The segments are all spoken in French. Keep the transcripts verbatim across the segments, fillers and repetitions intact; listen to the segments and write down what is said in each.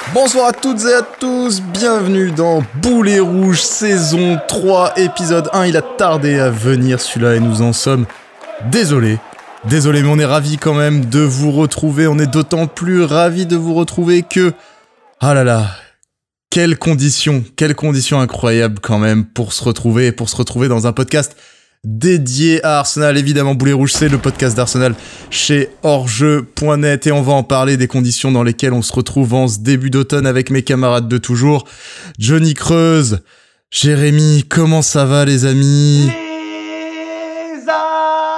Bonsoir à toutes et à tous, bienvenue dans Boulet Rouge, saison trois, épisode un. Il a tardé à venir celui-là et nous en sommes désolés. Désolé, mais on est ravis quand même de vous retrouver. On est d'autant plus ravis de vous retrouver que... Ah là là, quelles conditions, quelles conditions incroyables quand même pour se retrouver, pour se retrouver dans un podcast dédié à Arsenal. Évidemment, Boulet Rouge, c'est le podcast d'Arsenal chez Hors-Jeu point net et on va en parler des conditions dans lesquelles on se retrouve en ce début d'automne avec mes camarades de toujours. Johnny Creuse, Jérémy, comment ça va les amis ? Les amis !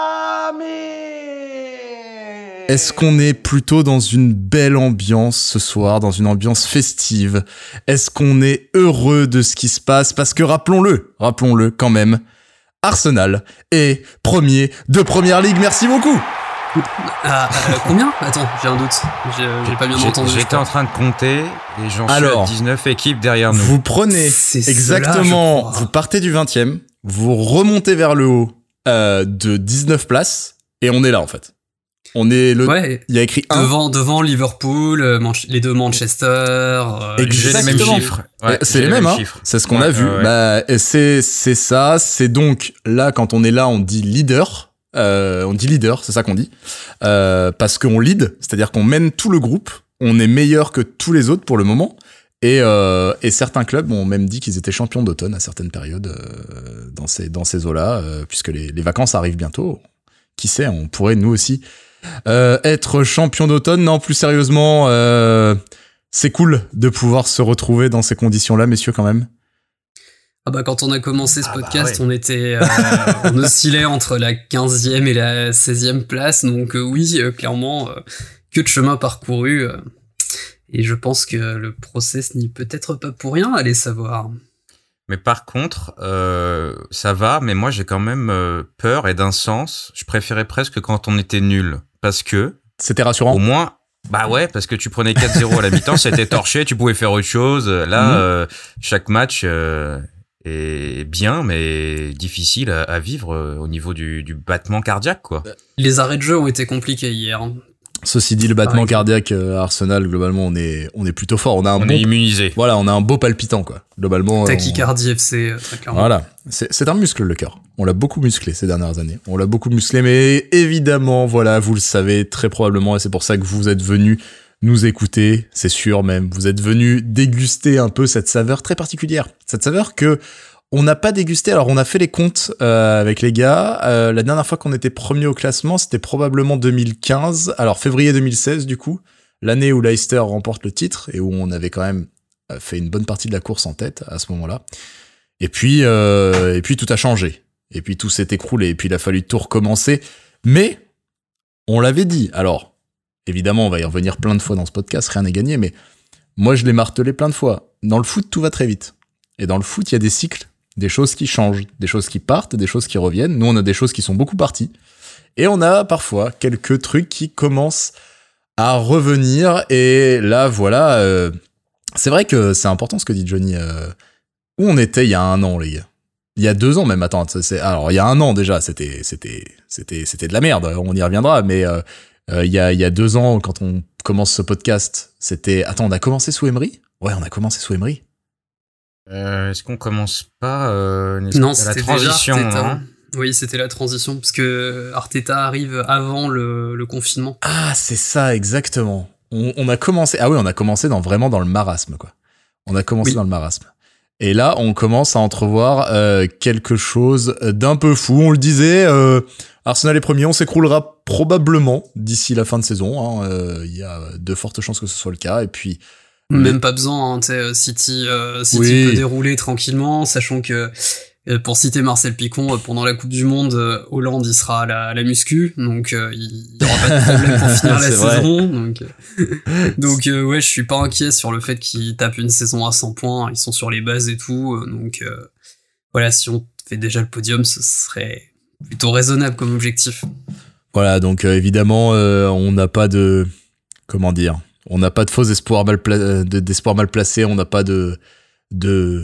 Est-ce qu'on est plutôt dans une belle ambiance ce soir, dans une ambiance festive ? Est-ce qu'on est heureux de ce qui se passe ? Parce que rappelons-le, rappelons-le quand même, Arsenal est premier de Première Ligue. Merci beaucoup. Ah, euh, combien ? Attends, j'ai un doute. J'ai, j'ai pas bien j'ai, entendu. J'étais en train de compter et j'en Alors, suis à dix-neuf équipes derrière nous. Vous prenez C'est exactement, cela, vous partez du vingtième, vous remontez vers le haut euh, de dix-neuf places et on est là en fait. On est le. Ouais. Il y a écrit un. Devant, devant Liverpool, euh, Manche- les deux Manchester. Euh, J'ai les mêmes Exactement. chiffres. Ouais, c'est j'ai les mêmes, hein. chiffres. C'est ce qu'on Ouais, a vu. ouais, ouais. Bah, et c'est c'est ça. C'est donc là quand on est là, on dit leader. Euh, on dit leader, c'est ça qu'on dit. Euh, parce qu'on lead, c'est-à-dire qu'on mène tout le groupe. On est meilleur que tous les autres pour le moment. Et, euh, et certains clubs ont même dit qu'ils étaient champions d'automne à certaines périodes euh, dans ces dans ces eaux-là, euh, puisque les, les vacances arrivent bientôt. Qui sait, on pourrait nous aussi euh, être champion d'automne. Non, plus sérieusement, euh, c'est cool de pouvoir se retrouver dans ces conditions-là, messieurs, quand même. Ah bah quand on a commencé ce Ah bah podcast, ouais. on était, euh, on oscillait entre la quinzième et la seizième place. Donc euh, oui, euh, clairement, euh, que de chemin parcouru. euh, et je pense que le process n'y peut être pas pour rien, allez savoir. Mais par contre, euh, ça va, mais moi j'ai quand même euh, peur et d'un sens. Je préférais presque quand on était nul. Parce que, C'était rassurant. au moins, bah ouais, parce que tu prenais quatre zéro à la mi-temps, c'était torché, tu pouvais faire autre chose. Là, Mhm. euh, chaque match euh, est bien, mais difficile à, à vivre euh, au niveau du, du battement cardiaque, quoi. Les arrêts de jeu ont été compliqués hier. hein. Ceci dit, le battement Ouais. cardiaque euh, à Arsenal, globalement, on est on est plutôt fort. On a un On bon, est immunisé. voilà, on a un beau palpitant quoi. Globalement. euh, Tachycardie F C, euh, très on- clairement. Voilà, c'est c'est un muscle le cœur. On l'a beaucoup musclé ces dernières années. On l'a beaucoup musclé, mais évidemment, voilà, vous le savez très probablement, et c'est pour ça que vous êtes venus nous écouter, c'est sûr même. Vous êtes venus déguster un peu cette saveur très particulière, cette saveur que on n'a pas dégusté. Alors on a fait les comptes euh, avec les gars. Euh, la dernière fois qu'on était premier au classement, c'était probablement deux mille quinze. Alors février deux mille seize du coup, l'année où Leicester remporte le titre et où on avait quand même euh, fait une bonne partie de la course en tête à ce moment-là. Et puis euh, et puis tout a changé. Et puis tout s'est écroulé. Et puis il a fallu tout recommencer. Mais on l'avait dit. Alors évidemment, on va y revenir plein de fois dans ce podcast. Rien n'est gagné. Mais moi, je l'ai martelé plein de fois. Dans le foot, tout va très vite. Et dans le foot, il y a des cycles. Des choses qui changent, des choses qui partent, des choses qui reviennent. Nous, on a des choses qui sont beaucoup parties. Et on a parfois quelques trucs qui commencent à revenir. Et là, voilà. Euh, c'est vrai que c'est important ce que dit Johnny. Euh, où on était il y a un an, les gars. Il y a deux ans même. Attends, c'est, alors il y a un an déjà, c'était, c'était, c'était, c'était de la merde. On y reviendra. Mais euh, euh, il y a, il y a deux ans, quand on commence ce podcast, c'était. Attends, on a commencé sous Emery ? Ouais, on a commencé sous Emery. Euh, est-ce qu'on commence pas euh, une Non, espèce- la c'était transition déjà Arteta. hein Oui, c'était la transition, parce que Arteta arrive avant le, le confinement. Ah, c'est ça, exactement. On, on a commencé. Ah oui, on a commencé dans vraiment dans le marasme, quoi. On a commencé Oui. dans le marasme. Et là, on commence à entrevoir euh, quelque chose d'un peu fou. On le disait, euh, Arsenal est premier, on s'écroulera probablement d'ici la fin de saison. hein. Euh, Il y a de fortes chances que ce soit le cas. Et puis, Même pas besoin, hein, tu sais, City, euh, City Oui. peut dérouler tranquillement, sachant que, euh, pour citer Marcel Picon, euh, pendant la Coupe du Monde, euh, Hollande, il sera à la, à la muscu, donc euh, il y aura pas de problème pour finir la C'est vrai. saison. Donc, euh, donc euh, ouais, je suis pas inquiet sur le fait qu'ils tapent une saison à cent points, ils sont sur les bases et tout, euh, donc euh, voilà, si on fait déjà le podium, ce serait plutôt raisonnable comme objectif. voilà, donc euh, évidemment, euh, on n'a pas de... Comment dire ? On n'a pas de faux espoirs mal, pla- de- d'espoirs mal placés, on n'a pas de... de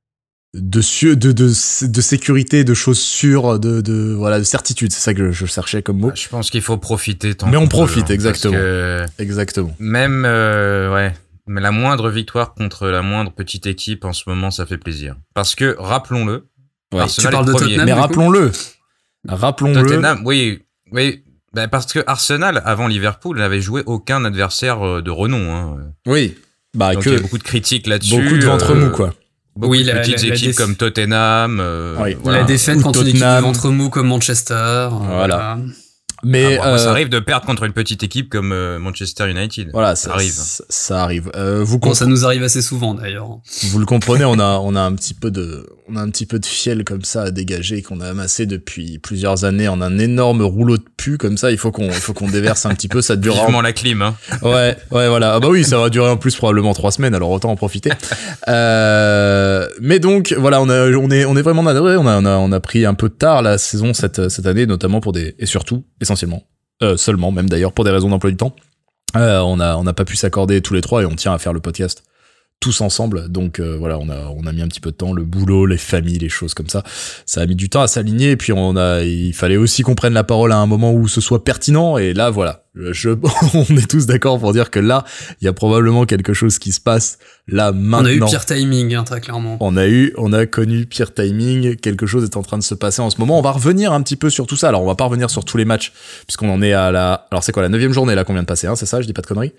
de, cieux, de, de, de sécurité, de choses sûres, de, de, voilà, de certitude. C'est ça que je, je cherchais comme mot. Je pense qu'il faut profiter tant Mais on qu'on peut, profite, hein, exactement. parce que Exactement. même, euh, ouais, Mais la moindre victoire contre la moindre petite équipe en ce moment, ça fait plaisir. Parce que, rappelons-le, Ouais. Arsenal Tu parles est de premier. Tottenham, Mais du coup rappelons-le, rappelons-le. Tottenham, oui, oui. Ben parce que Arsenal, avant Liverpool, n'avait joué aucun adversaire euh, de renom. Hein. Oui, bah Donc que il y a beaucoup de critiques là-dessus. beaucoup de ventre euh, mou quoi. Beaucoup Oui, de la- petites la- la équipes déf- comme Tottenham. Euh, Oui. voilà. La défaite Ou contre une équipe de Tottenham. ventre mou comme Manchester. Voilà. euh, Mais Ah, bon, moi, ça euh, arrive de perdre contre une petite équipe comme euh, Manchester United. voilà, ça ça arrive. Ça, ça arrive. Euh, vous Bon, comprenez. ça nous arrive assez souvent d'ailleurs. Vous le comprenez, on a on a un petit peu de on a un petit peu de fiel comme ça à dégager qu'on a amassé depuis plusieurs années en un énorme rouleau de pu comme ça. Il faut qu'on il faut qu'on déverse un petit peu. Ça durera. Vivement la clim. Hein. Ouais ouais voilà. Ah bah oui, ça va durer en plus probablement trois semaines. Alors autant en profiter. euh, mais donc voilà, on a on est on est vraiment navré. On a on a on a pris un peu tard la saison cette cette année, notamment pour des et surtout essentiellement euh, seulement même d'ailleurs pour des raisons d'emploi du temps. Euh, on a on n'a pas pu s'accorder tous les trois et on tient à faire le podcast tous ensemble, donc euh, voilà, on a on a mis un petit peu de temps, le boulot, les familles, les choses comme ça, ça a mis du temps à s'aligner, et puis on a, il fallait aussi qu'on prenne la parole à un moment où ce soit pertinent, et là voilà, je, on est tous d'accord pour dire que là, il y a probablement quelque chose qui se passe là maintenant. On a eu pire timing, hein, très clairement. On a eu, on a connu pire timing, quelque chose est en train de se passer en ce moment, on va revenir un petit peu sur tout ça, alors on va pas revenir sur tous les matchs, puisqu'on en est à la, alors c'est quoi, la neuvième journée là qu'on vient de passer, hein, c'est ça, je dis pas de conneries?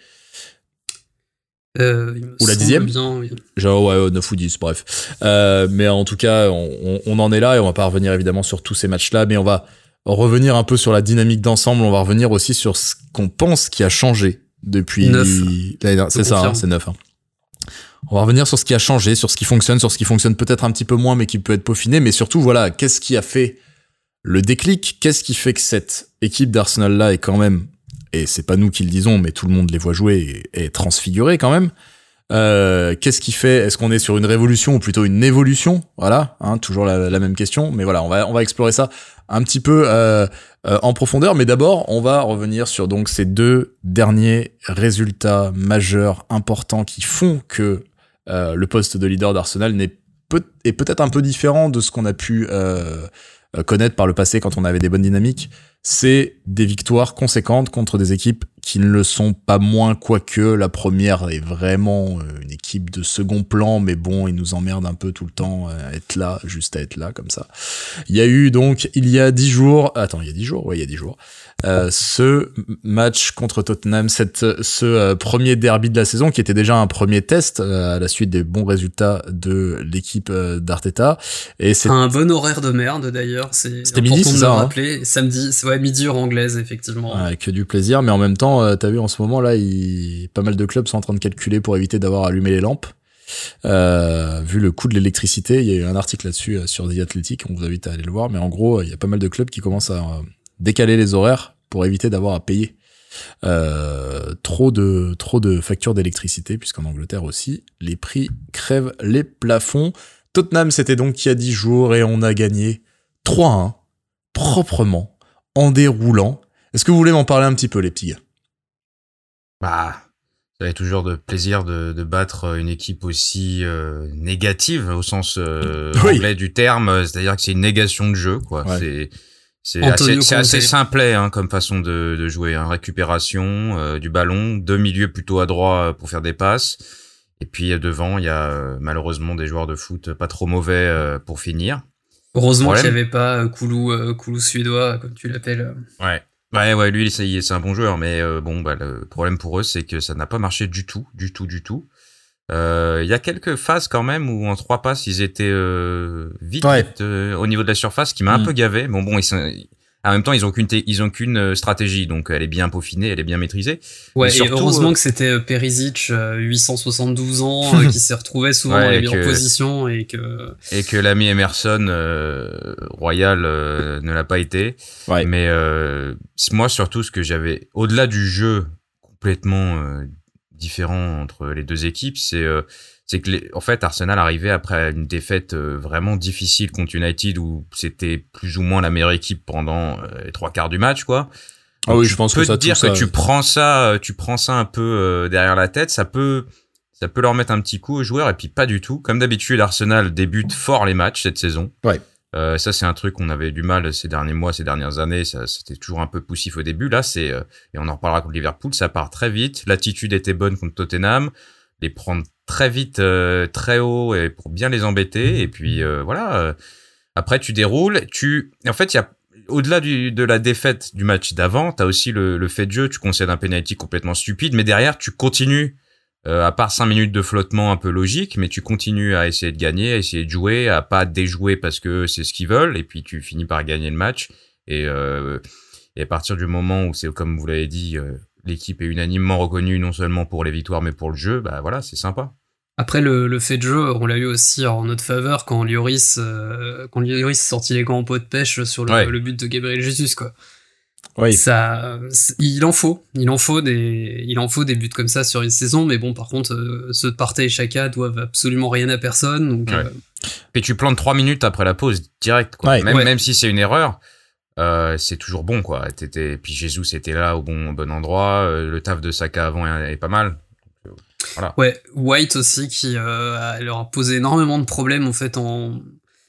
Euh, il me Ou la semble dixième bien, oui. Genre, ouais, neuf ou dix, bref. Euh, mais en tout cas, on, on, on en est là et on va pas revenir évidemment sur tous ces matchs-là, mais on va revenir un peu sur la dynamique d'ensemble. On va revenir aussi sur ce qu'on pense qui a changé depuis Neuf. l'année dernière. C'est Je ça, hein, confirme. c'est neuf. Hein. On va revenir sur ce qui a changé, sur ce qui fonctionne, sur ce qui fonctionne peut-être un petit peu moins, mais qui peut être peaufiné. Mais surtout, voilà, qu'est-ce qui a fait le déclic? Qu'est-ce qui fait que cette équipe d'Arsenal-là est quand même, et c'est pas nous qui le disons, mais tout le monde les voit jouer et est transfiguré quand même. Euh, qu'est-ce qui fait? Est-ce qu'on est sur une révolution ou plutôt une évolution? Voilà, hein, toujours la, la même question. Mais voilà, on va on va explorer ça un petit peu euh, euh, en profondeur. Mais d'abord, on va revenir sur donc ces deux derniers résultats majeurs importants qui font que euh, le poste de leader d'Arsenal n'est peut est peut-être un peu différent de ce qu'on a pu euh, connaître par le passé quand on avait des bonnes dynamiques. C'est des victoires conséquentes contre des équipes qui ne le sont pas moins, quoique la première est vraiment une équipe de second plan, mais bon, ils nous emmerdent un peu tout le temps à être là, juste à être là, comme ça. Il y a eu donc, il y a dix jours, attends, il y a dix jours, ouais, il y a dix jours, euh, ce match contre Tottenham, cette, ce euh, premier derby de la saison, qui était déjà un premier test euh, à la suite des bons résultats de l'équipe euh, d'Arteta. Et c'est Un bon horaire de merde d'ailleurs, c'est C'était important midi, de c'est le ça, hein. rappeler. Samedi, c'est ouais, midi heure anglaise effectivement. Ouais, que du plaisir, mais en même temps, euh, t'as vu en ce moment là, il... pas mal de clubs sont en train de calculer pour éviter d'avoir allumé les lampes. Euh, vu le coût de l'électricité, il y a eu un article là-dessus euh, sur The Athletic, on vous invite à aller le voir, mais en gros, il y a pas mal de clubs qui commencent à euh, décaler les horaires pour éviter d'avoir à payer euh, trop de trop de factures d'électricité, puisqu'en Angleterre aussi, les prix crèvent les plafonds. Tottenham, c'était donc il y a dix jours et on a gagné trois un, proprement, en déroulant. Est-ce que vous voulez m'en parler un petit peu, les petits gars? Bah, ça fait toujours de plaisir de, de battre une équipe aussi euh, négative au sens euh, Oui. anglais du terme, c'est-à-dire que c'est une négation de jeu, quoi. Ouais. C'est c'est Antonio assez, c'est Conte. assez simplet hein, comme façon de, de jouer. Hein. Récupération euh, du ballon, deux milieux plutôt adroits pour faire des passes, et puis euh, devant il y a euh, malheureusement des joueurs de foot pas trop mauvais euh, pour finir. Heureusement Problème. qu'il n'y avait pas euh, Koulou, euh, Koulou suédois, comme tu l'appelles. Ouais. Ouais, ouais, lui, ça y est, c'est un bon joueur, mais euh, bon, bah, le problème pour eux, c'est que ça n'a pas marché du tout, du tout, du tout. Il euh, y a quelques phases quand même où en trois passes, ils étaient euh, vite, Ouais. vite euh, au niveau de la surface, qui m'a Mm. un peu gavé. Bon, bon, ils sont, en même temps, ils ont qu'une, té- ils ont qu'une euh, stratégie, donc elle est bien peaufinée, elle est bien maîtrisée. Ouais, Mais et surtout, heureusement euh, que c'était euh, Perisic, euh, huit cent soixante-douze ans, euh, qui s'est retrouvé souvent Ouais, dans les et meilleures que- positions et que Et que l'ami Emerson euh, Royal euh, ne l'a pas été. Ouais. Mais euh, moi, surtout, ce que j'avais, au-delà du jeu complètement euh, différent entre les deux équipes, c'est euh, c'est que les, en fait Arsenal arrivait après une défaite euh, vraiment difficile contre United où c'était plus ou moins la meilleure équipe pendant euh, les trois quarts du match, quoi. Ah Donc, oui, tu je pense peux que ça, te dire tout ça, que tu ouais. prends ça, euh, tu prends ça un peu euh, derrière la tête, ça peut ça peut leur mettre un petit coup aux joueurs, et puis pas du tout. Comme d'habitude, Arsenal débute fort les matchs cette saison. Ouais. Euh, ça, c'est un truc qu'on avait du mal ces derniers mois, ces dernières années. Ça, c'était toujours un peu poussif au début. Là, c'est, euh, et on en reparlera contre Liverpool, ça part très vite. L'attitude était bonne contre Tottenham. les prendre très vite, euh, très haut, et pour bien les embêter. Et puis euh, voilà. Euh, après, tu déroules. Tu, en fait, il y a au-delà du, de la défaite du match d'avant, t'as aussi le, le fait de jeu. Tu concèdes un penalty complètement stupide, mais derrière, tu continues. Euh, à part cinq minutes de flottement un peu logique, mais tu continues à essayer de gagner, à essayer de jouer, à pas déjouer parce que c'est ce qu'ils veulent, et puis tu finis par gagner le match. Et, euh, et à partir du moment où c'est, comme vous l'avez dit, euh, l'équipe est unanimement reconnue non seulement pour les victoires mais pour le jeu, bah voilà, c'est sympa. Après, le, le fait de jeu, on l'a eu aussi en notre faveur quand Lloris, euh, quand Lloris sortit les gants en pot de pêche sur le, Ouais. le but de Gabriel Jesus, quoi. Oui. Ça, il en faut, il en faut des, il en faut des buts comme ça sur une saison, mais bon, par contre, euh, ceux de Partey et Xhaka doivent absolument rien à personne, donc. Ouais. Euh, Et tu plantes trois minutes après la pause direct, quoi. Ouais. Même, Ouais. même si c'est une erreur, euh, c'est toujours bon, quoi. T'étais, puis Jesus était là au bon, au bon endroit. Euh, le taf de Saka avant est, est pas mal. Donc, euh, voilà. Ouais, White aussi qui euh, a- leur a posé énormément de problèmes en fait en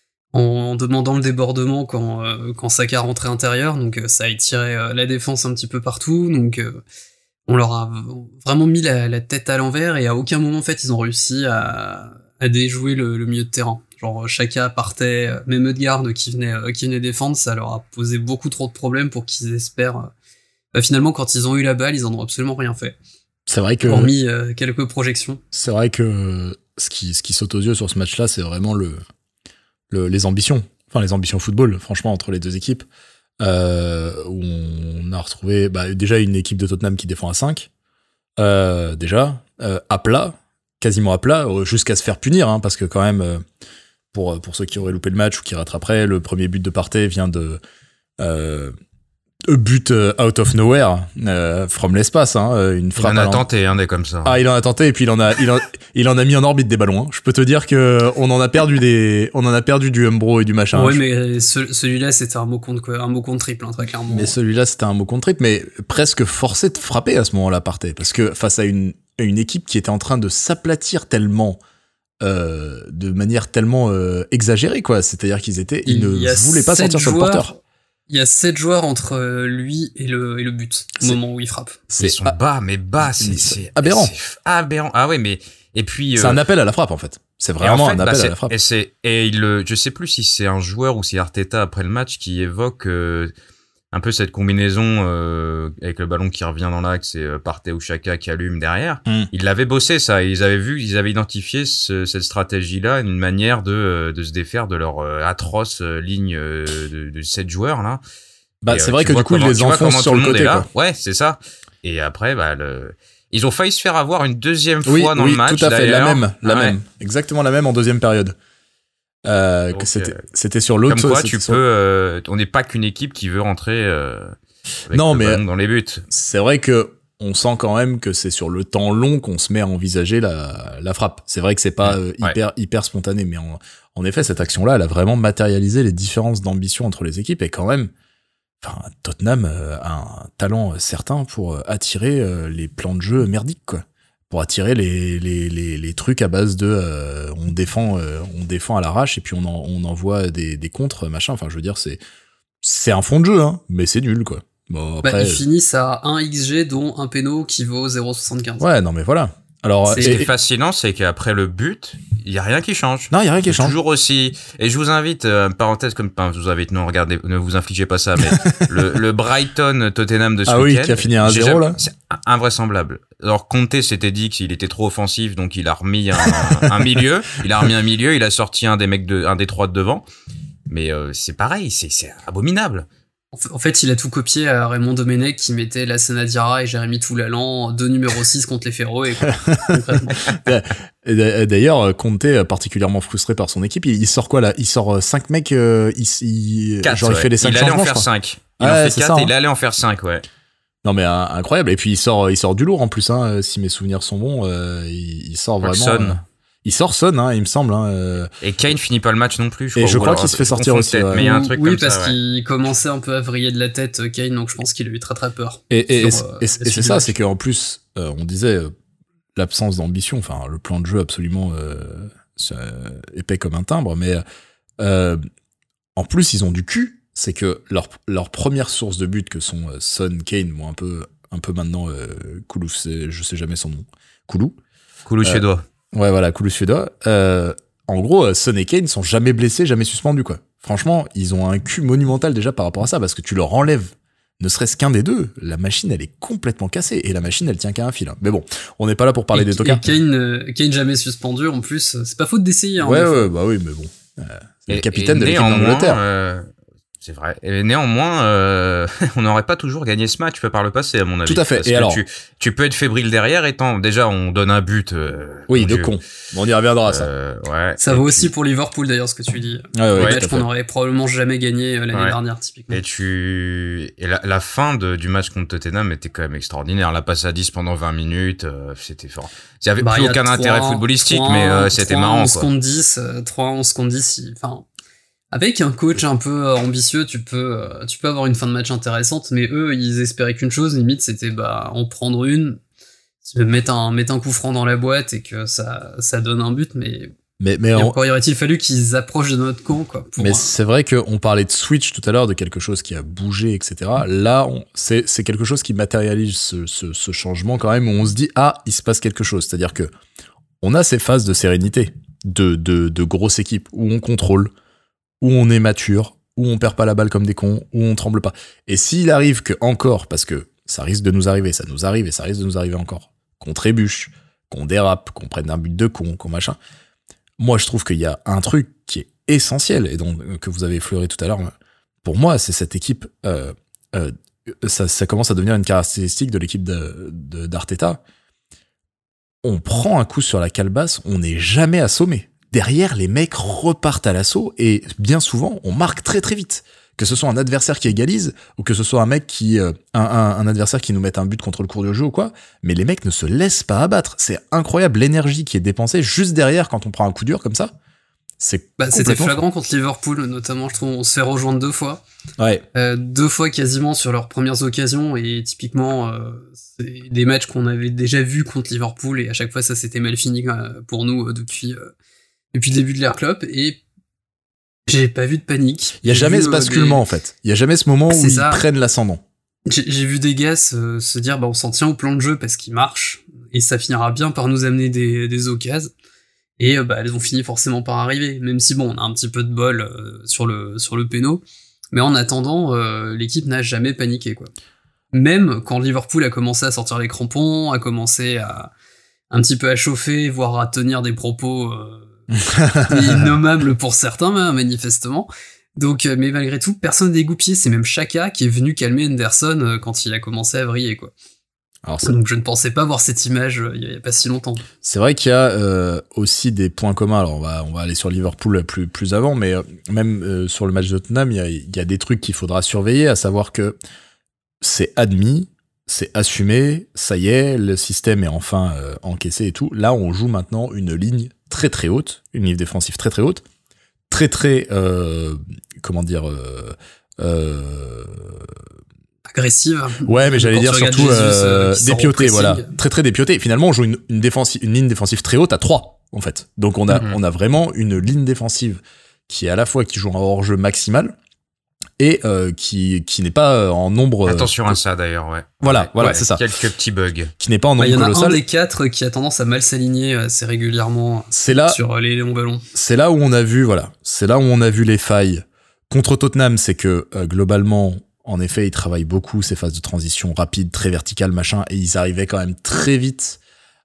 en demandant le débordement quand euh, quand Saka rentrait intérieur, donc euh, ça a étiré euh, la défense un petit peu partout, donc euh, on leur a vraiment mis la, la tête à l'envers et à aucun moment en fait ils ont réussi à, à déjouer le, le milieu de terrain. Genre Xhaka partait, euh, même Ødegaard qui venait euh, qui venait défendre, ça leur a posé beaucoup trop de problèmes pour qu'ils espèrent. Euh, bah, finalement, quand ils ont eu la balle, ils en ont absolument rien fait, C'est vrai que hormis euh, quelques projections. c'est vrai que ce qui ce qui saute aux yeux sur ce match-là, c'est vraiment le, le les ambitions, enfin les ambitions football, franchement entre les deux équipes, euh, où on a retrouvé bah, déjà une équipe de Tottenham qui défend à cinq, euh, déjà euh, à plat, quasiment à plat, euh, jusqu'à se faire punir, hein, parce que quand même euh, pour pour ceux qui auraient loupé le match ou qui rattraperaient, le premier but de Partey vient de euh, but euh, out of nowhere, euh, from l'espace, hein, euh, une Il frappe en à a l'en- tenté, hein, des comme ça. Ah, il en a tenté et puis il en a, il en, il en a mis en orbite des ballons. Hein. Je peux te dire que on en a perdu des, on en a perdu du Umbro et du machin. Ouais, Je- mais ce- celui-là, c'était un mot contre quoi, un mot contre triple, hein, très clairement. mais celui-là, c'était un mot contre triple, mais presque forcé de frapper à ce moment-là, Partey, parce que face à une, une équipe qui était en train de s'aplatir tellement, euh, de manière tellement euh, exagérée, quoi. C'est-à-dire qu'ils étaient, ils Il y a ne voulaient pas sept sortir sur le joueurs- porteur. Il y a sept joueurs entre euh, lui et le, et le but, au C'est- moment où il frappe. C'est Ils sont ah, bas, mais bas, c'est, c'est c'est aberrant. c'est aberrant. Ah ouais, mais et puis. c'est euh, un appel à la frappe en fait. C'est et vraiment en fait, un bah, appel c'est- à la frappe. Et c'est et il, euh, je sais plus si c'est un joueur ou si Arteta après le match qui évoque euh, un peu cette combinaison euh, avec le ballon qui revient dans l'axe et euh, Partey ou Xhaka qui allume derrière. Mm. Ils l'avaient bossé ça. Ils avaient vu, ils avaient identifié ce, cette stratégie-là, une manière de euh, de se défaire de leur euh, atroce euh, ligne euh, de, de sept joueurs là. Bah, Et, c'est euh, vrai tu que vois du coup, ils comment- les tu vois enfoncent comment sur tout le monde côté, est là. quoi. Ouais, c'est ça. Et après, bah, le... ils ont failli se faire avoir une deuxième Oui, fois dans oui, le match. tout à fait, la d'ailleurs. même, la Ouais. même, exactement la même en deuxième période. Euh, Donc, que c'était, euh, c'était sur l'autre. Comme quoi, c'était tu sur- peux. Euh, on n'est pas qu'une équipe qui veut rentrer euh, avec Non, le mais- ballon dans les buts. C'est vrai que on sent quand même que c'est sur le temps long qu'on se met à envisager la, la frappe. C'est vrai que c'est pas euh, Ouais. hyper hyper spontané, mais en, en effet, cette action-là, elle a vraiment matérialisé les différences d'ambition entre les équipes et quand même. Enfin, Tottenham euh, a un talent certain pour euh, attirer euh, les plans de jeu merdiques, quoi. Pour attirer les, les, les, les trucs à base de euh, on défend euh, on défend à l'arrache et puis on, en, on envoie des, des contres, machin. Enfin, je veux dire, c'est c'est un fond de jeu, hein, mais c'est nul, quoi. Bon, Bah, après, ils finissent à un X G, dont un péno qui vaut zéro virgule soixante-quinze. ouais, non, mais voilà. Alors, C'est- Ce qui et- est fascinant, c'est qu'après le but, il y a rien qui change. non, il y a rien qui C'est change. toujours aussi. Et je vous invite, euh, parenthèse comme enfin, je vous invite, non, regardez, ne vous infligez pas ça, mais le, le Brighton Tottenham de ce Ah oui, week-end, qui a fini à un j'ai zéro, jamais- là. C'est invraisemblable. Alors Conte s'était dit qu'il était trop offensif, donc il a remis un, un milieu, il a remis un milieu, il a sorti un des mecs de, un des trois de devant. Mais euh, c'est pareil, c'est c'est abominable. En fait- En fait, il a tout copié à Raymond Domenech qui mettait Lassana Diarra et Jérémy Toulalan, deux numéro six contre les Féroé. quoi. Concrètement. Et d'a- D'ailleurs, Conte est particulièrement frustré par son équipe. Il il sort quoi là? Il sort cinq mecs. Euh, il, il, Quatre, genre il ouais. fait les cinq il allait changements. en je faire crois. cinq. Il Ouais, en fait c'est quatre ça, et hein. il allait en faire cinq, ouais. Non mais euh, incroyable. Et puis il sort, il sort du lourd en plus. Hein, si mes souvenirs sont bons, euh, il, il sort vraiment. Son. euh, il sort Son, hein, il me semble. Hein, euh, Et Kane finit pas le match non plus. Je Et crois, je ou crois alors, qu'il se fait je sortir confonds aussi, peut-être, ouais. Mais il y a un truc oui, comme parce ça. ouais. qu'il commençait un peu à vriller de la tête, Kane, donc je pense qu'il a eu très très peur. Et, et, Sur, et- euh, et la c'est suite du ça, match. c'est qu'en plus, euh, on disait euh, l'absence d'ambition, enfin le plan de jeu absolument euh, c'est, euh, épais comme un timbre, mais euh, en plus ils ont du cul, c'est que leur, leur première source de but que sont euh, Son, Kane, bon un peu un peu maintenant euh, Koulou, c'est- je sais jamais son nom, Koulou, Coulou Euh, suédois. Ouais, voilà, Koulou suédois. Euh, en gros, Son et Kane sont jamais blessés, jamais suspendus, quoi. Franchement, ils ont un cul monumental déjà par rapport à ça, parce que tu leur enlèves ne serait-ce qu'un des deux, la machine, elle est complètement cassée. Et la machine, elle tient qu'à un fil. hein. Mais bon, on n'est pas là pour parler et, des et tocards. Kane, euh, Kane jamais suspendu, en plus, c'est pas faute d'essayer. Hein, Ouais, des fois. ouais, bah oui, mais bon. Euh, c'est le Et- capitaine et de l'équipe néanmoins, d'Angleterre. euh, c'est vrai. Et néanmoins, euh, on n'aurait pas toujours gagné ce match par le passé, à mon avis. Tout à fait. Parce Et que alors tu, tu peux être fébrile derrière, étant déjà on donne un but. Euh, Oui, mon de Dieu. con. Bon, on y reviendra à ça. Euh, ouais. Ça Et vaut puis- aussi pour Liverpool, d'ailleurs, ce que tu dis. Ouais, ouais, Le ouais, match tout à qu'on fait. aurait probablement jamais gagné euh, l'année Ouais. dernière, typiquement. Et tu et la, la fin de, du match contre Tottenham était quand même extraordinaire. La passe à dix pendant vingt minutes, euh, c'était fort. Il y avait Bah, plus il y a aucun trois- intérêt footballistique, trois- mais euh, c'était trois marrant onze quoi. contre dix, euh, trois onze contre dix, il- enfin, avec un coach un peu euh, ambitieux, tu peux, euh, tu peux avoir une fin de match intéressante, mais eux, ils espéraient qu'une chose, limite, c'était, bah, en prendre une, mettre un, mettre un coup franc dans la boîte et que ça, ça donne un but, mais, Mais, mais, et on- encore y aurait-il fallu qu'ils approchent de notre camp, quoi. Pour, mais euh, c'est vrai qu'on parlait de Switch tout à l'heure, de quelque chose qui a bougé, et cetera. Là, on- c'est c'est quelque chose qui matérialise ce, ce, ce changement quand même, où on se dit, ah, il se passe quelque chose. C'est-à-dire que on a ces phases de sérénité, de, de, de grosses équipes, où on contrôle, où on est mature, où on perd pas la balle comme des cons, où on tremble pas. Et s'il arrive que encore, parce que ça risque de nous arriver, ça nous arrive et ça risque de nous arriver encore, qu'on trébuche, qu'on dérape, qu'on prenne un but de con, qu'on machin, moi je trouve qu'il y a un truc qui est essentiel, et donc que vous avez effleuré tout à l'heure, pour moi c'est cette équipe, euh, euh, ça, ça commence à devenir une caractéristique de l'équipe de, de, d'Arteta. On prend un coup sur la calebasse, on n'est jamais assommé. Derrière, les mecs repartent à l'assaut et bien souvent, on marque très très vite. Que ce soit un adversaire qui égalise ou que ce soit un mec qui, euh, un, un, un adversaire qui nous mette un but contre le cours du jeu ou quoi. Mais les mecs ne se laissent pas abattre. C'est incroyable l'énergie qui est dépensée juste derrière quand on prend un coup dur comme ça. C'est bah, c'était complètement flagrant contre Liverpool, notamment, je trouve, on se fait rejoindre deux fois. fou. Ouais. Euh, deux fois quasiment sur leurs premières occasions, et typiquement euh, c'est des matchs qu'on avait déjà vus contre Liverpool, et à chaque fois ça s'était mal fini euh, pour nous euh, depuis euh, depuis le début de l'ère Klopp, et j'ai pas vu de panique. Il y a J'ai jamais vu, ce euh, basculement des- en fait. Il y a jamais ce moment où C'est ils ça. prennent l'ascendant. J'ai j'ai vu des gars se, se dire bah on s'en tient au plan de jeu parce qu'il marche, et ça finira bien par nous amener des, des occasions. Et euh, bah elles ont fini forcément par arriver, même si bon on a un petit peu de bol euh, sur le sur le péno, mais en attendant euh, l'équipe n'a jamais paniqué quoi. Même quand Liverpool a commencé à sortir les crampons, a commencé à un petit peu à chauffer, voire à tenir des propos euh, innommables pour certains manifestement. Donc euh, mais malgré tout personne n'est dégoupillé, c'est même Xhaka qui est venu calmer Henderson euh, quand il a commencé à vriller quoi. Alors c'est Donc je ne pensais pas voir cette image euh, il y a pas si longtemps. C'est vrai qu'il y a euh, aussi des points communs. Alors on va on va aller sur Liverpool plus plus avant, mais euh, même euh, sur le match de Tottenham, il y a il y a des trucs qu'il faudra surveiller, à savoir que c'est admis, c'est assumé, ça y est, le système est enfin euh, encaissé et tout. Là, on joue maintenant une ligne très très haute, une ligne défensive très très haute, très très euh, comment dire. Euh, euh, Agressive. Ouais, mais j'allais Quand dire tu regardes surtout Jesus, euh, euh, qui sort au dépiauté, pressing. voilà, très très dépiauté. Finalement, on joue une, une défensive, une ligne défensive très haute à trois, en fait. Donc on a, Mhm. on a vraiment une ligne défensive qui est à la fois qui joue un hors-jeu maximal et euh, qui qui n'est pas euh, en nombre. euh, Attention à ça d'ailleurs, ouais. Voilà, Ouais, voilà, ouais, c'est ça. Quelques petits bugs. Qui n'est pas en Bah, nombre il y en a un colossal. des quatre qui a tendance à mal s'aligner assez régulièrement C'est là, sur euh, les longs ballons. c'est là où on a vu, voilà, c'est là où on a vu les failles. Contre Tottenham, c'est que euh, globalement, en effet, ils travaillent beaucoup ces phases de transition rapides, très verticales, machin, et ils arrivaient quand même très vite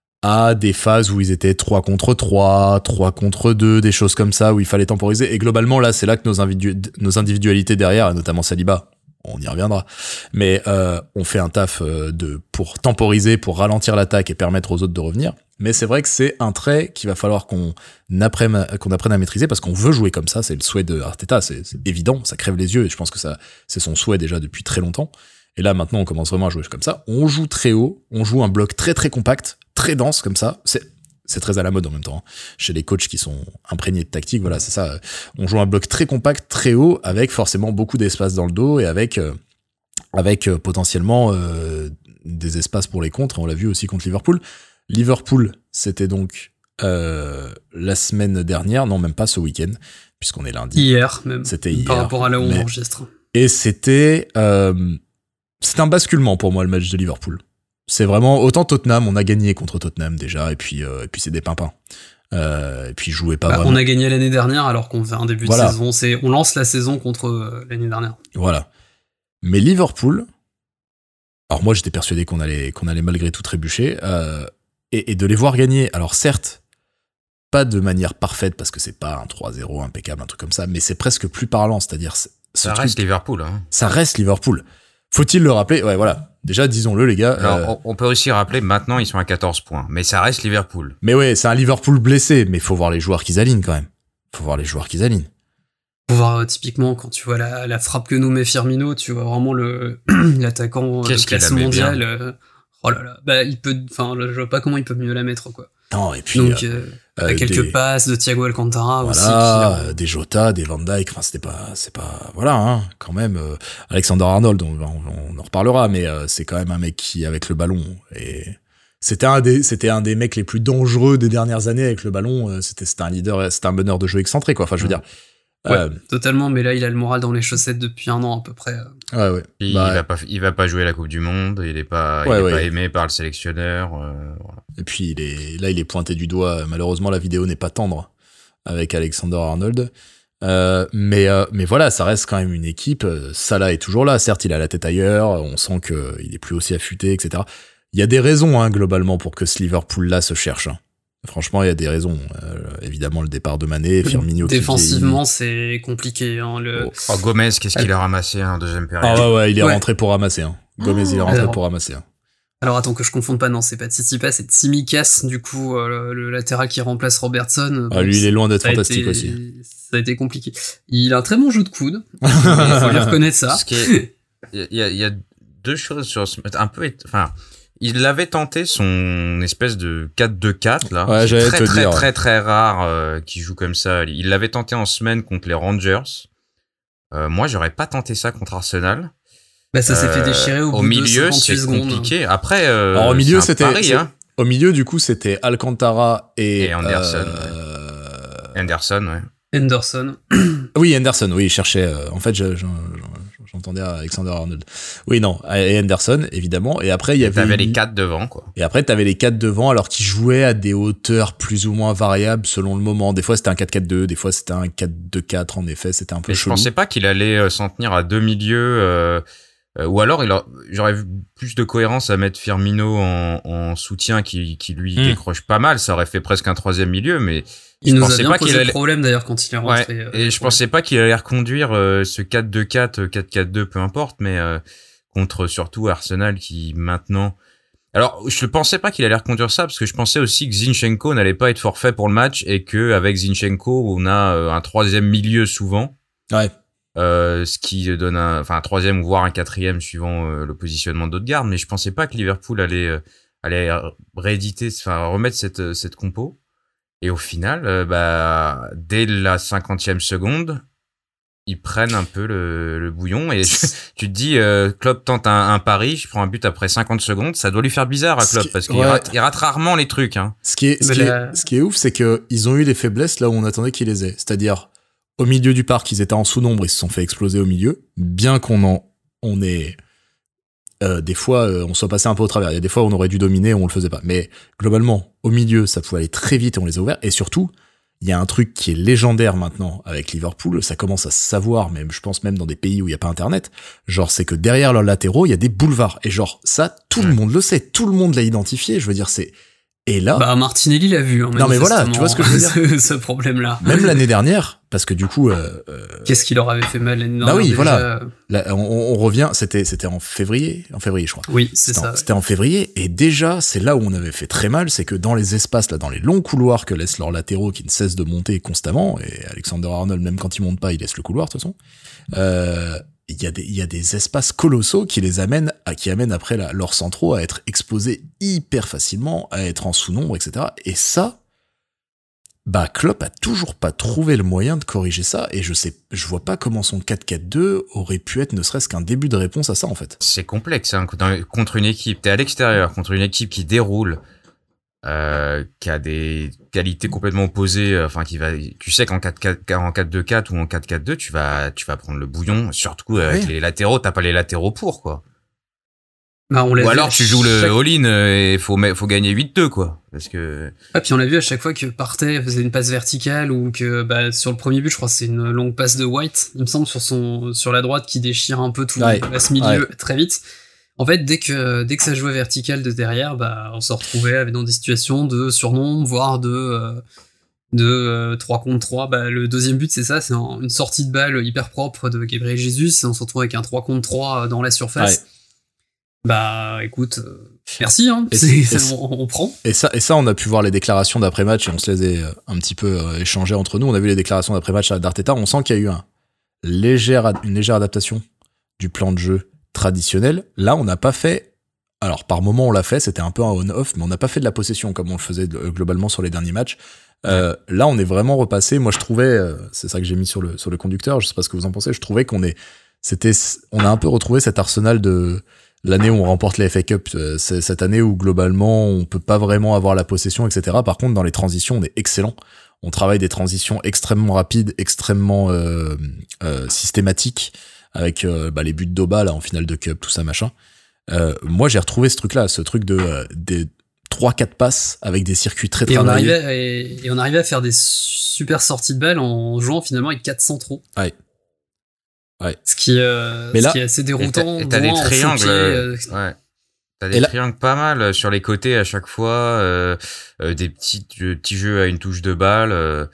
à des phases où ils étaient trois contre trois, trois contre deux, des choses comme ça, où il fallait temporiser. Et globalement, là, c'est là que nos, individu- nos individualités derrière, et notamment Saliba, on y reviendra, mais euh, on fait un taf euh, de pour temporiser, pour ralentir l'attaque et permettre aux autres de revenir. Mais c'est vrai que c'est un trait qu'il va falloir qu'on apprenne, à- qu'on apprenne à maîtriser parce qu'on veut jouer comme ça. C'est le souhait de Arteta, c'est c'est évident, ça crève les yeux et je pense que ça, c'est son souhait déjà depuis très longtemps. Et là, maintenant, on commence vraiment à jouer comme ça. On joue très haut, on joue un bloc très très compact, très dense comme ça. C'est c'est très à la mode en même temps. hein. Chez les coachs qui sont imprégnés de tactique, voilà, c'est ça. On joue un bloc très compact, très haut, avec forcément beaucoup d'espace dans le dos et avec euh, avec euh, potentiellement euh, des espaces pour les contres. On l'a vu aussi contre Liverpool. Liverpool, c'était donc euh, la semaine dernière, non même pas ce week-end, puisqu'on est lundi. Hier même. C'était hier. Par rapport à là où mais- on enregistre. Et c'était euh, c'était un basculement pour moi le match de Liverpool. C'est vraiment autant Tottenham, on a gagné contre Tottenham déjà, et puis euh, et puis c'est des pimpins. Euh, et puis jouer pas bah, vraiment. On a gagné l'année dernière alors qu'on fait un début voilà. de saison. C'est, on lance la saison contre euh, l'année dernière. Voilà. Mais Liverpool, alors moi j'étais persuadé qu'on allait qu'on allait malgré tout trébucher euh, et, et de les voir gagner. Alors certes, pas de manière parfaite parce que c'est pas un trois zéro impeccable, un truc comme ça, mais c'est presque plus parlant. C'est-à-dire ce ça truc, reste Liverpool. Hein. Ça reste Liverpool. Faut-il le rappeler ? Ouais, voilà. Déjà, disons-le, les gars. Alors, euh, on peut aussi rappeler, maintenant, ils sont à quatorze points. Mais ça reste Liverpool. Mais ouais, c'est un Liverpool blessé, mais faut voir les joueurs qu'ils alignent quand même. Faut voir les joueurs qu'ils alignent. Faut voir euh, typiquement quand tu vois la, la frappe que nous met Firmino, tu vois vraiment le l'attaquant Qu'est-ce de classe qu'il la met mondiale. bien. Euh, oh là là, bah il peut, enfin je vois pas comment il peut mieux la mettre quoi. Non, et puis Donc euh, euh, euh, quelques des, passes de Thiago Alcantara voilà, aussi. Qui, là, euh, des Jota, des Van Dijk. Enfin, c'était pas, c'est pas, voilà, hein, quand même. Euh, Alexander Arnold, on, on, on en reparlera, mais euh, c'est quand même un mec qui avec le ballon et c'était un des, c'était un des mecs les plus dangereux des dernières années avec le ballon. Euh, c'était, c'était un leader, c'était un meneur de jeu excentré quoi. Enfin, je veux dire. Ouais, Euh, totalement, mais là il a le moral dans les chaussettes depuis un an à peu près. ouais, ouais. Il, Bah, il va pas, il va pas jouer la Coupe du Monde. Il est pas, Ouais, il est ouais. pas aimé par le sélectionneur. Euh, voilà. Et puis il est, là, il est pointé du doigt. Malheureusement, la vidéo n'est pas tendre avec Alexander Arnold. Euh, mais, euh, mais voilà, ça reste quand même une équipe. Salah est toujours là. Certes, il a la tête ailleurs. On sent qu'il est plus aussi affûté, et cetera. Il y a des raisons, hein, globalement, pour que ce Liverpool-là se cherche. Hein. Franchement, il y a des raisons. Euh, évidemment, le départ de Mané, Firmino qui Défensivement, c'est compliqué. Hein, le... Oh. Oh, Gomez, qu'est-ce qu'il a ramassé en deuxième période? Ah ouais, ouais, il est Ouais. rentré pour ramasser. Hein. Gomez, il est rentré Alors, pour ramasser. Hein. alors attends que je confonde pas, non, c'est pas Tsitsipas, c'est Tsimikas, du coup, euh, le, le latéral qui remplace Robertson. Ah, Bon, lui, il est loin d'être ça a fantastique été- aussi. Ça a été compliqué. Il a un très bon jeu de coude. Il faut lui reconnaître ça. Ce qui est, il y a, il y a deux choses sur ce, un peu, éт- enfin, il avait tenté son espèce de quatre deux quatre là. Ouais, C'est j'allais très te très dire. très très rare euh, qu'il joue comme ça. Il l'avait tenté en semaine contre les Rangers. Euh, moi, j'aurais pas tenté ça contre Arsenal. Bah, ça s'est fait Euh, déchirer au, au bout de milieu, cinquante-huit c'est secondes. compliqué. Après, euh, Alors, au milieu, c'est un c'était- pari, c'est- hein. Au milieu, du coup, c'était Alcantara et, Et Anderson, euh, Anderson, ouais. Henderson. Oui, Anderson, oui, il cherchait. euh, en fait, je- je- je- j'entendais Alexander Arnold. Oui, non, et Anderson, évidemment. Et après, il y Et avait. T'avais une- les quatre devant, quoi. Et après, t'avais les quatre devant, alors qu'ils jouaient à des hauteurs plus ou moins variables selon le moment. Des fois, c'était un quatre quatre deux, des fois, c'était un quatre deux quatre, en effet, c'était un peu Mais je chelou. pensais pas qu'il allait euh, s'en tenir à deux milieux, euh, euh, ou alors il a, j'aurais vu plus de cohérence à mettre Firmino en, en soutien qui, qui lui Hmm. décroche pas mal. Ça aurait fait presque un troisième milieu, mais Il je nous a pensais bien pas posé qu'il le allait. problème d'ailleurs quand il est Ouais, rentré. euh, et je pensais pas qu'il allait reconduire euh, ce quatre deux quatre, quatre quatre deux, peu importe, mais euh, contre surtout Arsenal qui maintenant. Alors, je ne pensais pas qu'il allait reconduire ça parce que je pensais aussi que Zinchenko n'allait pas être forfait pour le match et que avec Zinchenko, on a euh, un troisième milieu souvent. Ouais. Euh, ce qui donne un, enfin un troisième voire un quatrième suivant euh, le positionnement d'autres gardes, mais je pensais pas que Liverpool allait euh, allait rééditer, enfin remettre cette euh, cette compo. Et au final, euh, bah dès la cinquantième seconde, ils prennent un peu le, le bouillon et tu te dis euh, Klopp tente un, un pari, je prends un but après cinquante secondes, ça doit lui faire bizarre à Ce Klopp qui- parce qu'il ouais. rate, il rate rarement les trucs. Hein. Ce qui est, ce Mais qui est, la- ce qui est ouf, c'est que ils ont eu les faiblesses là où on attendait qu'ils les aient. C'est-à-dire, au milieu du parc, ils étaient en sous-nombre, ils se sont fait exploser au milieu, bien qu'on en, on est, euh, des fois, euh, on soit passé un peu au travers. Il y a des fois où on aurait dû dominer, on le faisait pas. Mais globalement, au milieu, ça pouvait aller très vite et on les a ouverts. Et surtout, il y a un truc qui est légendaire maintenant avec Liverpool. Ça commence à se savoir, même, je pense même dans des pays où il y a pas Internet. Genre, c'est que derrière leurs latéraux, il y a des boulevards. Et genre, ça, tout le Ouais. monde le sait. Tout le monde l'a identifié. Je veux dire, c'est, et là, Bah, Martinelli l'a vu. Hein, Non, mais voilà, tu vois ce que je veux dire. ce, ce problème-là. même l'année dernière, parce que du coup, euh, euh, Qu'est-ce qui leur avait fait mal l'année dernière Bah oui, déjà voilà. là, on, on revient, c'était, c'était en février, en février, je crois. Oui, c'est C'était en, ça. ouais. c'était en février, et déjà, c'est là où on avait fait très mal, c'est que dans les espaces, là, dans les longs couloirs que laissent leurs latéraux qui ne cessent de monter constamment, et Alexander Arnold, même quand il monte pas, il laisse le couloir, de toute façon, euh, il y a des, il y a des espaces colossaux qui les amènent à, qui amènent après la, leurs centraux à être exposés hyper facilement, à être en sous-nombre, et cetera. Et ça, bah, Klopp a toujours pas trouvé le moyen de corriger ça, et je sais, je vois pas comment son quatre quatre deux aurait pu être ne serait-ce qu'un début de réponse à ça, en fait. C'est complexe hein, dans- contre une équipe. T'es à l'extérieur contre une équipe qui déroule, euh, qui a des qualités complètement opposées. euh, Enfin, qui va. Tu sais qu'en quatre quatre, en quatre deux quatre ou en quatre quatre deux, tu vas, tu vas prendre le bouillon. Surtout avec Ouais. les latéraux, t'as pas les latéraux pour quoi. Bah, on l'a Ou vu alors à tu joues le chaque- all-in euh, et faut, faut gagner huit deux, quoi. Parce que. Ah, puis on l'a vu à chaque fois que Partey faisait une passe verticale ou que bah, sur le premier but, je crois que c'est une longue passe de White, il me semble, sur, son, sur la droite qui déchire un peu tout Ouais, le ce milieu très vite. En fait, dès que, dès que ça jouait vertical de derrière, bah, on se retrouvait avec dans des situations de surnombre, voire de, euh, de euh, trois contre trois. Bah, le deuxième but, c'est ça, c'est un- une sortie de balle hyper propre de Gabriel Jesus, et on se retrouve avec un trois contre trois dans la surface. Ouais. Bah, écoute, euh, merci, hein, Et c'est- c'est- c'est- on, on prend. Et ça, et ça, on a pu voir les déclarations d'après-match et on se les a euh, un petit peu euh, échangées entre nous. On a vu les déclarations d'après-match d'Arteta. On sent qu'il y a eu un légère, une légère adaptation du plan de jeu traditionnel. Là, on n'a pas fait. Alors, par moment, on l'a fait. C'était un peu un on-off, mais on n'a pas fait de la possession comme on le faisait euh, globalement sur les derniers matchs. Euh, là, on est vraiment repassé. Moi, je trouvais, euh, c'est ça que j'ai mis sur le sur le conducteur. Je sais pas ce que vous en pensez. Je trouvais qu'on est, c'était, on a un peu retrouvé cet arsenal de l'année où on remporte les F A Cup, euh, c'est cette année où globalement on peut pas vraiment avoir la possession, et cetera. Par contre, dans les transitions, on est excellent. On travaille des transitions extrêmement rapides, extrêmement euh, euh, systématiques, avec euh, bah, les buts d'Oba là en finale de Cup, tout ça machin. Euh, moi, j'ai retrouvé ce truc-là, ce truc de euh, des trois quatre passes avec des circuits très Et on, travaillés. arrivait à, et, et on arrivait à faire des super sorties de balles en jouant finalement avec quatre centraux. Ouais. Ouais. Ce qui, euh, Mais ce là- qui est assez Et t'as, déroutant. et t'as des loin, en faux triangles. pied, euh, Ouais. T'as Et des là- triangles pas mal euh, sur les côtés à chaque fois, euh, euh, des petits, euh, petits jeux à une touche de balle. euh,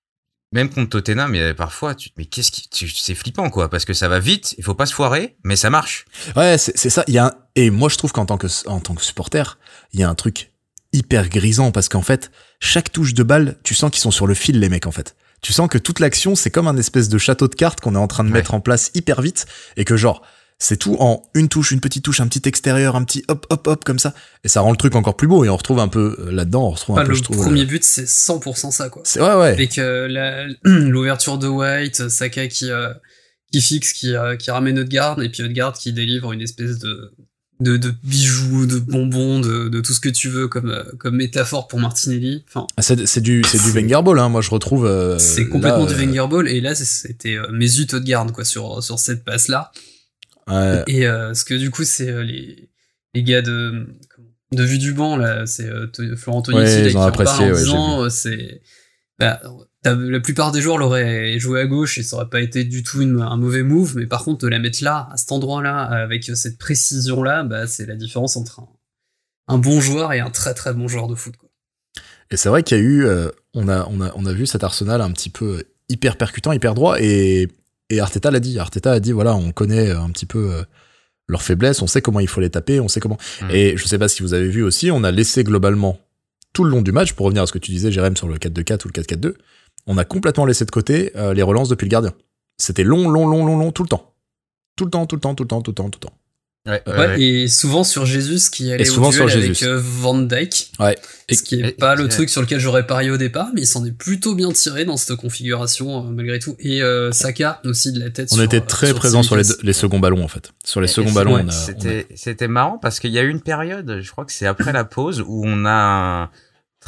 Même contre Tottenham, mais parfois, tu, mais qu'est-ce qui, tu- c'est flippant, quoi, parce que ça va vite, il faut pas se foirer, mais ça marche. Ouais, c'est, c'est ça. Il y a un... Et moi, je trouve qu'en tant que, en tant que supporter, il y a un truc hyper grisant parce qu'en fait, chaque touche de balle, tu sens qu'ils sont sur le fil, les mecs, en fait. Tu sens que toute l'action, c'est comme un espèce de château de cartes qu'on est en train de Ouais. mettre en place hyper vite et que genre, c'est tout en une touche, une petite touche, un petit extérieur, un petit hop, hop, hop, comme ça. Et ça rend le truc encore plus beau et on retrouve un peu euh, là-dedans, on retrouve Pas un peu, le je trouve. premier le- but, c'est cent pour cent ça, quoi. C'est, ouais, ouais. Avec euh, la- l'ouverture de White, Saka qui, euh, qui fixe, qui, euh, qui ramène Odegaard, et puis Odegaard qui délivre une espèce de, de, de bijoux, de bonbons, de, de tout ce que tu veux comme, euh, comme métaphore pour Martinelli. Enfin, C'est, c'est du, c'est du C'est- Wenger Ball, hein. Moi, je retrouve. euh, c'est complètement là, du euh, Wenger Ball, et là, c'est- c'était euh, Mesut Odegaard, quoi, sur, sur cette passe-là. ouais. Et euh, ce que du coup, c'est euh, les, les gars de, comment- de vue du banc, là, c'est euh, T- Florent Tonitti Ouais, là, ils qui ont en apprécié, parle en ouais, j'ai disant, euh, c'est... Bah, t'as- la plupart des joueurs l'auraient joué à gauche et ça aurait pas été du tout une- un mauvais move, mais par contre, de la mettre là, à cet endroit-là, avec cette précision-là, bah, c'est la différence entre un, un bon joueur et un très très bon joueur de foot, quoi. Et c'est vrai qu'il y a eu, euh, on a, on a, on a vu cet Arsenal un petit peu hyper percutant, hyper droit, et, et Arteta l'a dit. Arteta a dit, voilà, on connaît un petit peu euh, leurs faiblesses, on sait comment il faut les taper, on sait comment. Mmh. Et je sais pas si vous avez vu aussi, on a laissé globalement tout le long du match, pour revenir à ce que tu disais, Jérém, sur le quatre deux quatre ou le quatre quatre deux, on a complètement laissé de côté euh, les relances depuis le gardien. C'était long, long, long, long, long, tout le temps. Tout le temps, tout le temps, tout le temps, tout le temps, tout le temps. Ouais, Ouais, ouais, ouais. et souvent sur Jesus qui allait Et souvent au duel sur avec Jesus. euh, Van Dijk. Ouais. Et- Ce qui est et- pas le et- truc sur lequel j'aurais parié au départ, mais il s'en est plutôt bien tiré dans cette configuration euh, malgré tout. Et euh, Saka aussi de la tête. On sur, était euh, très sur présents sur les, Tsimikas. les seconds ballons, en fait. Sur les Et- seconds et ballons, ouais, on a, on a- C'était, c'était marrant parce qu'il y a eu une période, je crois que c'est après la pause, où on a, un-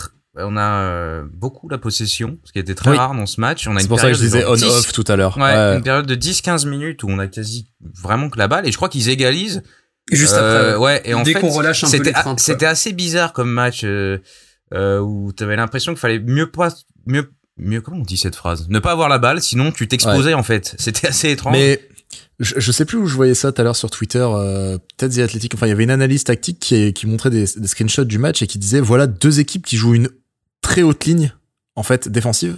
on a euh, beaucoup la possession, ce qui était très Oui. rare dans ce match. On a C'est une pour ça que je période disais de dix on-off tout à l'heure. Ouais, Ouais. une période de dix quinze minutes où on a quasi vraiment que la balle, et je crois qu'ils égalisent. Et juste Euh, après, ouais, et en dès fait, qu'on relâche un peu c'était, les freins, c'était assez bizarre comme match, euh, euh, où t'avais l'impression qu'il fallait mieux pas, mieux, mieux, comment on dit cette phrase? Ne pas avoir la balle, sinon tu t'exposais, en fait. C'était assez étrange. Mais je, je sais plus où je voyais ça tout à l'heure sur Twitter, euh, peut-être The Athletic. Enfin, il y avait une analyse tactique qui, qui montrait des, des screenshots du match et qui disait voilà deux équipes qui jouent une très haute ligne, en fait, défensive,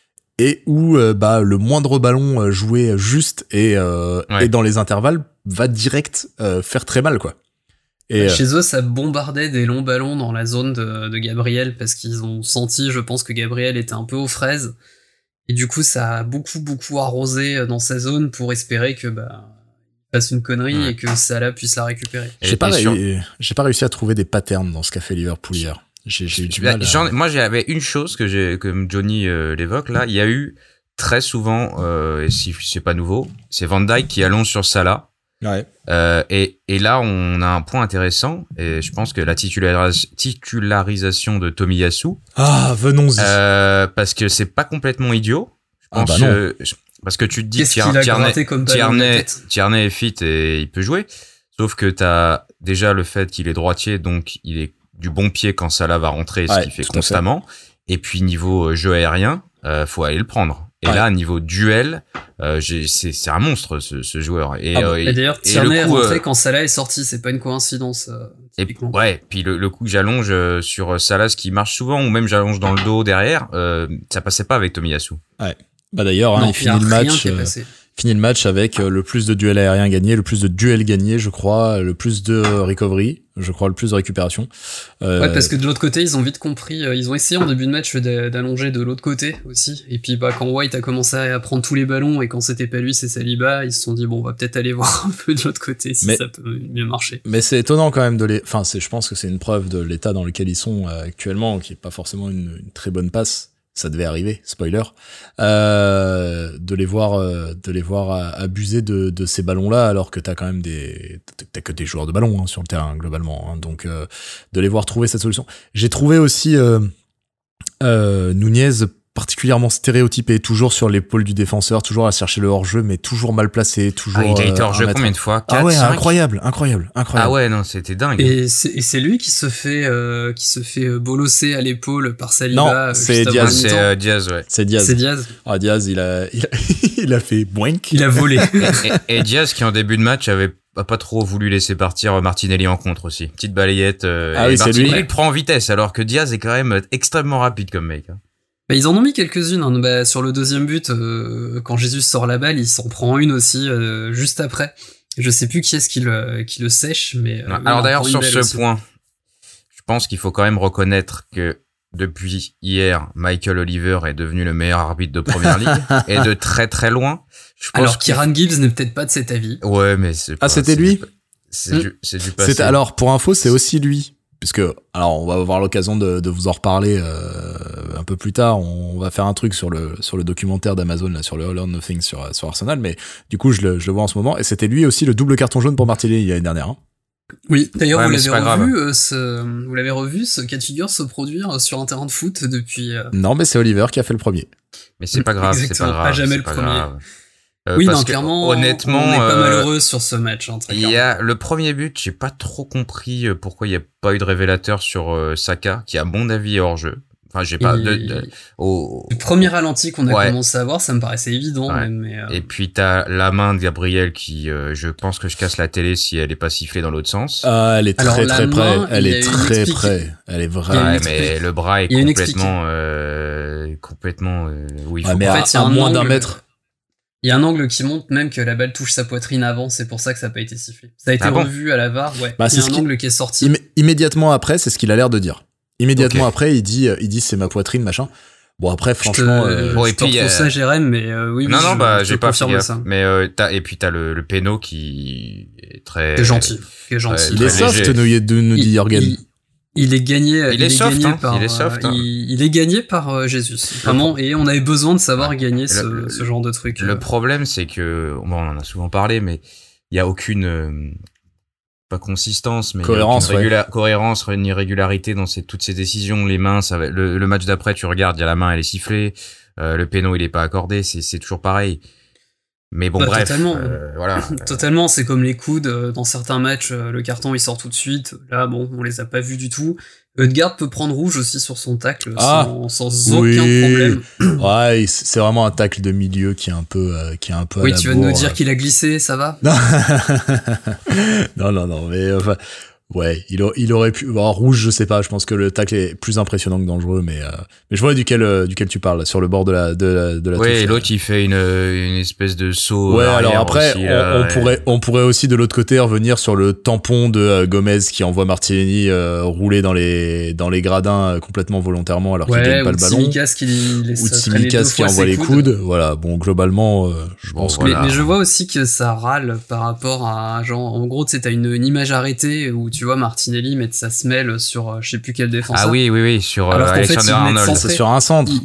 et où euh, bah le moindre ballon euh, joué juste et, euh, Ouais. et dans les intervalles va direct euh, faire très mal, quoi. Et euh, chez eux, ça bombardait des longs ballons dans la zone de, de Gabriel parce qu'ils ont senti, je pense, que Gabriel était un peu aux fraises. Et du coup, ça a beaucoup, beaucoup arrosé dans sa zone pour espérer que bah il fasse une connerie Ouais. et que Salah puisse la récupérer. Et- j'ai pas, et sur- réu- j'ai pas réussi à trouver des patterns dans ce qu'a fait Liverpool hier. J'ai, j'ai eu du Là, mal. à- j'en- moi, j'avais une chose que j'ai, comme Johnny euh, l'évoque là, il y a eu très souvent, euh, et si c'est pas nouveau, c'est Van Dijk qui allonge sur Salah. Ouais. Euh, et, et là, on a un point intéressant, et je pense que la titularis- titularisation de Tomiyasu, Ah, venons-y. euh, parce que c'est pas complètement idiot. Je Ah pense bah non. que- parce que tu te dis Qu'est-ce Tier- qu'il a Tierney, gratté comme ballon de la Tierney, tête Tierney est fit et il peut jouer. Sauf que t'as déjà le fait qu'il est droitier, donc il est du bon pied quand Salah va rentrer, ce Ouais, qu'il fait tout à constamment. Et puis niveau jeu aérien, euh, faut aller le prendre. Et Ouais. là, niveau duel, euh, j'ai, c'est, c'est un monstre ce, ce joueur. Et, Ah bah, euh, Et d'ailleurs, et Tierney est le coup, rentré euh, quand Salah est sorti, c'est pas une coïncidence, euh, et, typiquement. ouais, puis le, le coup que j'allonge euh, sur Salah, ce qui marche souvent, ou même j'allonge dans le dos derrière, euh, ça passait pas avec Tomiyasu. Bah d'ailleurs, hein, Non, il y a finit le rien match. qui est euh, passé. Finit le match avec euh, le plus de duels aériens gagnés, le plus de duels gagnés, je crois, le plus de recovery, je crois, le plus de récupération. Euh, Ouais, parce que de l'autre côté, ils ont vite compris, euh, ils ont essayé en début de match d'a- d'allonger de l'autre côté aussi. Et puis, bah, quand White a commencé à prendre tous les ballons et quand c'était pas lui, c'est Saliba, ils se sont dit, bon, on va peut-être aller voir un peu de l'autre côté si Mais- ça peut mieux marcher. Mais c'est étonnant quand même de les. Enfin, c'est, je pense que c'est une preuve de l'état dans lequel ils sont euh, actuellement, qui est pas forcément une, une très bonne passe. Ça devait arriver, spoiler. Euh, de les voir, euh, de les voir euh, abuser de, de ces ballons-là, alors que t'as quand même des, t'as que des joueurs de ballon hein, sur le terrain globalement. Hein, donc, euh, de les voir trouver cette solution. J'ai trouvé aussi euh, euh, Nunez particulièrement stéréotypé, toujours sur l'épaule du défenseur, toujours à chercher le hors-jeu, mais toujours mal placé, toujours. Ah, il a été euh, hors jeu un mètre- combien de fois? Ah quatre, ouais, cinq incroyable, incroyable, incroyable. Ah ouais, non, c'était dingue. Et c'est, et c'est lui qui se fait, euh, qui se fait euh, bolosser à l'épaule par Saliba. Non, euh, c'est juste avant Diaz. la c'est mi-temps. euh, Diaz, ouais. C'est Diaz. C'est Diaz. Ah, Diaz, il a, il a, il a fait boink. Il a volé. et, et Diaz qui en début de match avait a pas trop voulu laisser partir Martinelli en contre aussi. Petite balayette. Euh, Ah et oui, c'est Martinelli lui. le prend en vitesse alors que Diaz est quand même extrêmement rapide comme mec. hein. Bah, ils en ont mis quelques-unes. Hein. Bah, sur le deuxième but, euh, quand Jésus sort la balle, il s'en prend une aussi euh, juste après. Je sais plus qui est-ce qui le, qui le sèche, mais. euh, Ouais, oui, alors il en d'ailleurs prend une sur belle ce aussi. point, je pense qu'il faut quand même reconnaître que depuis hier, Michael Oliver est devenu le meilleur arbitre de première ligue et de très très loin. Je pense Alors qu'il Kieran Gibbs n'est peut-être pas de cet avis. faut- Ouais, mais c'est. Ah, pas- c'était c'est lui du- C'est Mm. du, c'est du passé. C'était, alors, pour info, c'est aussi lui. Puisque, alors, on va avoir l'occasion de, de vous en reparler euh, un peu plus tard. On va faire un truc sur le sur le documentaire d'Amazon, là, sur le All or Nothing sur, sur Arsenal. Mais du coup, je le, je le vois en ce moment. Et c'était lui aussi le double carton jaune pour Martinelli l'année dernière. Hein. Oui. D'ailleurs, Ouais, vous mais l'avez c'est pas revu, euh, ce, vous l'avez revu ce cas de figure se produire sur un terrain de foot depuis. euh, Non, mais c'est Oliver qui a fait le premier. Mais c'est pas grave, c'est pas Exactement, grave. pas jamais c'est le pas premier. grave. Euh, oui, parce non, que, clairement. honnêtement, on n'est pas euh, malheureux sur ce match. Hein, très il y clairement. a le premier but, j'ai pas trop compris euh, pourquoi il y a pas eu de révélateur sur euh, Saka, qui à mon avis est hors jeu. Enfin, j'ai pas. Et- De, de- au- Le premier ralenti qu'on a Ouais. commencé à voir, ça me paraissait évident Ouais. même. Mais, euh, Et puis t'as la main de Gabriel qui, euh, je pense que je casse la télé si elle est pas sifflée dans l'autre sens. Ah, elle est Alors, très la très près. main, Elle il y a est une très explique- près. Elle est il y a une vraiment. ouais, explique- mais le bras est il y a une complètement, euh, complètement. Euh, oui, Ouais, mais en à, fait, il y a à un moins d'un angle- mètre. Il y a un angle qui montre même que la balle touche sa poitrine avant, c'est pour ça que ça n'a pas été sifflé. Ça a été Ah bon revu à la V A R, ouais. Bah, il y c'est a ce un qui- angle qui est sorti. Immé- immédiatement après, c'est ce qu'il a l'air de dire. Immédiatement Ok. après, il dit, euh, il dit c'est ma poitrine, machin. Bon après, Je te, franchement, euh, Bon, et je te puis, retrouve euh, ça, Jérém, mais euh, oui, oui, non, non, je, bah, je j'ai te pas fait confirme gaffe. ça. Mais euh, t'as, et puis t'as le, le péno qui est très. C'est gentil, c'est gentil. Ouais, il est très soft, léger. nous, y- de- nous dit il, Jorgen. il- il est gagné, Il est soft, gagné hein, par, il est soft, euh, hein. il, il est gagné par euh, Jésus, vraiment, et on avait besoin de savoir Ouais. gagner ce, Le- ce genre de truc. Le euh. problème, c'est que, bon, on en a souvent parlé, mais il y a aucune, euh, pas consistance, mais il y a Cohérence, aucune ouais. régula- cohérence, une irrégularité dans ces, toutes ces décisions. Les mains, ça va, le, le match d'après, tu regardes, il y a la main, elle est sifflée, euh, le péno, il est pas accordé, c'est, c'est toujours pareil. Mais bon, Bah, bref, totalement. euh, voilà. Totalement, c'est comme les coudes, euh, dans certains matchs, euh, le carton il sort tout de suite, là bon, on les a pas vus du tout. Odegaard peut prendre rouge aussi sur son tacle Ah, sans, sans aucun oui. problème. Ouais, il- c'est vraiment un tacle de milieu qui est un peu, euh, qui est un peu. à Oui, la tu vas bourre. nous dire qu'il a glissé, ça va? Non, non, non, non, mais enfin, ouais, il, a- il aurait pu. Bon, rouge, je sais pas. Je pense que le tacle est plus impressionnant que dangereux, mais euh, mais je vois duquel euh, duquel tu parles, là, sur le bord de la de la de la touche. Oui, et là. l'autre, il fait une, une espèce de saut. Ouais, arrière alors après, aussi, on, là, on ouais. pourrait, on pourrait aussi de l'autre côté revenir sur le tampon de euh, Gomez qui envoie Martinelli euh, rouler dans les dans les gradins euh, complètement volontairement alors qu'il Ouais, gagne pas ou le ballon. Tsimikas qui laisse Ou traîner deux Tsimikas qui fois envoie ses les coudes. Voilà, bon, globalement, euh, je Bon, pense que. Mais, Voilà. mais je vois aussi que ça râle par rapport à genre en gros tu sais t'as une, une image arrêtée où tu vois Martinelli mettre sa semelle sur euh, je sais plus quel défenseur. Ah oui, oui, oui, sur euh, Alors qu'en fait, Alexander ils le mettent Arnold. centré. C'est sur un centre. Il, il-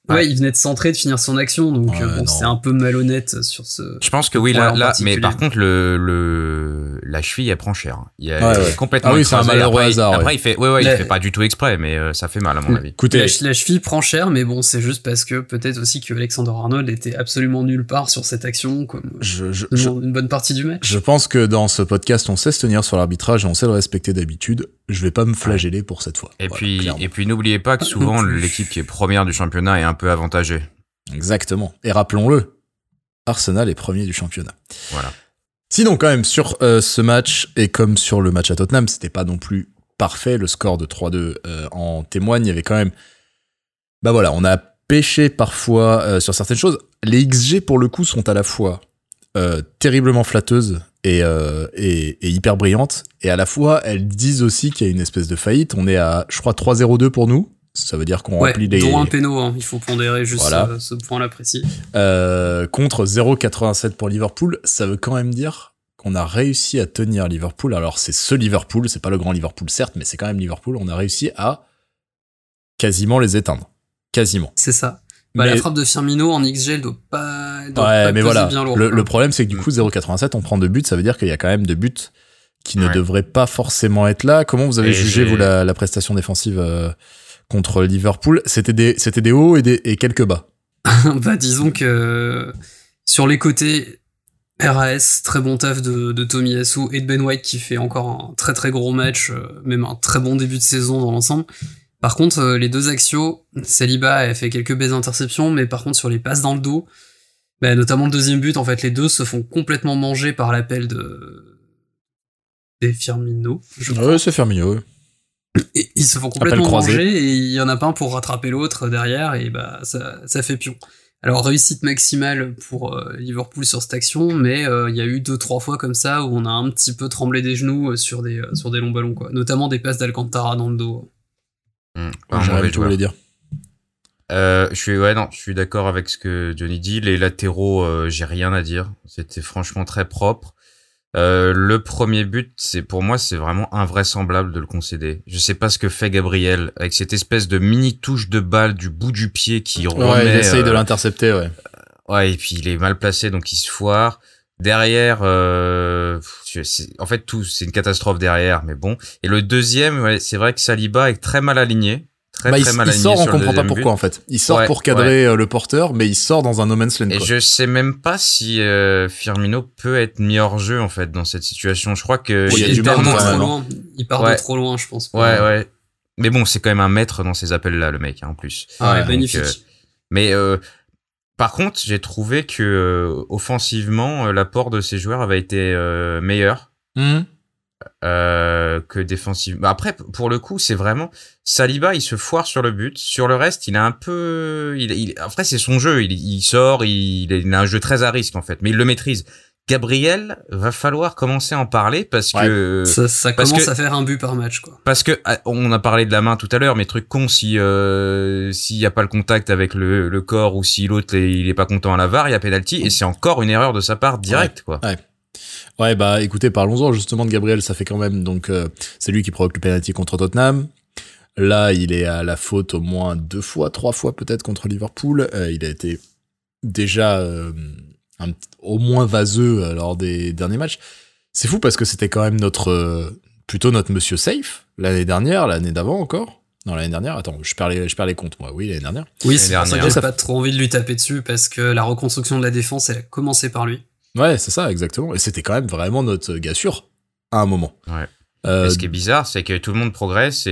Ouais, Ouais. il venait de centrer, de finir son action, donc Ouais, euh, bon, non. c'est un peu malhonnête sur ce. Je pense que oui, Ouais, là, en là, particulier. mais par contre, le, le, la cheville, elle prend cher. Il a Ouais, ouais. complètement Ah oui, c'est un écrasé. malheureux après, hasard, Après, ouais. il fait, ouais, ouais, La- il fait pas du tout exprès, mais euh, ça fait mal, à mon avis. Écoutez, La, la cheville prend cher, mais bon, c'est juste parce que peut-être aussi que Alexander Arnold était absolument nulle part sur cette action, comme je, je, une, je, une bonne partie du match. je pense que dans ce podcast, on sait se tenir sur l'arbitrage et on sait le respecter d'habitude. Je vais pas me flageller pour cette fois. Et Voilà, puis, clairement. et puis, n'oubliez pas que souvent, Non plus. l'équipe qui est première du championnat est un peu avantagée. Exactement. Et rappelons-le, Arsenal est premier du championnat. Voilà. Sinon, quand même, sur euh, ce match, et comme sur le match à Tottenham, c'était pas non plus parfait. Le score de trois deux euh, en témoigne. Il y avait quand même... Bah voilà, on a pêché parfois euh, sur certaines choses. Les X G, pour le coup, sont à la fois euh, terriblement flatteuses et, euh, et, et hyper brillantes. Et à la fois, elles disent aussi qu'il y a une espèce de faillite. On est à, je crois, trois zéro deux pour nous. Ça veut dire qu'on Ouais, remplit les... dont un péno, hein, il faut pondérer juste Voilà. euh, ce point-là précis. Euh, contre zéro virgule quatre-vingt-sept pour Liverpool, ça veut quand même dire qu'on a réussi à tenir Liverpool. Alors c'est ce Liverpool, c'est pas le grand Liverpool certes, mais c'est quand même Liverpool. On a réussi à quasiment les éteindre, quasiment. C'est ça. Bah, Mais- La frappe de Firmino en X G, elle doit pas, elle doit Ouais, pas mais peser voilà. bien lourd. Le, quoi. le problème c'est que du coup zéro virgule quatre-vingt-sept, on prend deux buts, ça veut dire qu'il y a quand même deux buts qui ne Ouais. devraient pas forcément être là. Comment vous avez Et jugé j'ai- vous la, la prestation défensive euh, contre Liverpool? C'était des, c'était des hauts et, des, et quelques bas. Bah, disons que sur les côtés, R A S, très bon taf de, de Tomiyasu et de Ben White qui fait encore un très très gros match, euh, même un très bon début de saison dans l'ensemble. Par contre, euh, les deux axiaux, Saliba a fait quelques belles interceptions, mais par contre sur les passes dans le dos, bah, notamment le deuxième but, en fait les deux se font complètement manger par l'appel de des Firmino, je crois. Ouais, c'est Firmino. ouais. Et ils se font complètement croisé. manger et il y en a pas un pour rattraper l'autre derrière et bah ça, ça fait pion. Alors réussite maximale pour euh, Liverpool sur cette action, mais euh, il y a eu deux trois fois comme ça où on a un petit peu tremblé des genoux euh, sur des euh, sur des longs ballons quoi, notamment des passes d'Alcantara dans le dos. Mmh, pas un Jérémy, mauvais tu joueur. voulais dire. Euh, je suis, ouais, non, je suis d'accord avec ce que Johnny dit. Les latéraux, euh, j'ai rien à dire. C'était franchement très propre. Euh, le premier but, c'est pour moi, c'est vraiment invraisemblable de le concéder. Je sais pas ce que fait Gabriel avec cette espèce de mini touche de balle du bout du pied qui remet. Ouais, il essaye de euh, l'intercepter, ouais. Ouais, et puis il est mal placé, donc il se foire. Derrière, euh, pff, c'est- en fait, tout, c'est une catastrophe derrière, mais bon. Et le deuxième, ouais, c'est vrai que Saliba est très mal aligné. Très, Bah, il, très mal il aligné sort, on sur le comprend pas deuxième but. pourquoi en fait. Il sort Ouais, pour cadrer euh, le porteur, mais il sort dans un no man's land. Et Quoi. je sais même pas si euh, Firmino peut être mis hors jeu en fait dans cette situation. Je crois que Oui, il y a il du part mal de quand trop même, hein. loin, il part Ouais. de trop loin, je pense. ouais ouais. Mais bon, c'est quand même un maître dans ces appels là, le mec hein, en plus. Ah ouais, Donc, magnifique. euh, Mais euh, par contre, j'ai trouvé que euh, offensivement, euh, l'apport de ces joueurs avait été euh, meilleur. Mhm. Euh, que défensivement. Après, p- pour le coup, c'est vraiment Saliba, il se foire sur le but. Sur le reste, il a un peu. Il, il... Après, c'est son jeu. Il, il sort, il, il a un jeu très à risque en fait, mais il le maîtrise. Gabriel, va falloir commencer à en parler parce Ouais. que Ça, ça parce commence que- à faire un but par match quoi. parce que ah, on a parlé de la main tout à l'heure, mais truc con si euh, s'il y a pas le contact avec le, le corps ou si l'autre est- il est pas content à la V A R, il y a penalty et c'est encore une erreur de sa part directe quoi. Ouais, bah écoutez, parlons-en justement de Gabriel. Ça fait quand même donc euh, c'est lui qui provoque le penalty contre Tottenham. Là, il est à la faute au moins deux fois, trois fois peut-être contre Liverpool. Euh, il a été déjà euh, un, au moins vaseux euh, lors des derniers matchs. C'est fou parce que c'était quand même notre euh, plutôt notre Monsieur Safe l'année dernière, l'année d'avant encore. Non, l'année dernière. Attends, je perds les, je perds les comptes moi. Oui, l'année dernière. Oui, c'est pour ça que dernière. j'ai pas trop envie de lui taper dessus parce que la reconstruction de la défense elle a commencé par lui. Ouais, c'est ça, exactement. Et c'était quand même vraiment notre gars sûr à un moment. Ouais. Euh, Et ce qui est bizarre, c'est que tout le monde progresse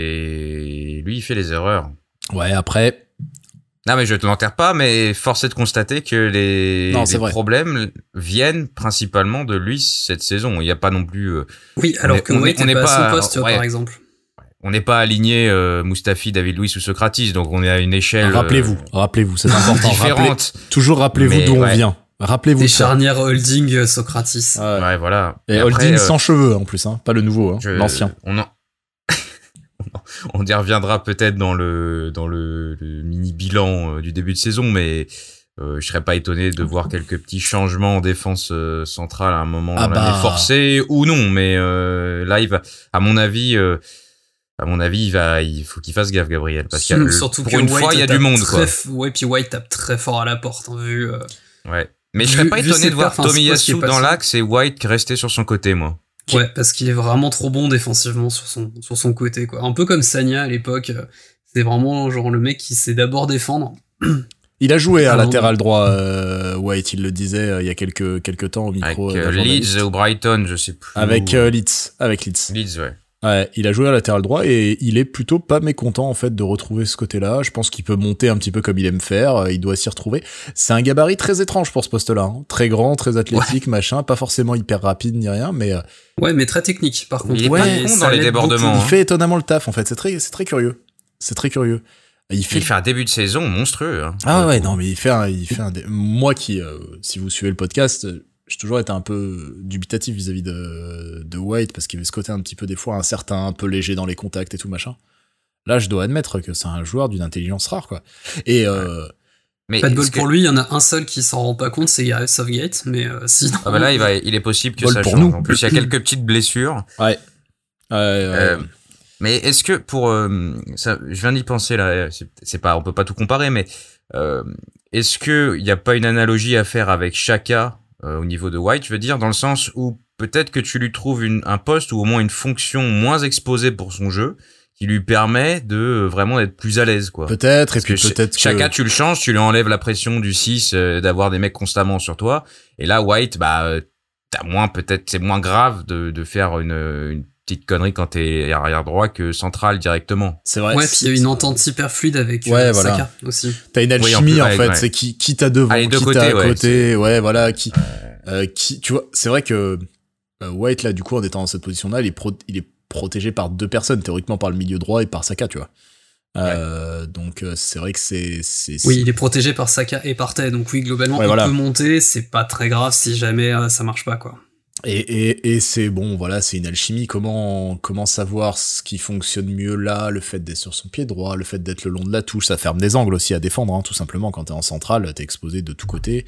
et lui il fait les erreurs. ouais, après, Non mais je te l'enterre pas, mais force est de constater que les, Non, c'est les vrai. problèmes viennent principalement de lui cette saison. Il n'y a pas non plus, euh, Oui, alors est- que on White est- on est est pas, pas- à son poste ouais. par exemple. on n'est pas aligné euh, Mustafi, David Luiz ou Socrates, donc on est à une échelle. rappelez-vous, euh, rappelez-vous, c'est important. Rappelez, différente. toujours rappelez-vous Mais d'où on ouais. vient. Rappelez-vous Des de ça. charnières holding euh, Socrates. Ouais. Ouais, voilà. Et après, Holding euh, sans cheveux en plus, hein, pas le nouveau, hein, je- l'ancien. On en... on y reviendra peut-être dans le dans le, le mini bilan euh, du début de saison, mais euh, je serais pas étonné de voir quelques petits changements en défense euh, centrale à un moment Ah dans l'année bah. forcé ou non, mais euh, là il va, à mon avis, euh, à mon avis, il va, il faut qu'il fasse gaffe, Gabriel, parce qu'il y a le, Surtout pour que une White fois, il y a tape du monde, très quoi. f- Ouais, puis White tape très fort à la porte, hein, vu. Euh... Ouais. Mais je Vu- serais pas vu étonné ses de voir perfs, hein, c'est pas ce qui est Tomiyasu dans passé. l'axe et White rester sur son côté, moi. Ouais, parce qu'il est vraiment trop bon défensivement sur son, sur son côté, quoi. Un peu comme Sagna à l'époque. euh, C'est vraiment genre le mec qui sait d'abord défendre. Il a joué à Ah, latéral droit, euh, White, il le disait euh, il y a quelques, quelques temps au micro. Avec euh, euh, d'un journaliste. Leeds ou Brighton, je sais plus. Avec euh, Leeds. Avec Leeds. Leeds, ouais. Ouais, il a joué à latéral droit et il est plutôt pas mécontent en fait de retrouver ce côté-là. Je pense qu'il peut monter un petit peu comme il aime faire, il doit s'y retrouver. C'est un gabarit très étrange pour ce poste-là, hein. Très grand, très athlétique, ouais. machin, pas forcément hyper rapide ni rien, mais euh... ouais, mais très technique par contre. Il est ouais, pas con dans les débordements. Il hein. fait étonnamment le taf en fait, c'est très c'est très curieux. C'est très curieux. Il fait, il fait un début de saison monstrueux. Hein. Ah ouais, non mais il fait un, il fait un dé... moi qui euh, si vous suivez le podcast, j'ai toujours été un peu dubitatif vis-à-vis de, de White parce qu'il avait ce côté un petit peu des fois incertain, un peu léger dans les contacts et tout machin. Là, je dois admettre que c'est un joueur d'une intelligence rare, quoi. Et euh, mais pas de bol pour que... lui, il y en a un seul qui s'en rend pas compte, c'est Gareth Southgate, mais euh, sinon. Ah bah là, il va, il est possible que bol ça pour change. Nous. En plus, il y a quelques petites blessures. Ouais. Euh, euh, euh, mais est-ce que pour euh, ça, je viens d'y penser là. C'est, c'est pas, on peut pas tout comparer, mais euh, est-ce que il y a pas une analogie à faire avec Xhaka? Euh, au niveau de White, je veux dire, dans le sens où peut-être que tu lui trouves une, un poste ou au moins une fonction moins exposée pour son jeu qui lui permet de euh, vraiment être plus à l'aise, quoi. Peut-être, Parce et puis que peut-être que... Chaka, tu le changes, tu lui enlèves la pression du six, euh, d'avoir des mecs constamment sur toi. Et là, White, bah, euh, t'as moins, peut-être, c'est moins grave de, de faire une, une petite connerie quand t'es arrière droit que central directement. C'est vrai. Ouais, puis il y a une entente hyper fluide avec ouais, euh, voilà. Saka aussi. T'as une alchimie, oui, en, plus, en ouais, fait. ouais. C'est qui, qui t'a devant, ah, qui côtés, t'a à ouais, côté. C'est... Ouais, voilà, qui, ouais. euh, qui, tu vois, c'est vrai que euh, White, là, du coup, en étant dans cette position-là, il est, pro- il est protégé par deux personnes, théoriquement par le milieu droit et par Saka, tu vois. Euh, ouais. Donc, euh, c'est vrai que c'est, c'est, Oui, c'est... il est protégé par Saka et par Tay. Donc oui, globalement, ouais, il voilà. peut monter. C'est pas très grave si jamais euh, ça marche pas, quoi. Et, et, et c'est bon, voilà, c'est une alchimie. Comment, comment savoir ce qui fonctionne mieux là, le fait d'être sur son pied droit, le fait d'être le long de la touche, ça ferme des angles aussi à défendre, hein, tout simplement. Quand t'es en centrale, t'es exposé de tous côtés.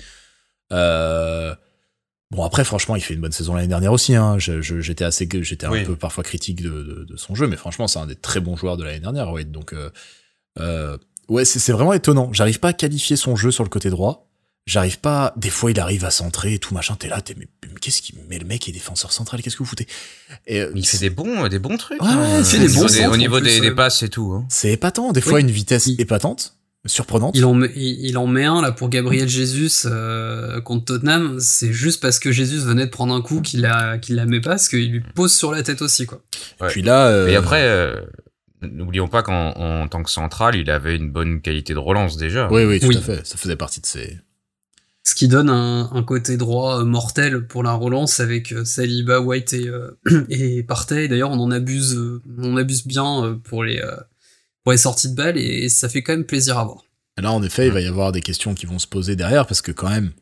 Euh... Bon, après, franchement, il fait une bonne saison l'année dernière aussi. Hein. Je, je, j'étais assez, j'étais un oui. peu parfois critique de, de, de son jeu, mais franchement, c'est un des très bons joueurs de l'année dernière. Ouais, donc, euh, euh, ouais, c'est, c'est vraiment étonnant. J'arrive pas à qualifier son jeu sur le côté droit. J'arrive pas, des fois il arrive à centrer et tout machin, t'es là, t'es, mais, mais qu'est-ce qu'il, mais le mec est défenseur central, qu'est-ce que vous foutez? Et, il fait des bons, des bons trucs. Ouais, hein. Il fait des bons des, au niveau plus, des, euh... des passes et tout. Hein. C'est épatant, des fois oui. une vitesse il... épatante, surprenante. Il en met, il, il en met un, là, pour Gabriel Jesus, euh, contre Tottenham, c'est juste parce que Jesus venait de prendre un coup qu'il la, qu'il la met pas, parce qu'il lui pose sur la tête aussi, quoi. Ouais. Puis là, euh... Et après, euh... n'oublions pas qu'en en tant que central, il avait une bonne qualité de relance déjà. Oui, oui, tout oui. à fait. Ça faisait partie de ses... Ce qui donne un, un côté droit mortel pour la relance avec Saliba, White et, euh, et Partey. D'ailleurs, on en abuse, on abuse bien pour les, pour les sorties de balles et ça fait quand même plaisir à voir. Et là, en effet, il va y avoir des questions qui vont se poser derrière parce que quand même,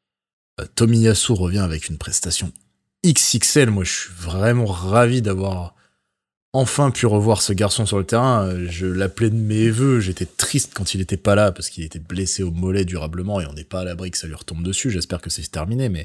Tomiyasu revient avec une prestation X X L. Moi, je suis vraiment ravi d'avoir enfin pu revoir ce garçon sur le terrain. Je l'appelais de mes vœux, j'étais triste quand il était pas là parce qu'il était blessé au mollet durablement et on n'est pas à l'abri que ça lui retombe dessus. J'espère que c'est terminé, mais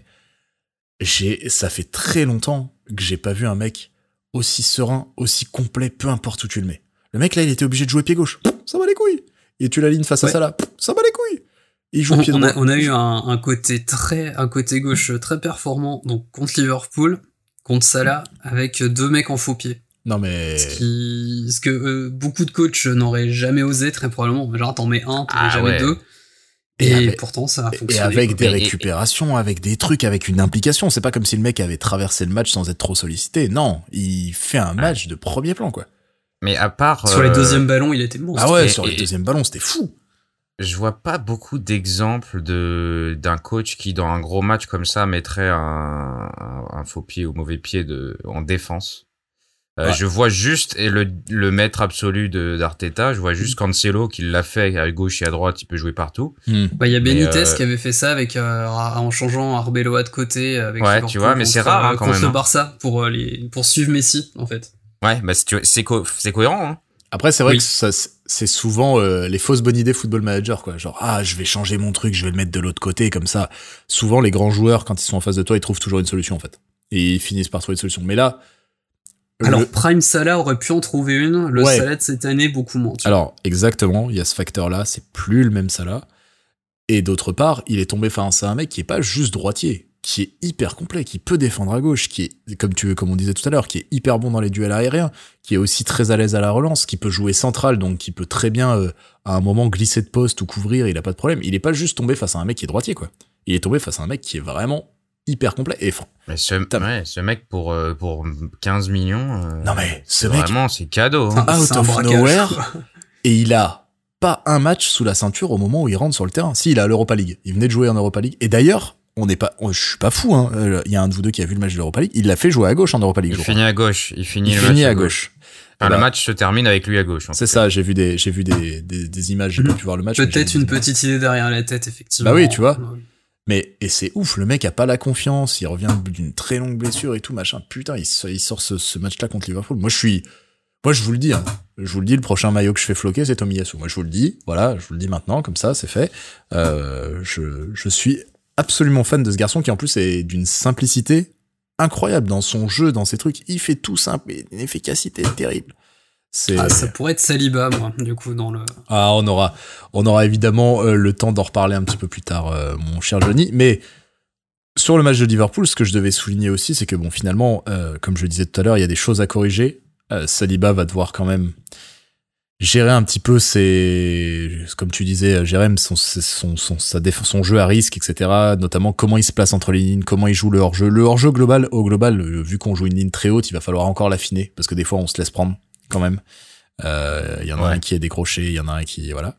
j'ai, ça fait très longtemps que j'ai pas vu un mec aussi serein, aussi complet, peu importe où tu le mets. Le mec là, il était obligé de jouer pied gauche, ça va les couilles. Et tu l'alignes face ouais. à ça là, ça va les couilles. Il joue on, pied on droit. A, on a eu un, un côté très, un côté gauche très performant, donc contre Liverpool, contre Salah, avec deux mecs en faux pied. Non mais ce, qui... ce que euh, beaucoup de coachs n'auraient jamais osé, très probablement. Genre t'en mets un, t'en ah, mets jamais ouais. deux. Et, et avec... pourtant ça a fonctionné. Et avec quoi. des et, récupérations, et... avec des trucs, avec une implication. C'est pas comme si le mec avait traversé le match sans être trop sollicité. Non, il fait un match de premier plan, quoi. Mais à part sur euh... les deuxièmes ballons, il était monstre. Ah ouais, et, sur et, les deuxièmes ballons, c'était fou. Je vois pas beaucoup d'exemples de d'un coach qui dans un gros match comme ça mettrait un, un, un faux pied ou mauvais pied de en défense. Euh, ouais. Je vois juste, et le, le maître absolu de, d'Arteta, je vois juste Cancelo qui l'a fait à gauche et à droite, il peut jouer partout. Mm. Bah, il y a Benitez euh... qui avait fait ça avec, euh, en changeant Arbeloa de côté, avec ouais, tu vois, mais contre, c'est rare, hein, quand contre même. le Barça, pour, euh, les, pour suivre Messi, en fait. Ouais, bah, c'est, c'est, co- c'est cohérent, hein. Après, c'est vrai oui. que ça, c'est souvent euh, les fausses bonnes idées football manager, quoi. Genre, ah, je vais changer mon truc, je vais le mettre de l'autre côté, comme ça. Souvent, les grands joueurs, quand ils sont en face de toi, ils trouvent toujours une solution, en fait. Et ils finissent par trouver une solution. Mais là, Alors, le... Prime Salah aurait pu en trouver une, le ouais. Salah de cette année, beaucoup moins. Alors, exactement, il y a ce facteur-là, c'est plus le même Salah. Et d'autre part, il est tombé face à un mec qui est pas juste droitier, qui est hyper complet, qui peut défendre à gauche, qui est, comme tu, comme on disait tout à l'heure, qui est hyper bon dans les duels aériens, qui est aussi très à l'aise à la relance, qui peut jouer central, donc qui peut très bien, euh, à un moment, glisser de poste ou couvrir, il a pas de problème. Il est pas juste tombé face à un mec qui est droitier, quoi. Il est tombé face à un mec qui est vraiment hyper complet. Et fr- Mais ce, ouais, ce mec pour, euh, pour quinze millions. Euh, non mais, ce mec. Vraiment, c'est cadeau. Hein. Out c'est un of braquage. nowhere. Et il a pas un match sous la ceinture au moment où il rentre sur le terrain. Si, il a l'Europa League. Il venait de jouer en Europa League. Et d'ailleurs, on n'est pas, on, je suis pas fou, hein. Il y a un de vous deux qui a vu le match de l'Europa League. Il l'a fait jouer à gauche en Europa League. Il finit à gauche. Il finit, il le finit match à gauche. Enfin, bah, le match se termine avec lui à gauche. C'est ça. J'ai vu des, j'ai vu des, des, des images. J'ai Mmh. pas pu voir le match. Peut-être une petite idée derrière la tête, effectivement. Bah oui, tu vois. Ouais. Mais, et c'est ouf, le mec a pas la confiance, il revient d'une très longue blessure et tout, machin. Putain, il, il sort ce, ce match-là contre Liverpool. Moi, je suis, moi, je vous le dis, hein. Je vous le dis, le prochain maillot que je fais floquer, c'est Tomiyasu. Moi, je vous le dis, voilà, je vous le dis maintenant, comme ça, c'est fait. Euh, je, je suis absolument fan de ce garçon qui, en plus, est d'une simplicité incroyable dans son jeu, dans ses trucs. Il fait tout simple, et une efficacité terrible. C'est... Ah, ça pourrait être Saliba, moi, du coup, dans le... Ah, on aura, on aura évidemment euh, le temps d'en reparler un petit peu plus tard, euh, mon cher Johnny. Mais sur le match de Liverpool, ce que je devais souligner aussi, c'est que bon, finalement, euh, comme je le disais tout à l'heure, il y a des choses à corriger. Euh, Saliba va devoir quand même gérer un petit peu ses, comme tu disais, Jérém, son, son, son, sa déf- son jeu à risque, et cetera. Notamment comment il se place entre les lignes, comment il joue le hors-jeu. Le hors-jeu global, au global, euh, vu qu'on joue une ligne très haute, il va falloir encore l'affiner parce que des fois on se laisse prendre quand même. Il euh, y en a ouais. un qui est décroché, il y en a un qui voilà.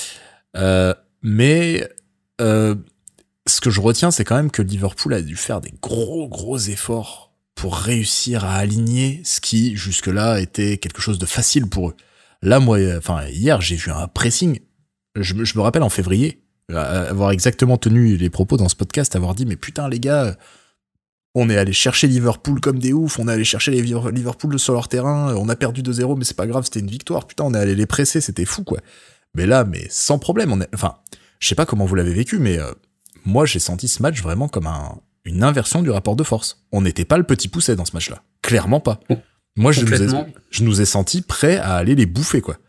Euh, mais euh, ce que je retiens, c'est quand même que Liverpool a dû faire des gros gros efforts pour réussir à aligner ce qui jusque-là était quelque chose de facile pour eux. Là, moi, enfin hier, j'ai vu un pressing. Je me, je me rappelle en février avoir exactement tenu les propos dans ce podcast, avoir dit mais putain les gars. On est allé chercher Liverpool comme des oufs, on est allé chercher les Liverpool sur leur terrain, on a perdu deux zéro, mais c'est pas grave, c'était une victoire, putain, on est allé les presser, c'était fou, quoi. Mais là, mais sans problème, on est, enfin, je sais pas comment vous l'avez vécu, mais euh, moi, j'ai senti ce match vraiment comme un, une inversion du rapport de force. On n'était pas le petit pousset dans ce match-là. Clairement pas. Oh, moi, je nous, ai, je nous ai sentis prêts à aller les bouffer, quoi.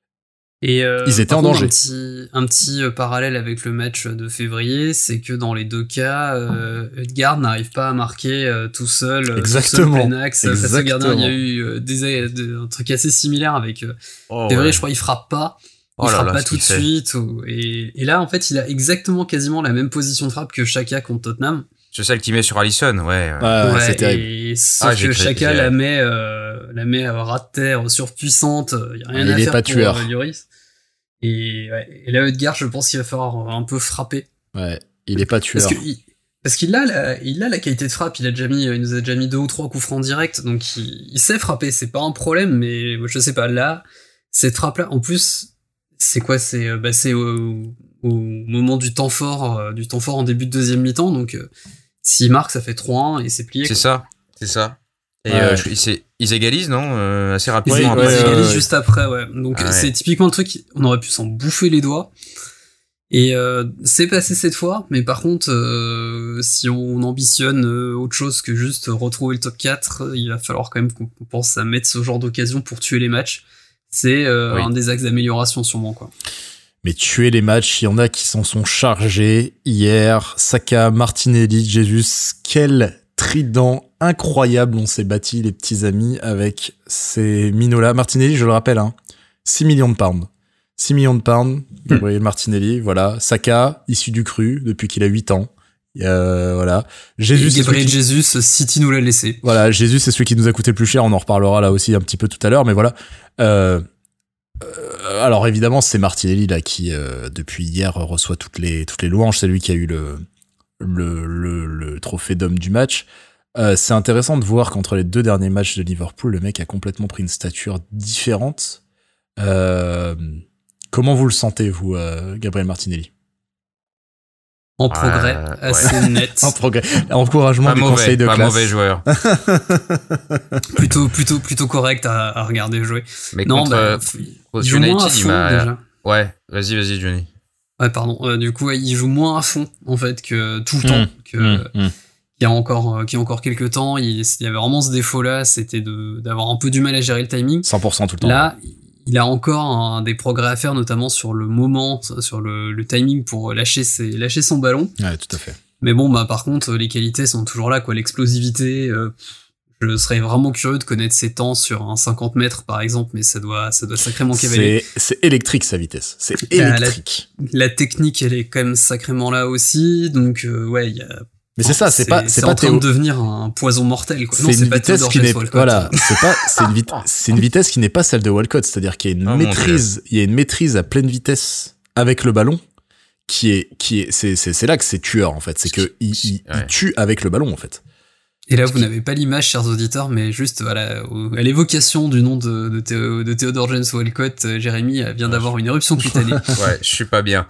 Et euh, ils étaient en danger. Un petit, un petit euh, parallèle avec le match de février, c'est que dans les deux cas, euh, Ødegaard n'arrive pas à marquer euh, tout seul, Exactement. tout seul plein axe. Face au gardien, il y a eu euh, des, des, un truc assez similaire avec euh, oh, février, ouais. Je crois, il frappe pas, il oh frappe là, pas tout de fait. suite. Ou, et, et là, en fait, il a exactement quasiment la même position de frappe que Xhaka contre Tottenham. C'est celle qui met sur Alisson, ouais. Ouais, ouais c'est terrible. Et sauf ah, que Xhaka la met, euh, la met à ras de terre, surpuissante. Il y a rien il à est faire pas pour tueur. euh, Lloris. Et, ouais, et là, Ødegaard, je pense qu'il va falloir un peu frapper. Ouais, il est pas tueur. Parce, que il, parce qu'il a la, il a la qualité de frappe. Il a déjà mis, il nous a déjà mis deux ou trois coups francs directs, donc il, il sait frapper. C'est pas un problème, mais je sais pas. Là, cette frappe-là, en plus, c'est quoi? C'est, bah, c'est au, au moment du temps fort, du temps fort en début de deuxième mi-temps. Donc, euh, s'il marque, ça fait trois un et c'est plié. C'est quoi. ça, c'est ça. Et ouais. euh, je, c'est, ils égalisent, non euh, assez rapidement. Ils, après. ils ouais, égalisent ouais, juste après, ouais. Donc ah, ouais. c'est typiquement le truc, on aurait pu s'en bouffer les doigts. Et euh, c'est passé cette fois, mais par contre, euh, si on ambitionne euh, autre chose que juste retrouver le top quatre, il va falloir quand même qu'on pense à mettre ce genre d'occasion pour tuer les matchs. C'est euh, oui. un des axes d'amélioration sûrement, quoi. Mais tuer les matchs, il y en a qui s'en sont chargés hier. Saka, Martinelli, Jesus, quel trident incroyable on s'est bâti, les petits amis, avec ces minots-là. Martinelli, je le rappelle, hein, six millions de pounds. six millions de pounds, Gabriel mmh. Martinelli, voilà. Saka, issu du cru, depuis qu'il a huit ans. Euh, voilà. Jésus, Gabriel qui... Jesus, City nous l'a laissé. Voilà, Jésus, c'est celui qui nous a coûté le plus cher, on en reparlera là aussi un petit peu tout à l'heure, mais voilà. Euh, euh, alors évidemment, c'est Martinelli là qui, euh, depuis hier, reçoit toutes les, toutes les louanges. C'est lui qui a eu le, le, le, le trophée d'homme du match. Euh, c'est intéressant de voir qu'entre les deux derniers matchs de Liverpool, le mec a complètement pris une stature différente. Euh, comment vous le sentez, vous, euh, Gabriel Martinelli? En progrès, euh, assez ouais. net. En progrès. Encouragement du conseil de pas classe. Mauvais joueur. plutôt, plutôt, plutôt correct à, à regarder jouer. Mais non, contre, bah, contre il joue United, moins à fond, il m'a... déjà. Ouais, vas-y, vas-y, Johnny. Ouais, pardon. Euh, du coup, ouais, il joue moins à fond, en fait, que tout le mmh, temps. Que, mmh, mmh. il y a encore, qui a encore quelques temps, il, il y avait vraiment ce défaut-là, c'était de, d'avoir un peu du mal à gérer le timing. cent pour cent tout le temps. Là, il a encore un, des progrès à faire, notamment sur le moment, sur le, le timing pour lâcher ses, lâcher son ballon. Ouais, tout à fait. Mais bon, bah, par contre, les qualités sont toujours là, quoi. L'explosivité, euh, je serais vraiment curieux de connaître ses temps sur un cinquante mètres, par exemple, mais ça doit, ça doit sacrément cavaler. C'est, c'est électrique, sa vitesse. C'est électrique. La, la technique, elle est quand même sacrément là aussi, donc, euh, ouais, il y a, mais c'est ça, c'est, c'est pas, c'est, c'est pas en train Théo... de devenir un poison mortel, quoi. C'est non, une c'est pas vitesse Theodore qui n'est, Walcott. voilà, c'est pas, c'est une vitesse, c'est une vitesse qui n'est pas celle de Walcott, c'est-à-dire qu'il y a une oh maîtrise, il y a une maîtrise à pleine vitesse avec le ballon, qui est, qui est, c'est, c'est, c'est là que c'est tueur, en fait. C'est que il, il, ouais. il tue avec le ballon, en fait. Et là, vous n'avez pas l'image, chers auditeurs, mais juste, voilà, au, à l'évocation du nom de, de, Théo, de Theodore James Walcott, euh, Jérémy vient ouais, d'avoir une éruption cutanée. Ouais, je suis pas bien.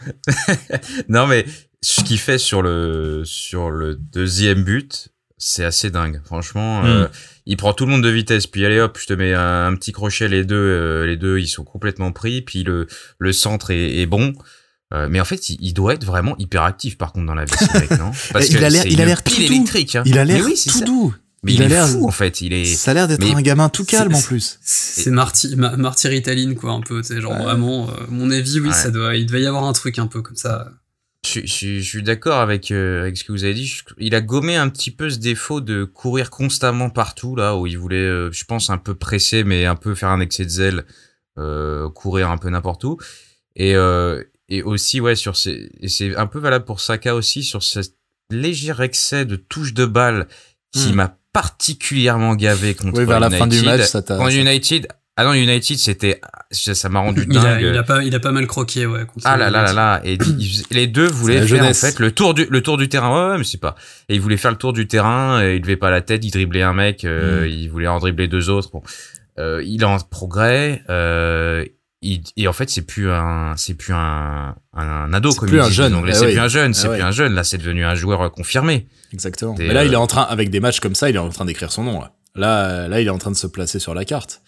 Non, mais ce qu'il fait sur le, sur le deuxième but, c'est assez dingue. Franchement, mm. euh, il prend tout le monde de vitesse, puis allez hop, je te mets un, un petit crochet, les deux, euh, les deux, ils sont complètement pris, puis le, le centre est, est bon. Euh, mais en fait, il, il doit être vraiment hyper actif, par contre, dans la vie, ce mec, non? Parce il que a l'air, c'est il a une l'air pile tout électrique, hein. Il a l'air oui, tout doux. Mais il, il a est l'air fou, en fait. Il est. Ça a l'air d'être mais un gamin tout calme, en plus. C'est Marty, ma, Marty Ritaline, quoi, un peu, tu sais, genre ouais. vraiment, euh, mon avis, oui, ouais. ça doit, il devait y avoir un truc un peu comme ça. Je, je, je suis d'accord avec, euh, avec ce que vous avez dit. Je, il a gommé un petit peu ce défaut de courir constamment partout, là, où il voulait, euh, je pense, un peu presser, mais un peu faire un excès de zèle, euh, courir un peu n'importe où. Et, euh, et aussi, ouais, sur ces, et c'est un peu valable pour Saka aussi, sur ce léger excès de touche de balle qui mmh. m'a particulièrement gavé contre oui, vers United. la fin du match, ça t'a... Contre United, ah non, United, c'était, ça m'a rendu dingue. Il a, il a pas, il a pas mal croqué, ouais. Ah là là là là, et il, les deux voulaient faire, en fait, le tour du, le tour du terrain. Ouais, ouais, mais c'est pas. Et ils voulaient faire le tour du terrain, et il levait pas la tête, il driblait un mec, euh, mmh. il voulait en dribbler deux autres. Bon. Euh, il est en progrès, euh, il, et en fait, c'est plus un, c'est plus un, un ado, c'est comme plus il un dit, jeune. Donc, ah c'est oui. plus un jeune, c'est ah plus oui. un jeune. Là, c'est devenu un joueur confirmé. Exactement. Et Mais là, euh... il est en train, avec des matchs comme ça, il est en train d'écrire son nom, là. Là, là, il est en train de se placer sur la carte.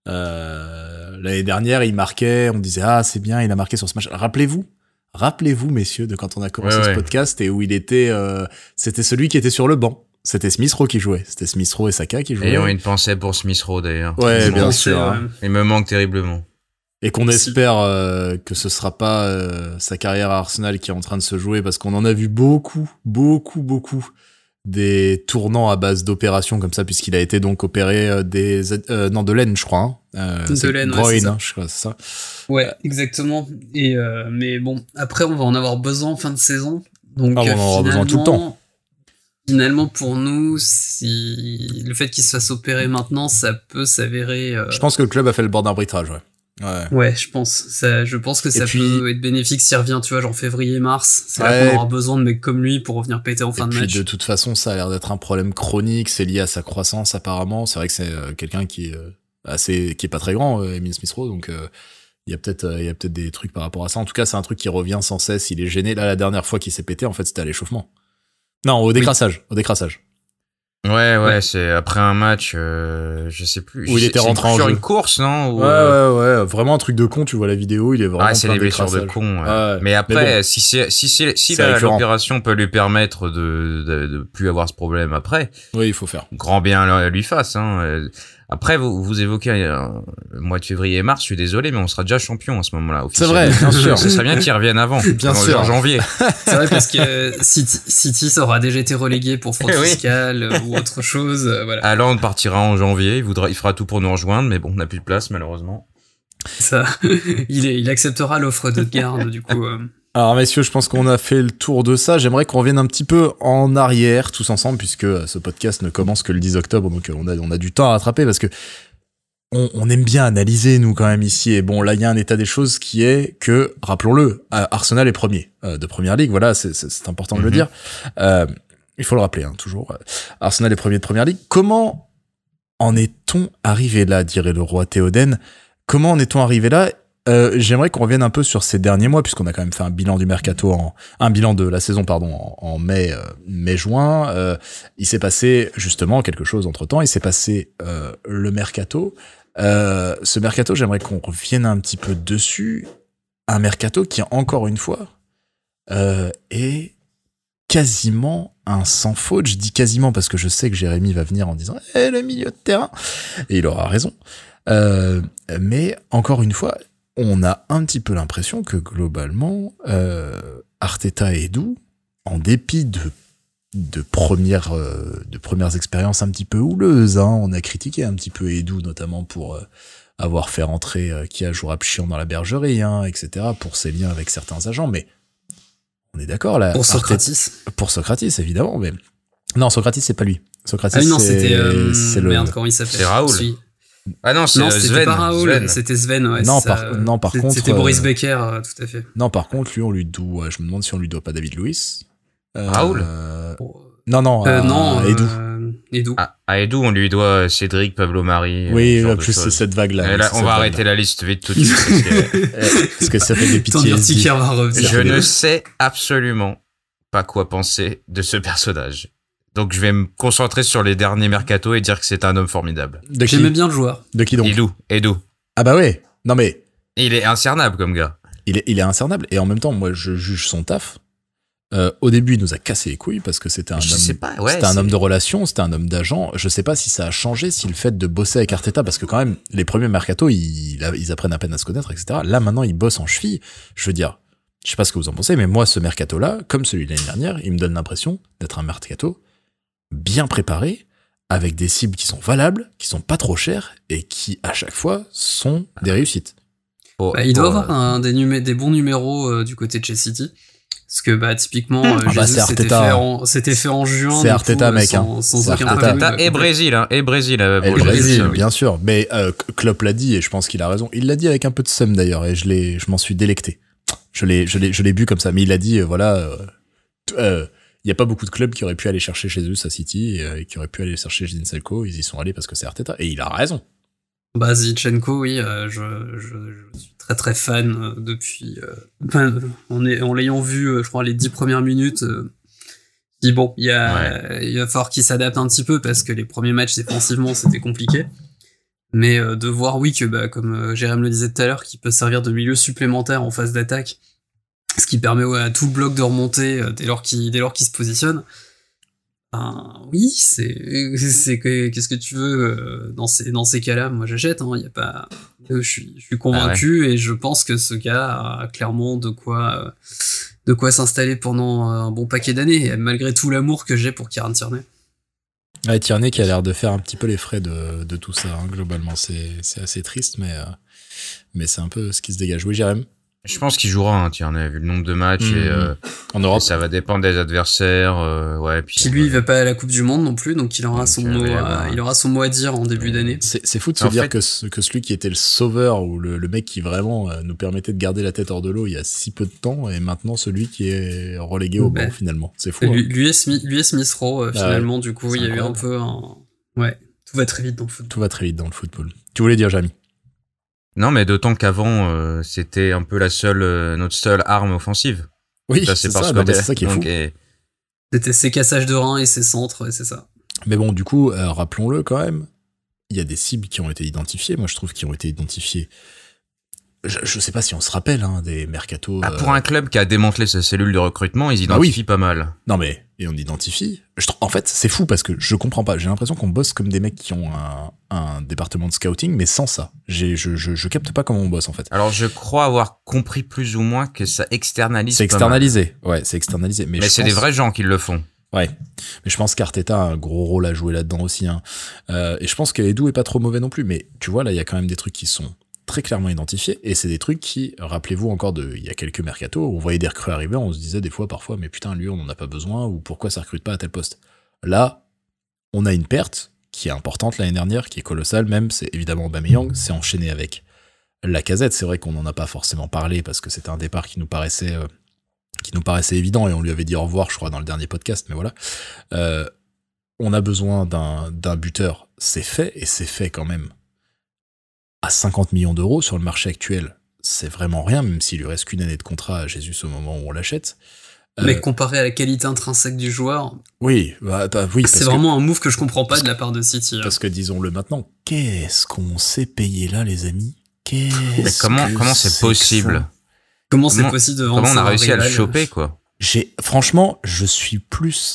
Euh, l'année dernière, il marquait, on disait, ah, c'est bien, il a marqué sur ce match. Rappelez-vous, rappelez-vous, messieurs, de quand on a commencé ouais, ce ouais. podcast et où il était, euh, c'était celui qui était sur le banc. C'était Smith Rowe qui jouait. C'était Smith Rowe et Saka qui jouaient. Ayant une pensée pour Smith Rowe, d'ailleurs. Ouais, bien pensé, sûr. ouais. Hein. Il me manque terriblement. Et qu'on espère euh, que ce sera pas euh, sa carrière à Arsenal qui est en train de se jouer, parce qu'on en a vu beaucoup, beaucoup, beaucoup des tournants à base d'opérations comme ça, puisqu'il a été donc opéré euh, des euh, non de l'aine, je crois. Hein. Euh, de l'aine, groin, ouais, c'est hein, ça. je crois, c'est ça. Ouais, exactement. Et euh, mais bon, après on va en avoir besoin en fin de saison, donc ah, on en aura besoin tout le temps. Finalement, pour nous, si le fait qu'il se fasse opérer maintenant, ça peut s'avérer. Euh... Je pense que le club a fait le bord d'arbitrage, ouais. Ouais. ouais, je pense. Ça, je pense que ça puis, peut être bénéfique s'il revient, tu vois, genre février-mars. C'est ouais, là qu'on aura besoin de mecs comme lui pour revenir péter en fin et de puis, match. De toute façon, ça a l'air d'être un problème chronique. C'est lié à sa croissance, apparemment. C'est vrai que c'est euh, quelqu'un qui est euh, assez, qui est pas très grand, euh, Emile Smith Rowe. Donc, il euh, y a peut-être, il euh, y a peut-être des trucs par rapport à ça. En tout cas, c'est un truc qui revient sans cesse. Il est gêné. Là, la dernière fois qu'il s'est pété, en fait, c'était à l'échauffement. Non, au décrassage, oui. au décrassage. Ouais, ouais, ouais, c'est après un match, euh, je sais plus. Où il était rentré en jeu. Sur une course, non? Ou ouais, euh... ouais, ouais, vraiment un truc de con, tu vois la vidéo, il est vraiment ah, c'est des blessures de con, ouais. Ouais. Mais après, mais bon, si c'est, si c'est, si la, l'opération peut lui permettre de, de, de plus avoir ce problème après. Oui, il faut faire. Grand bien lui fasse, hein. Après, vous, vous évoquez euh, le mois de février et mars, je suis désolé, mais on sera déjà champion à ce moment-là. C'est vrai, bien sûr. Ce serait bien qu'ils reviennent avant. Bien sûr. En janvier. C'est vrai, parce que euh, City, City aura déjà été relégué pour fraude oui. fiscale euh, ou autre chose. Euh, voilà. Haaland partira en janvier, il, voudra, il fera tout pour nous rejoindre, mais bon, on n'a plus de place, malheureusement. Ça, il, est, il acceptera l'offre de garde, du coup. Euh... Alors messieurs, je pense qu'on a fait le tour de ça. J'aimerais qu'on revienne un petit peu en arrière tous ensemble, puisque ce podcast ne commence que le dix octobre, donc on a, on a du temps à rattraper, parce que on, on aime bien analyser, nous, quand même, ici. Et bon, là, il y a un état des choses qui est que, rappelons-le, Arsenal est premier euh, de Première Ligue. Voilà, c'est, c'est, c'est important de mm-hmm. le dire. Euh, il faut le rappeler, hein, toujours. Arsenal est premier de Première Ligue. Comment en est-on arrivé là, dirait le roi Théoden? Comment en est-on arrivé là? Euh, j'aimerais qu'on revienne un peu sur ces derniers mois, puisqu'on a quand même fait un bilan du mercato, en, un bilan de la saison, pardon, en, en mai, euh, mai-juin. Euh, il s'est passé justement quelque chose entre-temps. Il s'est passé euh, le mercato. Euh, ce mercato, j'aimerais qu'on revienne un petit peu dessus. Un mercato qui, encore une fois, euh, est quasiment un sans faute. Je dis quasiment parce que je sais que Jérémy va venir en disant eh, le milieu de terrain, et il aura raison. Euh, mais encore une fois, on a un petit peu l'impression que globalement, euh, Arteta et Edu, en dépit de de premières euh, de premières expériences un petit peu houleuses, hein, on a critiqué un petit peu Edu notamment pour euh, avoir fait rentrer euh, Kia Jourapchian dans la bergerie, hein, et cetera, pour ses liens avec certains agents, mais on est d'accord là. Pour Socratis. Arteta, pour Socratis, évidemment, mais non, Socratis c'est pas lui. Socratis, ah oui, non, c'est, c'était euh, c'est le. Merde, comment il s'appelle ? C'est Raoul. Celui... Ah non, c'est non, euh, c'était Sven. pas Raoul, Sven. c'était Sven, ouais. Non, ça, par, non, par c'était, contre. C'était Boris euh, Becker, euh, tout à fait. Non, par contre, lui, on lui doit. Je me demande si on lui doit pas David Luiz. Euh, Raoul euh, Pour- Non, non, Euh, à non, Edu. euh, Edu. Ah, à Edu, on lui doit Cédric, Pablo Mari. Oui, euh, en genre de plus, c'est choses. cette vague-là. Et là, c'est on cette va vague-là. arrêter la liste vite tout de suite. Parce que Eh, Parce que ça fait des Ton pitiés. urticaire va revenir. je ne sais absolument pas quoi penser de ce personnage. Donc, je vais me concentrer sur les derniers mercato et dire que c'est un homme formidable. De qui J'aimais bien le joueur. De qui donc Edu, Edu. Ah bah ouais. Non mais Il est incernable comme gars. il est, il est incernable et en même temps, moi, je juge son taf. Euh, au début, il nous a cassé les couilles parce que c'était un Je homme. sais pas, ouais. c'était un c'est- homme de relation, c'était un homme d'agent. Je sais pas si ça a changé, si le fait de bosser avec Arteta, parce que quand même, les premiers mercato, ils, ils apprennent à peine à se connaître, et cetera. Là, maintenant, ils bossent en cheville. Je veux dire, je sais pas ce que vous en pensez, mais moi, ce mercato-là, comme celui de l'année dernière, il me donne l'impression d'être un mercato bien préparé, avec des cibles qui sont valables, qui sont pas trop chères, et qui, à chaque fois, sont des réussites. pour- Bah, il doit pour, avoir euh, un, des, numé- des bons numéros euh, du côté de Chelsea City. Parce que, bah, typiquement, euh, Ah bah, Jesus, c'est c'était fait, Arteta. en, c'était fait en juin. C'est du Arteta, coup, mec, Sans, hein. sans C'est aucun Arteta. problème. Arteta et Brésil, hein. Et Brésil. euh, Et le bon, je- Brésil, ça, bien sûr. Mais euh, Klopp l'a dit, et je pense qu'il a raison. Il l'a dit avec un peu de seum d'ailleurs, et je l'ai, je m'en suis délecté. Je l'ai, je l'ai, je l'ai bu comme ça. Mais il a dit, euh, voilà, euh, t- euh, il y a pas beaucoup de clubs qui auraient pu aller chercher chez eux à City et, euh, et qui auraient pu aller chercher Zinchenko. Ils y sont allés parce que c'est Arteta, et il a raison. Bah, Zinchenko, oui, euh, je, je, je suis très très fan euh, depuis. Euh, enfin, en, est, en l'ayant vu, euh, je crois, les dix premières minutes. Euh, je dis bon, il y a, il va falloir qu'il s'adapte un petit peu parce que les premiers matchs défensivement c'était compliqué. Mais euh, de voir, oui, que bah, comme euh, Jérém le disait tout à l'heure, qu'il peut servir de milieu supplémentaire en phase d'attaque, ce qui permet ouais, à tout le bloc de remonter euh, dès lors qu'il dès lors qu'il se positionne. Ben, oui, c'est c'est que qu'est-ce que tu veux euh, dans ces dans ces cas-là, moi j'achète. Hein, y a pas, je suis je suis convaincu et je pense que ce gars a clairement de quoi euh, de quoi s'installer pendant un bon paquet d'années, malgré tout l'amour que j'ai pour Kieran Tierney. Ouais, Tierney qui a l'air de faire un petit peu les frais de, de tout ça, hein, globalement. C'est, c'est assez triste, mais, euh, mais c'est un peu ce qui se dégage. Oui, Jérém? Je pense qu'il jouera, hein, Tierney, vu le nombre de matchs Mmh. et, euh, En Europe? et ça va dépendre des adversaires. Euh, ouais, puis, Puis lui, il euh, va pas à la Coupe du Monde non plus, donc il aura Donc, son euh, mot, il va y à, avoir- il aura son mot à dire en début d'année. C'est, c'est fou de se En dire fait- que, ce, que celui qui était le sauveur ou le, le mec qui vraiment euh, nous permettait de garder la tête hors de l'eau il y a si peu de temps est maintenant celui qui est relégué au Ben, banc finalement. C'est fou. Lui, hein. lui et Smith, lui et Smith Rowe, euh, Ah finalement, du coup, c'est il y a eu un incroyable. peu un, ouais, tout va très vite dans le football. Tout va très vite dans le football. Tu voulais dire, Jamy? Non, mais d'autant qu'avant, euh, c'était un peu la seule, euh, notre seule arme offensive. Oui, Ça, c'est par ça, ce non, mais côté-là. c'est ça qui est fou. Donc, et- C'était ses cassages de reins et ses centres, et c'est ça. Mais bon, du coup, euh, rappelons-le quand même, il y a des cibles qui ont été identifiées. Moi, je trouve qu'ils ont été identifiées. Je, je sais pas si on se rappelle hein, des mercatos. Ah, euh, pour un club qui a démantelé sa cellule de recrutement, ils Ah oui. identifient pas mal. Non mais, et on identifie. Je, trou- en fait, c'est fou parce que je comprends pas. J'ai l'impression qu'on bosse comme des mecs qui ont un, un département de scouting, mais sans ça. J'ai, je, je, je capte pas comment on bosse en fait. Alors, je crois avoir compris plus ou moins que ça externalise C'est pas mal. externalisé. Ouais, c'est externalisé. Mais, Mais je c'est pense- des vrais gens qui le font. Ouais. Mais je pense qu'Arteta a un gros rôle à jouer là-dedans aussi. Hein. Euh, et je pense qu'Edu est pas trop mauvais non plus. Mais tu vois, là, il y a quand même des trucs qui sont très clairement identifiés. Et c'est des trucs qui, rappelez-vous encore de, il y a quelques mercatos, on voyait des recrues arriver, on se disait des fois, parfois, mais putain, lui, on en a pas besoin, ou pourquoi ça recrute pas à tel poste. Là, on a une perte qui est importante l'année dernière, qui est colossale même, c'est évidemment Aubameyang, c'est enchaîné avec Lacazette. C'est vrai qu'on n'en a pas forcément parlé parce que c'était un départ qui nous paraissait, euh, qui nous paraissait évident et on lui avait dit au revoir, je crois, dans le dernier podcast, mais voilà. Euh, on a besoin d'un, d'un buteur, c'est fait, et c'est fait quand même à cinquante millions d'euros sur le marché actuel. C'est vraiment rien, même s'il lui reste qu'une année de contrat à Jesus au moment où on l'achète. Euh, Mais comparé à la qualité intrinsèque du joueur, oui, bah, bah oui, parce c'est que- vraiment un move que je comprends pas parce de la part de City. hein. Parce que disons-le maintenant, qu'est-ce qu'on s'est payé là, les amis? Qu'est-ce Mais comment, que comment c'est que possible? ça Comment c'est comment- possible de vendre Comment on ça a à un réussi à le rival choper, quoi? J'ai, franchement, je suis plus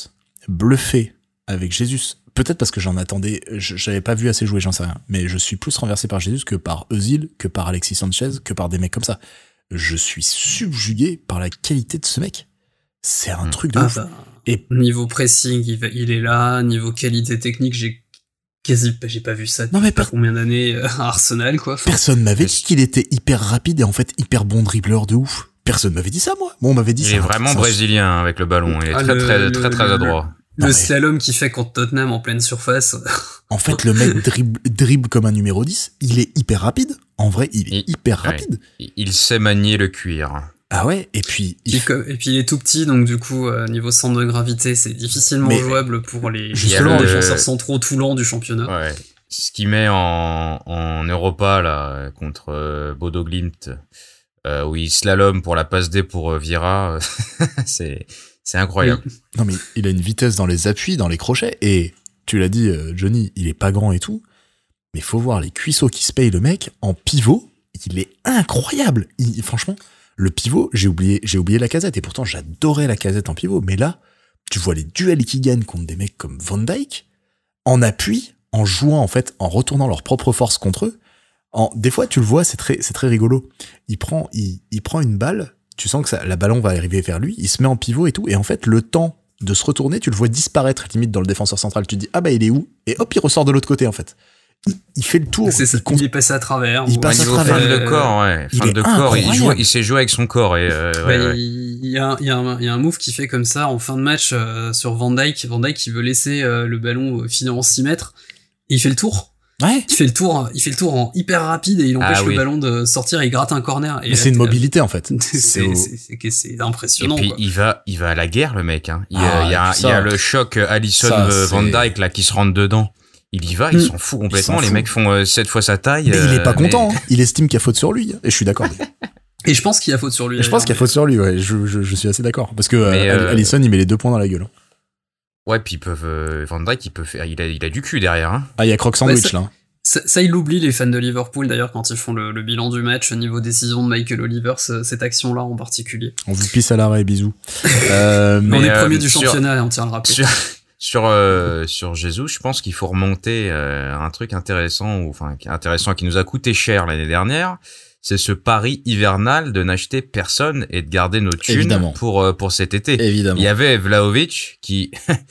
bluffé avec Jesus. Peut-être parce que j'en attendais, j'avais pas vu assez jouer, j'en sais rien. Mais je suis plus renversé par Jesus que par Özil, que par Alexis Sanchez, que par des mecs comme ça. Je suis subjugué par la qualité de ce mec. C'est un truc de ah ouf. Bah, Et niveau pressing, il, va, il est là. Niveau qualité technique, j'ai quasi, j'ai pas vu ça depuis non mais pas per- combien d'années à Arsenal, quoi. Enfin, personne m'avait dit qu'il était hyper rapide et en fait hyper bon dribbleur de ouf. Personne m'avait dit ça, moi. Moi, on m'avait dit Il ça. est vraiment ça, brésilien avec le ballon. Il est Ah, très, le- très, le- très, très le- adroit. Non, le mais- slalom qu'il fait contre Tottenham en pleine surface. En fait, le mec dribble, dribble comme un numéro dix. Il est hyper rapide. En vrai, il est Il- hyper ouais. rapide. Il il sait manier le cuir. Ah ouais, et puis... il Puis f- comme- et puis il est tout petit, donc du coup, euh, niveau centre de gravité, c'est difficilement Mais- jouable pour les Justement, les le- défenseurs centraux tout lents du championnat. Ouais. Ce qu'il met en, en Europa, là, contre euh, Bodo Glimt, euh, où il slalom pour la passe D pour euh, Vieira, c'est, c'est incroyable. Oui. Non mais il a une vitesse dans les appuis, dans les crochets, et tu l'as dit, euh, Johnny, il est pas grand et tout, mais faut voir les cuisseaux qui se payent le mec en pivot, il est incroyable. Il- franchement, le pivot, j'ai oublié, j'ai oublié la casette, et pourtant j'adorais la casette en pivot, mais là, tu vois les duels qui gagnent contre des mecs comme Van Dijk, en appui, en jouant en fait, en retournant leur propre force contre eux. En, des fois, tu le vois, c'est très, c'est très rigolo. Il prend, il, il prend une balle, tu sens que ça, la ballon va arriver vers lui, il se met en pivot et tout, et en fait, le temps de se retourner, tu le vois disparaître limite dans le défenseur central. Tu te dis, ah bah il est où? Et hop, il ressort de l'autre côté en fait. Il, il fait le tour. C'est ça, il compte- il est passé à travers. Il ou- passe Au à niveau travers. fan Euh, de corps, ouais. il Fan est de corps, il, incroyable. joue, il sait jouer avec son corps. Et, euh, Bah, ouais, ouais. il y a, il y, a un- il y a un move qui fait comme ça en fin de match euh, sur Van Dijk. Van Dijk qui veut laisser euh, le ballon euh, filer en six mètres. Et il fait le tour. Ouais. Il fait le tour, il fait le tour en hyper rapide et il empêche Ah le oui. ballon de sortir et il gratte un corner. Et Mais là, c'est une t'es là- mobilité en fait. C'est, C'est au- c'est, c'est, c'est, c'est Et impressionnant. puis quoi. il va, il va à la guerre, le mec. Hein. Il, y Ah, a, il, y a, et puis il y a ça- le choc Alisson ça, euh, Van c'est- Dijk là qui se rentre dedans. Il y va, il Mm. s'en fout complètement. s'en Les fout. mecs font euh, sept fois sa taille. Mais il est pas euh, content. mais- hein. Il estime qu'il y a faute sur lui. Et je suis d'accord. Et je pense qu'il y a faute sur lui. Et je pense qu'il y a d'ailleurs. faute sur lui. Ouais. Je, je, je suis assez d'accord. Parce que Mais, euh, euh, Alisson, il met les deux points dans la gueule. Ouais, puis ils peuvent. euh, Van Dijk, il peut faire. Il a, il a du cul derrière. Hein. Ah, il y a croque sandwich Ouais, ça- là. Ça, ça ils l'oublient les fans de Liverpool d'ailleurs quand ils font le, le bilan du match au niveau décision de Michael Oliver, ce- cette action-là en particulier. On vous pisse à l'arrêt, bisous. euh, Mais on Mais, est euh, premier du sur- championnat, on tient à le rappeler. Sur sur euh, sur Jesus, je pense qu'il faut remonter euh, un truc intéressant, ou enfin qui est intéressant, qui nous a coûté cher l'année dernière. C'est ce pari hivernal de n'acheter personne et de garder nos thunes Évidemment. pour euh, pour cet été. Évidemment. Il y avait Vlahovic qui,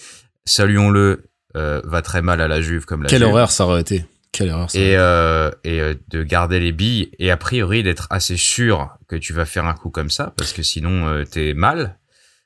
saluons-le, euh, va très mal à la Juve comme la Quelle Juve. horreur ça aurait été. Quelle erreur ça. Et, euh, et euh, de garder les billes et a priori d'être assez sûr que tu vas faire un coup comme ça parce que sinon euh, t'es mal.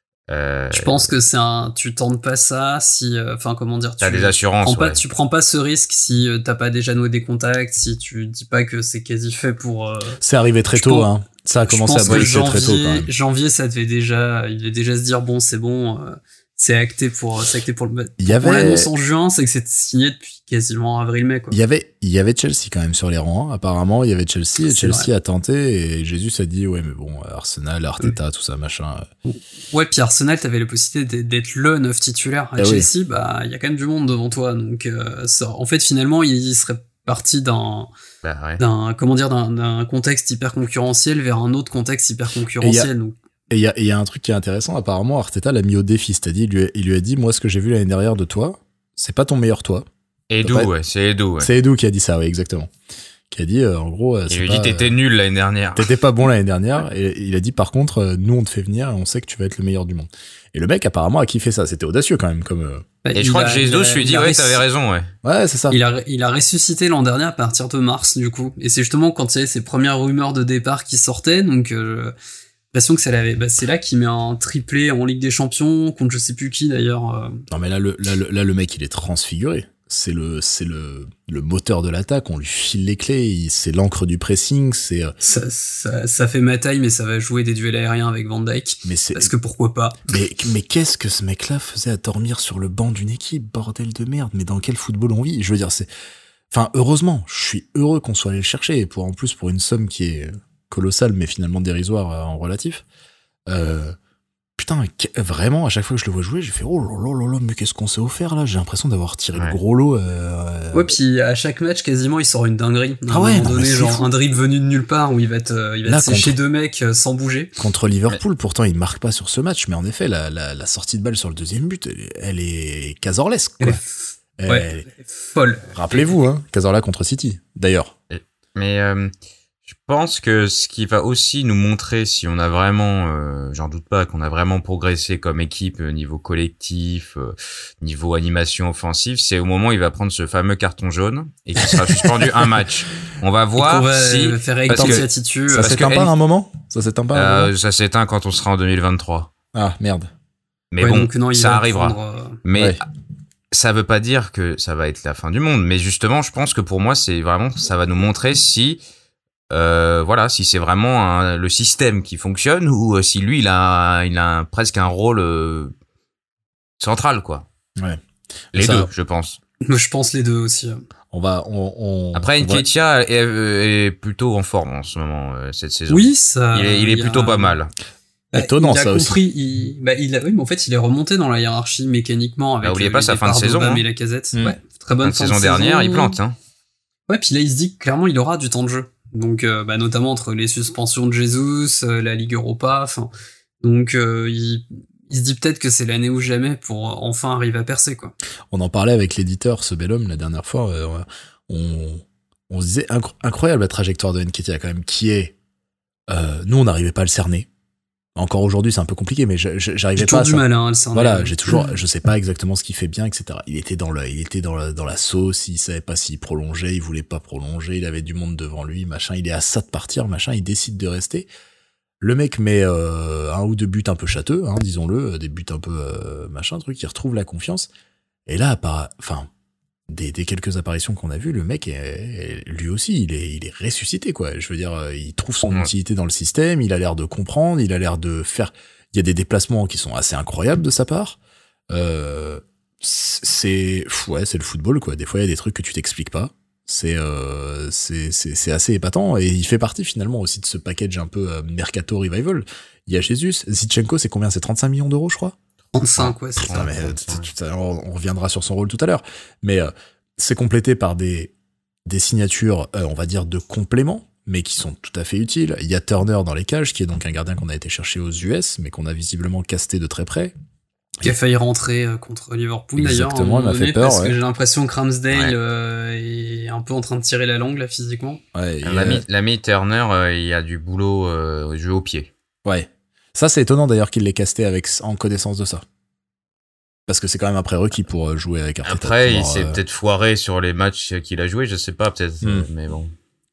Euh, Je pense que c'est un, tu tentes pas ça si, euh, enfin comment dire, tu t'as des assurances. prends pas, Ouais. tu prends pas ce risque si euh, t'as pas déjà noué des contacts, si tu dis pas que c'est quasi fait pour. euh, C'est arrivé très je tôt. pense- Hein. Ça a je commencé pense à que bosser très tôt quand janvier, même. janvier, ça devait déjà, il devait déjà se dire bon, c'est bon, euh, c'est acté pour, c'est acté pour le. Il y On avait, l'annonce en juin, c'est que c'est signé depuis quasiment avril-mai quoi. il y avait, il y avait Chelsea quand même sur les rangs. Hein. Apparemment, il y avait Chelsea et C'est Chelsea vrai. a tenté et Jésus a dit ouais mais bon Arsenal, Arteta, tout ça machin. Ouais, puis Arsenal, t'avais la possibilité d'être- d'être le neuf titulaire. À Eh oui. Chelsea, bah, il y a quand même du monde devant toi. Donc, euh, ça, en fait, finalement, il serait parti d'un, Bah, ouais. d'un, comment dire, d'un, d'un contexte hyper concurrentiel vers un autre contexte hyper concurrentiel. Donc, Et il y a, et il y a un truc qui est intéressant. Apparemment, Arteta l'a mis au défi. C'est-à-dire, il lui a, il lui a dit moi ce que j'ai vu l'année dernière de toi, c'est pas ton meilleur toi. Edu, Pas- ouais, c'est Edu. Ouais. C'est Edu qui a dit ça, oui exactement. Qui a dit euh, en gros, euh, Il c'est lui pas, dit t'étais nul l'année dernière. T'étais pas bon l'année dernière, et il a dit par contre, euh, nous on te fait venir et on sait que tu vas être le meilleur du monde. Et le mec apparemment a kiffé ça, c'était audacieux quand même comme. euh, bah, Et il je crois a- que il Jesus a- lui il dit a ouais, ressu- t'avais raison, ouais. Ouais, c'est ça. Il a, il a ressuscité l'an dernier à partir de mars, du coup. Et c'est justement quand il y avait ces premières rumeurs de départ qui sortaient, donc, euh, l'impression que ça l'avait, bah, c'est là qu'il met un triplé en Ligue des Champions, contre je sais plus qui d'ailleurs. euh, Non mais là le, là, le, là, le mec il est transfiguré. C'est le, c'est le, le moteur de l'attaque. On lui file les clés. il- C'est l'encre du pressing. C'est, euh, Ça, ça, ça fait ma taille, mais ça va jouer des duels aériens avec Van Dijk. mais c'est, Parce que pourquoi pas. mais, mais qu'est-ce que ce mec-là faisait à dormir sur le banc d'une équipe, bordel de merde. Mais dans quel football on vit? Je veux dire, c'est, enfin, heureusement, je suis heureux qu'on soit allé le chercher. Et pour, en plus, pour une somme qui est colossale, mais finalement dérisoire euh, en relatif. Euh, putain, vraiment, à chaque fois que je le vois jouer, j'ai fait oh là là là là, mais qu'est-ce qu'on s'est offert là? J'ai l'impression d'avoir tiré ouais. le gros lot. Euh... Ouais, puis à chaque match, quasiment, il sort une dinguerie. À ah un ouais, moment non, donné, genre fou. un dribble venu de nulle part où il va te, il va là, te sécher contre... deux mecs sans bouger. Contre Liverpool, ouais. Pourtant, il marque pas sur ce match, mais en effet, la, la, la sortie de balle sur le deuxième but, elle, elle est casorlesque, quoi. Elle est, f... elle... Ouais, elle est folle. Rappelez-vous, hein, Cazorla contre City, d'ailleurs. Mais euh, je pense que ce qui va aussi nous montrer si on a vraiment, euh, j'en doute pas, qu'on a vraiment progressé comme équipe euh, niveau collectif, euh, niveau animation offensive, c'est au moment où il va prendre ce fameux carton jaune et qu'il sera suspendu un match. On va voir va si faire avec parce que attitude. Ça s'éteint pas à un moment. Ça s'éteint pas. Euh, un moment ça s'éteint quand on sera en deux mille vingt-trois. Ah merde. Mais ouais, bon, donc, non, ça arrivera. Prendre, euh... Mais ouais. Ça veut pas dire que ça va être la fin du monde. Mais justement, je pense que pour moi, c'est vraiment, ça va nous montrer si, euh, voilà, si c'est vraiment un, le système qui fonctionne ou si lui, il a, il a un, presque un rôle euh, central, quoi. Ouais. Les ça, deux, je pense. Je pense les deux aussi. On va, on, on Après, Nketiah va... est, est plutôt en forme en ce moment cette saison. Oui, ça. Il est, il est plutôt a... pas mal. Bah, étonnant, il a ça compris, aussi. Il, bah, il a, oui, mais en fait, il est remonté dans la hiérarchie mécaniquement avec. Bah, oubliez euh, pas sa fin de saison. Hein. Hein. Et la Lacazette. Mmh. Ouais, très bonne fin fin de saison dernière, il plante. Hein. Ouais, puis là, il se dit que clairement, il aura du temps de jeu. Donc, euh, bah, notamment entre les suspensions de Jesus, euh, la Ligue Europa. Enfin, donc, euh, il, il se dit peut-être que c'est l'année ou jamais pour enfin arriver à percer, quoi. On en parlait avec l'éditeur, ce bel homme, la dernière fois. Euh, on, on se disait incro- incroyable la trajectoire de Nketiah quand même, qui est, euh, nous, on n'arrivait pas à le cerner. Encore aujourd'hui, c'est un peu compliqué, mais je, je, j'arrivais j'ai pas à du ça. mal, hein, à le cerner. Voilà, j'ai toujours, je sais pas exactement ce qu'il fait bien, et cetera. Il était dans le, il était dans la, dans la sauce, il savait pas s'il prolongeait, il voulait pas prolonger, il avait du monde devant lui, machin, il est à ça de partir, machin, il décide de rester. Le mec met euh, un ou deux buts un peu châteux, hein, disons-le, des buts un peu euh, machin, truc, il retrouve la confiance. Et là, par, enfin, des, des quelques apparitions qu'on a vues, le mec, est, lui aussi, il est, il est ressuscité, quoi. Je veux dire, il trouve son ouais. utilité dans le système, il a l'air de comprendre, il a l'air de faire... Il y a des déplacements qui sont assez incroyables de sa part. Euh, c'est... Ouais, c'est le football, quoi. Des fois, il y a des trucs que tu t'expliques pas. C'est, euh, c'est, c'est, c'est assez épatant. Et il fait partie, finalement, aussi de ce package un peu euh, Mercato Revival. Il y a Jesus. Zinchenko, c'est combien? C'est trente-cinq millions d'euros, je crois? trente-cinq, ouais, c'est Putain, ça. mais, on reviendra sur son rôle tout à l'heure. Mais euh, c'est complété par des, des signatures, euh, on va dire, de compléments, mais qui sont tout à fait utiles. Il y a Turner dans les cages, qui est donc un gardien qu'on a été chercher aux U S, mais qu'on a visiblement casté de très près. Qui a failli rentrer contre Liverpool, d'ailleurs. Exactement, il m'a fait peur. Parce ouais. que j'ai l'impression que Ramsdale ouais. euh, est un peu en train de tirer la langue, là, physiquement. Ouais, L'ami, euh... l'ami Turner, euh, il y a du boulot euh, jeu au pied. Ouais. Ça, c'est étonnant d'ailleurs qu'il l'ait casté avec, en connaissance de ça. Parce que c'est quand même un prérequis pour jouer avec Arteta. Après, pouvoir, il s'est euh... peut-être foiré sur les matchs qu'il a joué, je sais pas, peut-être, hmm. euh, mais bon.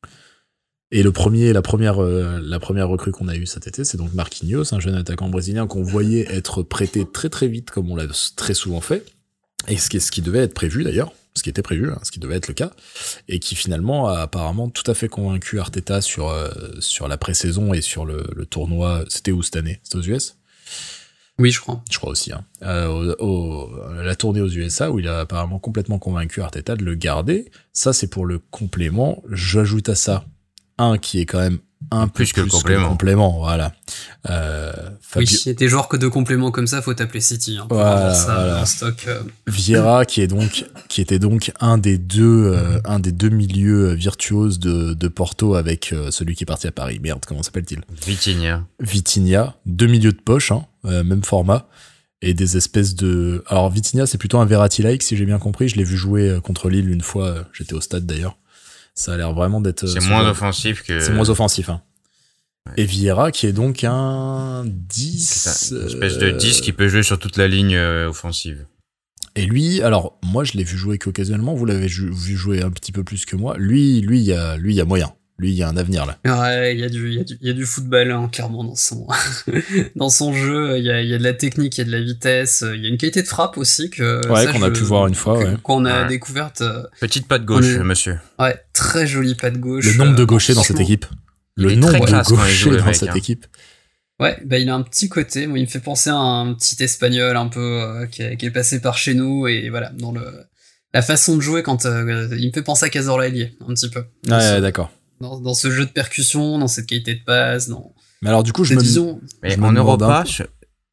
Et le premier, la première, euh, la première recrue qu'on a eue cet été, c'est donc Marquinhos, un jeune attaquant brésilien qu'on voyait être prêté très très vite, comme on l'a très souvent fait, et ce qui, ce qui devait être prévu d'ailleurs, ce qui était prévu, hein, ce qui devait être le cas, et qui finalement a apparemment tout à fait convaincu Arteta sur euh, sur la pré-saison et sur le, le tournoi. C'était où cette année? C'était aux U S? Oui, je crois. Je crois aussi. Hein. Euh, au, au, la tournée aux U S A, où il a apparemment complètement convaincu Arteta de le garder. Ça, c'est pour le complément. J'ajoute à ça un qui est quand même un plus peu que plus le complément. Que le complément, voilà. Euh, Fabio... Oui, il y a des joueurs que de compléments comme ça, faut t'appeler City. Hein, pour voilà, avoir ça voilà. en stock. Euh... Vieira, qui est donc, qui était donc un des deux, euh, un des deux milieux virtuoses de, de Porto avec euh, celui qui est parti à Paris. Merde, comment s'appelle-t-il? Vitinha. Vitinha, deux milieux de poche, hein, euh, même format. Et des espèces de... Alors Vitinha, c'est plutôt un Verratti-like, si j'ai bien compris. Je l'ai vu jouer contre Lille une fois, j'étais au stade d'ailleurs. Ça a l'air vraiment d'être... C'est moins offensif que... C'est moins offensif, hein. Ouais. Et Vieira, qui est donc un dix... C'est une espèce de dix qui peut jouer sur toute la ligne euh, offensive. Et lui, alors, moi, je l'ai vu jouer qu'occasionnellement. Vous l'avez vu jouer un petit peu plus que moi. Lui, lui, il y a, lui, il y a moyen. Lui, il y a un avenir, là. Ouais, il y a du, il y a du, il y a du football, hein, clairement, dans son, dans son jeu. Il y a, il y a de la technique, il y a de la vitesse. Il y a une qualité de frappe aussi que, ouais, ça, qu'on je, a pu voir une fois, que, ouais. Qu'on a ouais. découverte. Euh, Petite patte gauche, est... monsieur. Ouais, très joli pas de gauche. Le nombre de euh, gauchers dans cette équipe. Il Le nombre de gauchers dans mec, cette hein. équipe. Ouais, bah il a un petit côté, moi il me fait penser à un petit espagnol un peu euh, qui, est, qui est passé par chez nous et voilà, dans le la façon de jouer quand euh, il me fait penser à Cazorla Ailier un petit peu. Ouais, ce, ouais, d'accord. Dans, dans ce jeu de percussion, dans cette qualité de passe, dans Mais alors du coup, je me vision. Mais en Europa, je...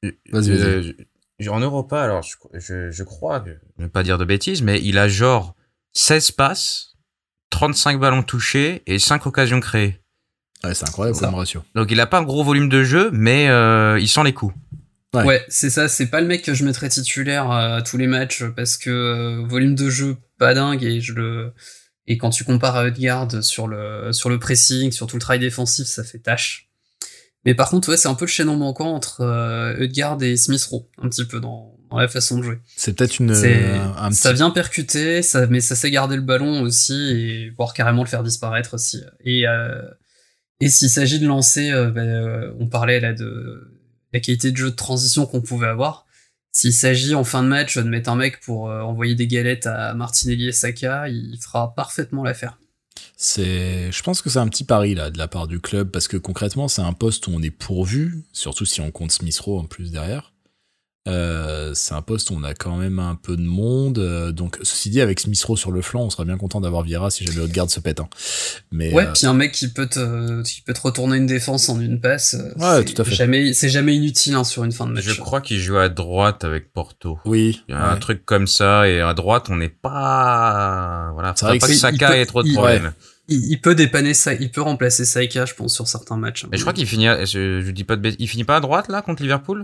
Vas-y, euh, vas-y. je- en Europa, alors je, je, je crois, je ne vais pas dire de bêtises, mais il a genre seize passes, trente-cinq ballons touchés et cinq occasions créées. Ouais, c'est incroyable Ça. comme ratio. Donc il a pas un gros volume de jeu, mais euh, il sent les coups. Ouais. Ouais, c'est ça, c'est pas le mec que je mettrais titulaire à tous les matchs parce que euh, volume de jeu pas dingue et je le et quand tu compares à Ødegaard sur le sur le pressing, sur tout le travail défensif, ça fait tâche. Mais par contre, ouais, c'est un peu le chaînon manquant entre euh, Ødegaard et Smith Rowe, un petit peu dans, dans la façon de jouer. C'est peut-être une C'est, euh, un ça petit vient percuter, ça, mais ça sait garder le ballon aussi et voire carrément le faire disparaître aussi. Et euh, et s'il s'agit de lancer, euh, bah, euh, on parlait là de la qualité de jeu de transition qu'on pouvait avoir. S'il s'agit en fin de match de mettre un mec pour euh, envoyer des galettes à Martinelli et Saka, il fera parfaitement l'affaire. C'est, je pense que c'est un petit pari là de la part du club parce que concrètement c'est un poste où on est pourvu, surtout si on compte Smith Rowe en plus derrière. Euh, c'est un poste où on a quand même un peu de monde. Euh, donc ceci dit, avec Smith Rowe sur le flanc, on sera bien content d'avoir Vieira si jamais Ødegaard se pète. Hein. Mais Ouais, euh, puis un mec qui peut te, qui peut te retourner une défense en une passe. Ouais, c'est tout à fait. Jamais, c'est jamais inutile hein, sur une fin de match. Je crois qu'il joue à droite avec Porto. oui, Il y a un ouais. truc comme ça, et à droite, on n'est pas... Voilà, C'est faudrait vrai pas que que il Saka peut- ait trop de il- problèmes. Il, il peut dépanner ça, il peut remplacer Saïka, je pense, sur certains matchs. Mais je crois qu'il finit, à- je, je dis pas de bêtises, il finit pas à droite, là, contre Liverpool?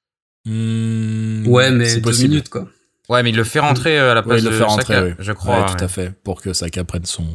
Mmh, Ouais, mais c'est deux possible. minutes, quoi. Ouais, mais il le fait rentrer euh, à la Ouais, place il le de fait rentrer, Saka, oui. je crois. Ouais, tout à fait, pour que Saka prenne son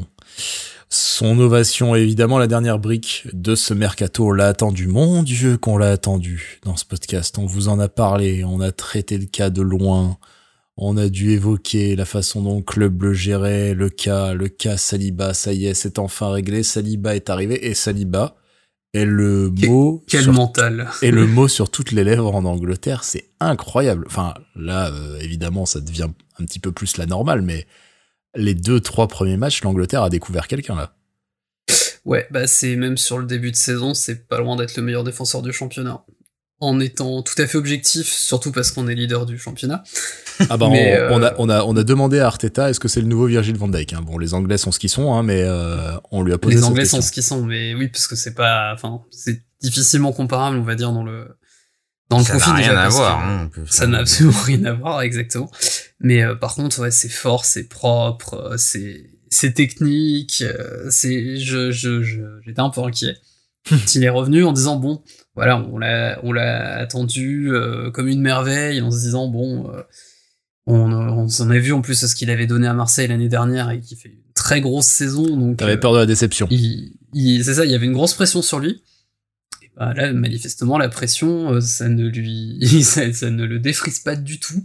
son ovation. Et évidemment, la dernière brique de ce mercato, on l'a attendu. Mon Dieu, qu'on l'a attendu dans ce podcast. On vous en a parlé, on a traité le cas de loin. On a dû évoquer la façon dont le club le gérait, le cas, le cas Saliba. Ça y est, c'est enfin réglé. Saliba est arrivé et Saliba est le Quel- mot Quel sur mental. et le mot sur toutes les lèvres en Angleterre, c'est incroyable. Enfin, là, euh, évidemment, ça devient un petit peu plus la normale, mais les deux, trois premiers matchs, l'Angleterre a découvert quelqu'un, là. Ouais, bah c'est même sur le début de saison, c'est pas loin d'être le meilleur défenseur du championnat. En étant tout à fait objectif, surtout parce qu'on est leader du championnat. Ah bah, Mais, on, on, a, euh, on, a, on a demandé à Arteta, est-ce que c'est le nouveau Virgil van Dijk, hein. Bon, les Anglais sont ce qu'ils sont, hein, mais euh, on lui a posé Les cette Anglais question. sont ce qu'ils sont, mais oui, parce que c'est pas, enfin, c'est difficilement comparable, on va dire, dans le, dans le Ça profil n'a rien déjà, à parce voir. que Hein, on peut ça faire- n'a absolument rien à voir, exactement. Mais euh, par contre, ouais, c'est fort, c'est propre, euh, c'est, c'est technique, euh, c'est, je, je, je, j'étais un peu inquiet. Il est revenu en disant bon, voilà, on l'a, on l'a attendu euh, comme une merveille, en se disant bon, euh, on, on s'en a vu en plus ce qu'il avait donné à Marseille l'année dernière et qui fait une très grosse saison, donc. T'avais euh, peur de la déception. il, il- c'est ça, il y avait une grosse pression sur lui. Et bah là, manifestement, la pression, euh, ça ne lui, ça, ça ne le défrise pas du tout.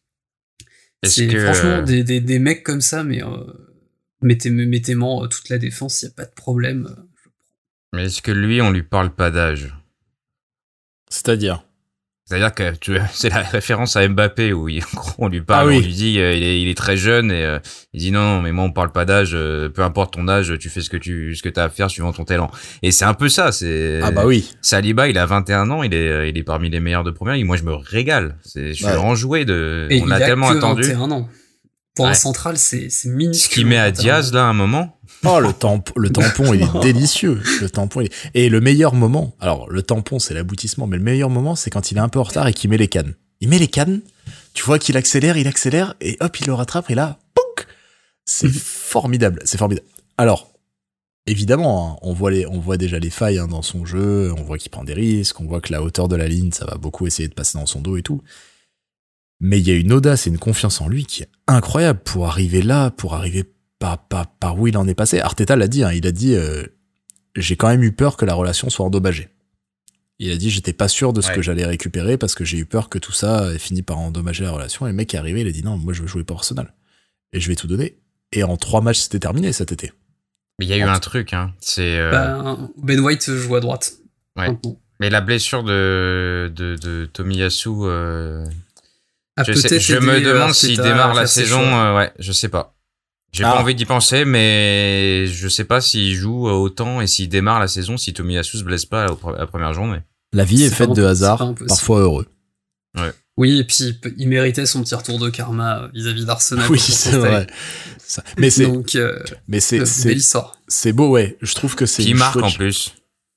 Est-ce C'est que- franchement des, des, des mecs comme ça, mais euh, mettez, mettez-moi euh, toute la défense, il y a pas de problème. Mais est-ce que lui, on lui parle pas d'âge? C'est-à-dire C'est-à-dire que tu, c'est la référence à Mbappé où il, en gros, on lui parle, Ah oui. on lui dit euh, il, est, il est très jeune et euh, il dit non, mais moi on parle pas d'âge, euh, peu importe ton âge, tu fais ce que tu ce que t'as à faire suivant ton talent. Et c'est un peu ça. C'est Ah bah oui. Saliba, il a vingt et un ans, il est euh, il est parmi les meilleurs de première ligue. Moi je me régale. C'est, je suis Ouais. enjoué de. Et on il l'a a tellement que attendu. vingt et un ans. Pour un Ouais. central, c'est, c'est minuscule. Ce qu'il met à vingt et un ans. Diaz là, à un moment. Oh, le tampon, le tampon, il est délicieux. Le tampon, il est... Et le meilleur moment, alors le tampon, c'est l'aboutissement, mais le meilleur moment, c'est quand il est un peu en retard et qu'il met les cannes. Il met les cannes, tu vois qu'il accélère, il accélère, et hop, il le rattrape, et là, pouc. C'est formidable, c'est formidable. Alors, évidemment, hein, on voit les, on voit déjà les failles hein, dans son jeu, on voit qu'il prend des risques, on voit que la hauteur de la ligne, ça va beaucoup essayer de passer dans son dos et tout. Mais il y a une audace et une confiance en lui qui est incroyable pour arriver là, pour arriver par, par, par où il en est passé. Arteta l'a dit, hein, il a dit euh, j'ai quand même eu peur que la relation soit endommagée. Il a dit j'étais pas sûr de ce Ouais. que j'allais récupérer parce que j'ai eu peur que tout ça ait fini par endommager la relation. Et le mec est arrivé, il a dit non, moi je veux jouer pour Arsenal. Et je vais tout donner. Et en trois matchs, c'était terminé cet été. Mais il y a eu un truc, hein. C'est. euh, Ben, Ben White joue à droite. Ouais. Maintenant. Mais la blessure de de, de Tomiyasu. Euh... A Je, sais- peut-être je aidé, me euh, demande s'il Arteta démarre à la faire ses saison. choix. euh, ouais, je sais pas. J'ai Ah. pas envie d'y penser, mais je sais pas s'il joue autant et s'il démarre la saison si Tomiyasu se blesse pas à la première journée. La vie est, C'est faite pas de impossible, hasard, c'est pas impossible. parfois heureux. Oui, et puis il peut- il méritait son petit retour de karma vis-à- s d'Arsenal. Oui, pour c'est s'installer. vrai. Ça- Mais c'est, Donc, euh, mais c'est, euh, c'est, belle histoire. c'est beau, ouais. Je trouve que c'est Qui une marque chouette- en plus.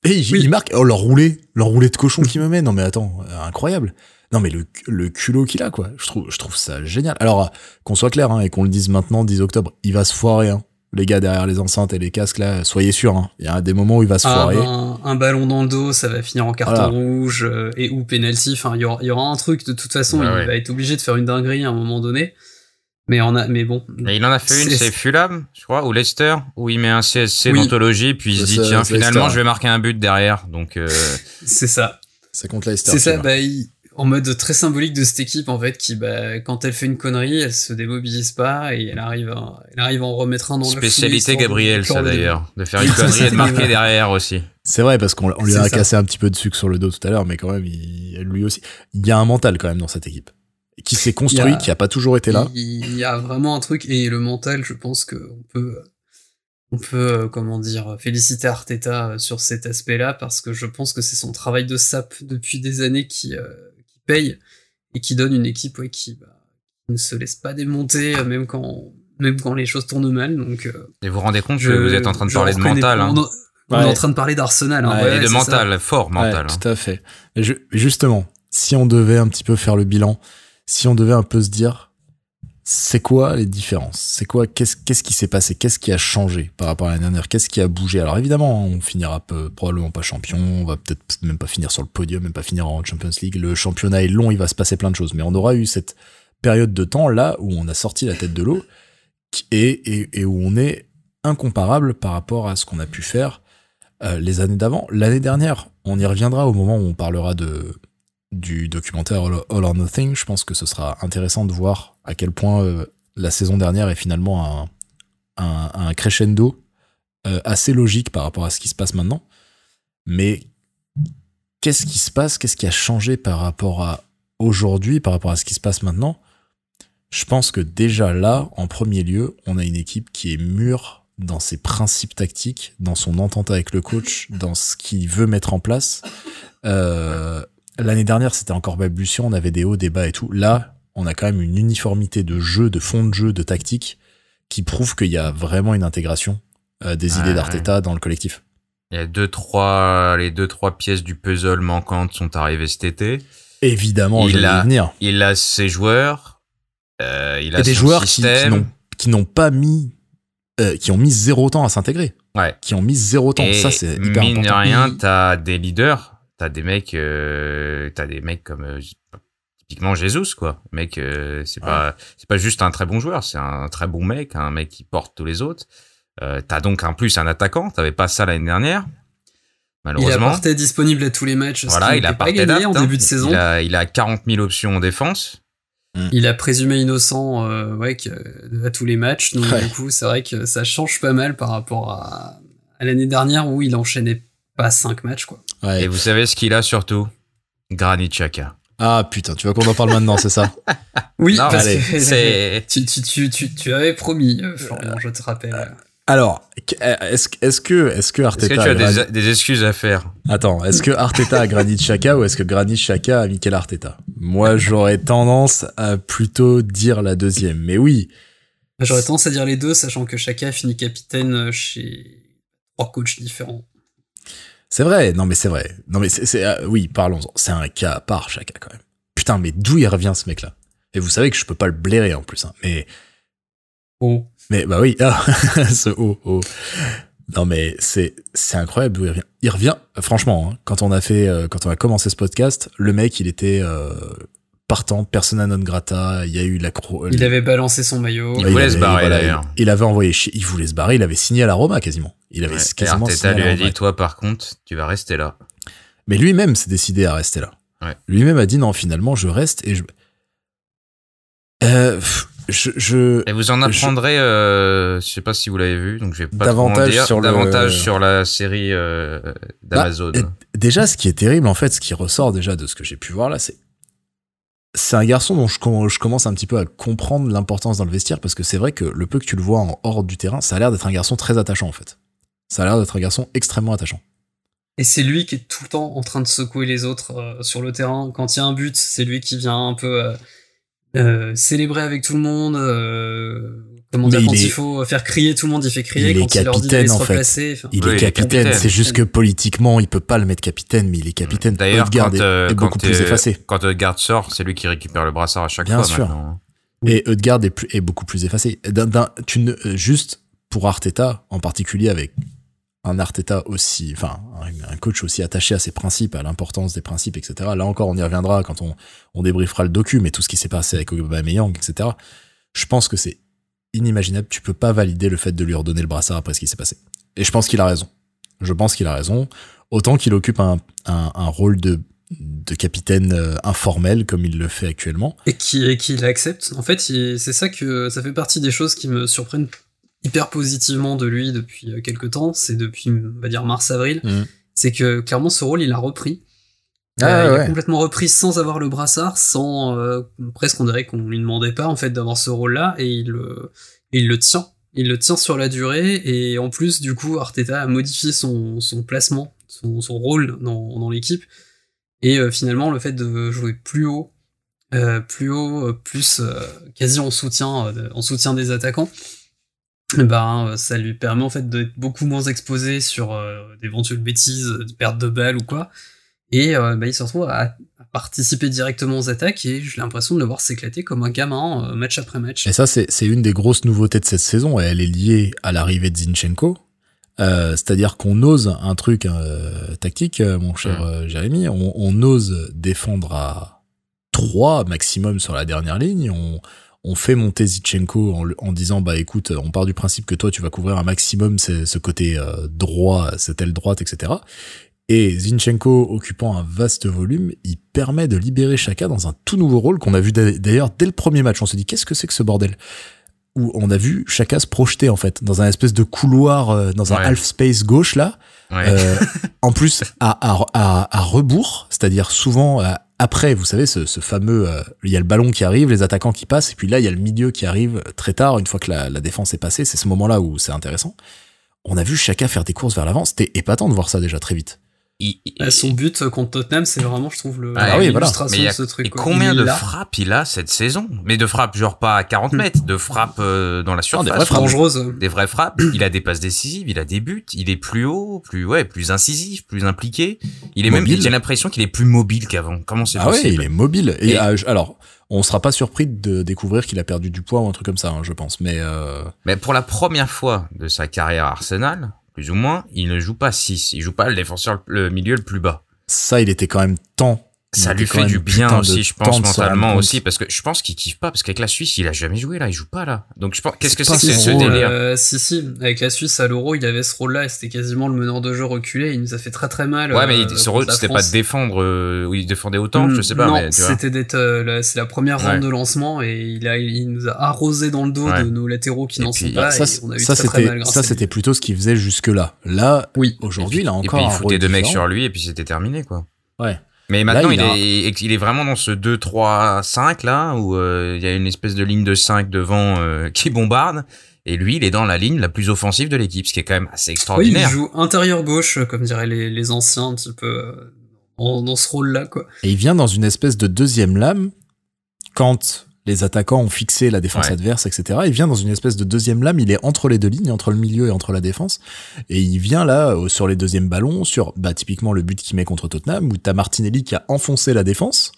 Et il, Oui. il marque, oh, leur roulé, leur roulé de cochon qui me met. Non, mais attends, euh, incroyable. Non, mais le, le culot qu'il a, quoi. Je trouve, je trouve ça génial. Alors, euh, qu'on soit clair, hein, et qu'on le dise maintenant, dix octobre, il va se foirer, hein. Les gars derrière les enceintes et les casques, là, soyez sûrs, hein. Il y a des moments où il va se Ah, foirer. ben, un ballon dans le dos, ça va finir en carton Voilà. rouge euh, et ou penalty. Enfin, il y aura, il y aura un truc. De toute façon, Ouais, il ouais. va être obligé de faire une dinguerie à un moment donné. Mais on a, mais bon. Et il en a fait une, C'est- c'est Fulham, je crois, ou Leicester, où il met un C S C Oui. d'anthologie, puis il se dit, C'est- tiens, c'est finalement, Leicester. je vais marquer un but derrière. Donc, euh, C'est ça. C'est contre Leicester. C'est ça. tu vois. Bah, il- en mode très symbolique de cette équipe, en fait, qui, bah, quand elle fait une connerie, elle se démobilise pas et elle arrive à, elle arrive à en remettre un dans la foulée, spécialité histoire de Gabriel, clore ça le débat. d'ailleurs. De faire une connerie et de marquer derrière aussi. C'est vrai, parce qu'on on lui C'est a ça. cassé un petit peu de sucre sur le dos tout à l'heure, mais quand même, il, lui aussi. Il y a un mental, quand même, dans cette équipe. Qui s'est construit, Il y a- qui a pas toujours été là. Il y a vraiment un truc, et le mental, je pense qu'on peut, on peut, euh, comment dire, féliciter Arteta euh, sur cet aspect-là, parce que je pense que c'est son travail de sape depuis des années qui, euh, qui paye, et qui donne une équipe, ouais, qui, bah, qui ne se laisse pas démonter, euh, même quand, même quand les choses tournent mal, donc, euh, Et vous vous rendez compte je- que vous êtes en train de je parler de reconnais- mental, hein. On, on Ouais. est en train de parler d'Arsenal, hein, Ouais, ouais, Et de c'est mental, fort mental. Ouais, hein. tout à fait. Et ju- justement, si on devait un petit peu faire le bilan, si on devait un peu se dire, c'est quoi les différences? C'est quoi, qu'est-ce, qu'est-ce qui s'est passé? Qu'est-ce qui a changé par rapport à l'année dernière? Qu'est-ce qui a bougé? Alors évidemment, on finira peu, probablement pas champion, on va peut-être même pas finir sur le podium, même pas finir en Champions League. Le championnat est long, il va se passer plein de choses. Mais on aura eu cette période de temps là où on a sorti la tête de l'eau qui- et, et, et où on est incomparable par rapport à ce qu'on a pu faire euh, les années d'avant. L'année dernière, on y reviendra au moment où on parlera de du documentaire All, All or Nothing. Je pense que ce sera intéressant de voir à quel point euh, la saison dernière est finalement un, un, un crescendo euh, assez logique par rapport à ce qui se passe maintenant. Mais qu'est-ce qui se passe? Qu'est-ce qui a changé par rapport à aujourd'hui, par rapport à ce qui se passe maintenant? Je pense que déjà là, en premier lieu, on a une équipe qui est mûre dans ses principes tactiques, dans son entente avec le coach, dans ce qu'il veut mettre en place. Euh, l'année dernière, c'était encore balbutiant, on avait des hauts, des bas et tout. Là, on a quand même une uniformité de jeu, de fond de jeu, de tactique, qui prouve qu'il y a vraiment une intégration euh, des Ouais, idées ouais. d'Arteta dans le collectif. Il y a deux, trois, les deux, trois pièces du puzzle manquantes sont arrivées cet été. Évidemment, Il je vais a- y venir. Il a ses joueurs, euh, il a Et des son joueurs qui, qui système. n'ont qui n'ont pas mis, euh, qui ont mis zéro temps à s'intégrer. Ouais. Qui ont mis zéro temps. Et Ça, c'est hyper mine de important. rien, Il- t'as des leaders, t'as des mecs, euh, t'as des mecs comme euh, typiquement Jesus, quoi. Mec, euh, c'est Ouais. pas, c'est pas juste un très bon joueur, c'est un très bon mec, un mec qui porte tous les autres. Euh, t'as donc en plus un attaquant, t'avais pas ça l'année dernière, Il a malheureusement. Partey disponible à tous les matchs, ce Voilà, qui il a n'était pas Partey gagné d'Apt, en hein. début de saison. Il a, il a quarante mille options en défense. Il a présumé innocent, euh, ouais, que, à tous les matchs. Donc, Ouais. du coup, c'est vrai que ça change pas mal par rapport à, à l'année dernière où il enchaînait pas cinq matchs, quoi. Ouais. Et vous savez ce qu'il a surtout? Granit Xhaka. Ah putain, tu vois qu'on en parle maintenant, c'est ça? Oui, Non, parce allez, que c'est- tu, tu, tu, tu, tu avais promis, euh, Florian, je te rappelle. Alors, est-ce, est-ce que, est-ce que Est-ce Arteta que tu as a Granit- des, des excuses à faire? Attends, est-ce que Arteta a Granit Xhaka ou est-ce que Granit Xhaka a Mikel Arteta? Moi, j'aurais tendance à plutôt dire la deuxième. Mais oui, J'aurais tendance à dire les deux, sachant que chacun a fini capitaine chez trois coachs différents. c'est vrai. Non, mais c'est vrai. Non, mais c'est, c'est euh, oui, parlons-en. C'est un cas à part, Xhaka, quand même. Putain, mais d'où il revient, ce mec-là? Et vous savez que je peux pas le blairer, en plus, hein. Mais, Oh. mais, bah oui, ah, ce haut, haut. Non, mais c'est, c'est incroyable d'où il revient. Il revient, franchement, hein, quand on a fait, euh, quand on a commencé ce podcast, le mec, il était, euh, partant, persona non grata, il y a eu la cro- Il avait balancé son maillot. Il Ouais, voulait avait- se barrer, voilà, d'ailleurs. Il, il avait envoyé chier, il voulait se barrer, il avait signé à la Roma quasiment. Il avait Ouais. Et quasiment Arteta signé lui à la a Roma. dit, toi, par contre, tu vas rester là. Mais lui-même s'est décidé à rester là. Ouais. Lui-même a dit non, finalement, je reste et je. Euh, pff, je, je... Et vous en apprendrez, euh, je sais pas si vous l'avez vu, donc je vais pas trop en Davantage dire, sur le- davantage sur la série euh, d'Amazon. Bah, et déjà, ce qui est terrible, en fait, ce qui ressort déjà de ce que j'ai pu voir là, c'est. C'est un garçon dont je, com- je commence un petit peu à comprendre l'importance dans le vestiaire parce que c'est vrai que le peu que tu le vois en hors du terrain, ça a l'air d'être un garçon très attachant en fait. Ça a l'air d'être un garçon extrêmement attachant. Et c'est lui qui est tout le temps en train de secouer les autres euh, sur le terrain. Quand il y a un but, c'est lui qui vient un peu euh, euh, célébrer avec tout le monde, euh, Comment dire, Mais quand il il, est- faut faire crier tout le monde, il fait crier. il est Quand il leur dit capitaine, d'aller se en fait. replacer. enfin, Il Oui, est il est capitaine, capitaine. c'est juste que politiquement, il peut pas le mettre capitaine, mais il est capitaine. D'ailleurs, Odegaard quand, est, euh, est quand beaucoup plus euh, effacé. Quand Odegaard sort, c'est lui qui récupère le brassard à chaque Bien fois sûr. maintenant. Et Odegaard est, plus, est beaucoup plus effacé. D'un, d'un, tu ne, euh, juste pour Arteta, en particulier avec un Arteta aussi, enfin, un, un coach aussi attaché à ses principes, à l'importance des principes, et cetera. Là encore, on y reviendra quand on, on débriefera le docu, mais tout ce qui s'est passé avec Aubameyang, et cetera. Je pense que c'est inimaginable. Tu peux pas valider le fait de lui redonner le brassard après ce qui s'est passé. Et je pense qu'il a raison. Je pense qu'il a raison. Autant qu'il occupe un, un, un rôle de, de capitaine euh, informel comme il le fait actuellement. Et qui, et qui l'accepte. En fait, il- c'est ça que ça fait partie des choses qui me surprennent hyper positivement de lui depuis euh, quelques temps. C'est depuis, on va dire, mars-avril. Mm. C'est que clairement, ce rôle, il a repris. Ah, Euh, il ouais. a complètement repris sans avoir le brassard, sans euh, presque on dirait qu'on lui demandait pas en fait d'avoir ce rôle-là, et il le, il le tient. Il le tient sur la durée, et en plus, du coup, Arteta a modifié son, son placement, son, son rôle dans, dans l'équipe. Et euh, finalement, le fait de jouer plus haut, euh, plus haut, euh, plus euh, quasi en soutien, euh, en soutien des attaquants, eh ben euh, ça lui permet en fait d'être beaucoup moins exposé sur euh, d'éventuelles bêtises, de perte de balles ou quoi. Et euh, bah, il se retrouve à, à participer directement aux attaques, et j'ai l'impression de le voir s'éclater comme un gamin euh, match après match. Et ça, c'est, c'est une des grosses nouveautés de cette saison, et elle est liée à l'arrivée de Zinchenko. Euh, c'est-à-dire qu'on ose un truc euh, tactique, euh, mon cher euh, Jérémy, on, on ose défendre à trois maximum sur la dernière ligne, on, on fait monter Zinchenko en, en disant, bah écoute, on part du principe que toi tu vas couvrir un maximum ce, ce côté euh, droit, cette aile droite, et cetera. Et Zinchenko, occupant un vaste volume, il permet de libérer Xhaka dans un tout nouveau rôle qu'on a vu d'ailleurs dès le premier match. On se dit, qu'est-ce que c'est que ce bordel ? Où on a vu Xhaka se projeter, en fait, dans un espèce de couloir, euh, dans un Ouais. half space gauche, là. Ouais. Euh, en plus, à, à, à, à rebours, c'est-à-dire souvent, euh, après, vous savez, ce, ce fameux, euh, il y a le ballon qui arrive, les attaquants qui passent, et puis là, il y a le milieu qui arrive très tard, une fois que la, la défense est passée. C'est ce moment-là où c'est intéressant. On a vu Xhaka faire des courses vers l'avant. C'était épatant de voir ça déjà très vite. Il- il- Bah, son but contre Tottenham, c'est vraiment, je trouve, le, Ah oui, voilà. l'illustration Mais il y a- de ce truc. et quoi. combien Il est de là. frappes il a cette saison? Mais de frappes, genre pas à quarante Mm. mètres, de frappes euh, dans la surface. des vraies frappes. dangereuse. Des vraies frappes. Il a des passes décisives, il a des buts, il est plus haut, plus ouais, plus incisif, plus impliqué. Il est même, Mobile. j'ai l'impression qu'il est plus mobile qu'avant. Comment c'est Ah ouais, possible? il est mobile. Et, Et- euh, je- alors, on sera pas surpris de découvrir qu'il a perdu du poids ou un truc comme ça, hein, je pense. Mais euh, Mais pour la première fois de sa carrière à Arsenal, plus ou moins, il ne joue pas six. Il joue pas le défenseur, le milieu le plus bas. ça, il était quand même temps. Il Ça était lui quand fait même du bien putain de aussi, je temps pense, de se rendre mentalement compte. aussi, parce que je pense qu'il kiffe pas, parce qu'avec la Suisse, il a jamais joué là, il joue pas là. Donc je pense, qu'est-ce que C'est c'est pas que son ce rôle. délire? Euh, si, si, avec la Suisse à l'Euro, il avait ce rôle-là, et c'était quasiment le meneur de jeu reculé, il nous a fait très très mal. Ouais, mais euh, il- ce contre rôle, la c'était France. pas de défendre, euh, où il défendait autant, je sais pas, non, mais tu vois. c'était d'être, euh, la- c'est la première Ouais. ronde de lancement, et il a, il nous a arrosé dans le dos Ouais. de nos latéraux qui Et n'en puis, sont pas, ça, et on a eu ça, très très c'était, mal grâce ça, à lui. c'était plutôt ce qu'il faisait jusque-là. Là, Oui. aujourd'hui, Et puis- il a Et encore puis il un foutait rôle deux mecs différent. sur lui, et puis c'était terminé, quoi. Ouais. Mais maintenant, il il, a- est, il est vraiment dans ce deux trois cinq là, où euh, il y a une espèce de ligne de cinq devant euh, qui bombarde, et lui, il est dans la ligne la plus offensive de l'équipe, ce qui est quand même assez Oui, il extraordinaire. joue intérieur gauche, comme diraient les, les anciens, un petit peu, euh, en- dans ce rôle-là, quoi. Et il vient dans une espèce de deuxième lame quand les attaquants ont fixé la défense Ouais. adverse, et cetera. Il vient dans une espèce de deuxième lame. Il est entre les deux lignes, entre le milieu et entre la défense. Et il vient là, euh, sur les deuxièmes ballons, sur, bah, typiquement le but qu'il met contre Tottenham, où t'as Martinelli qui a enfoncé la défense.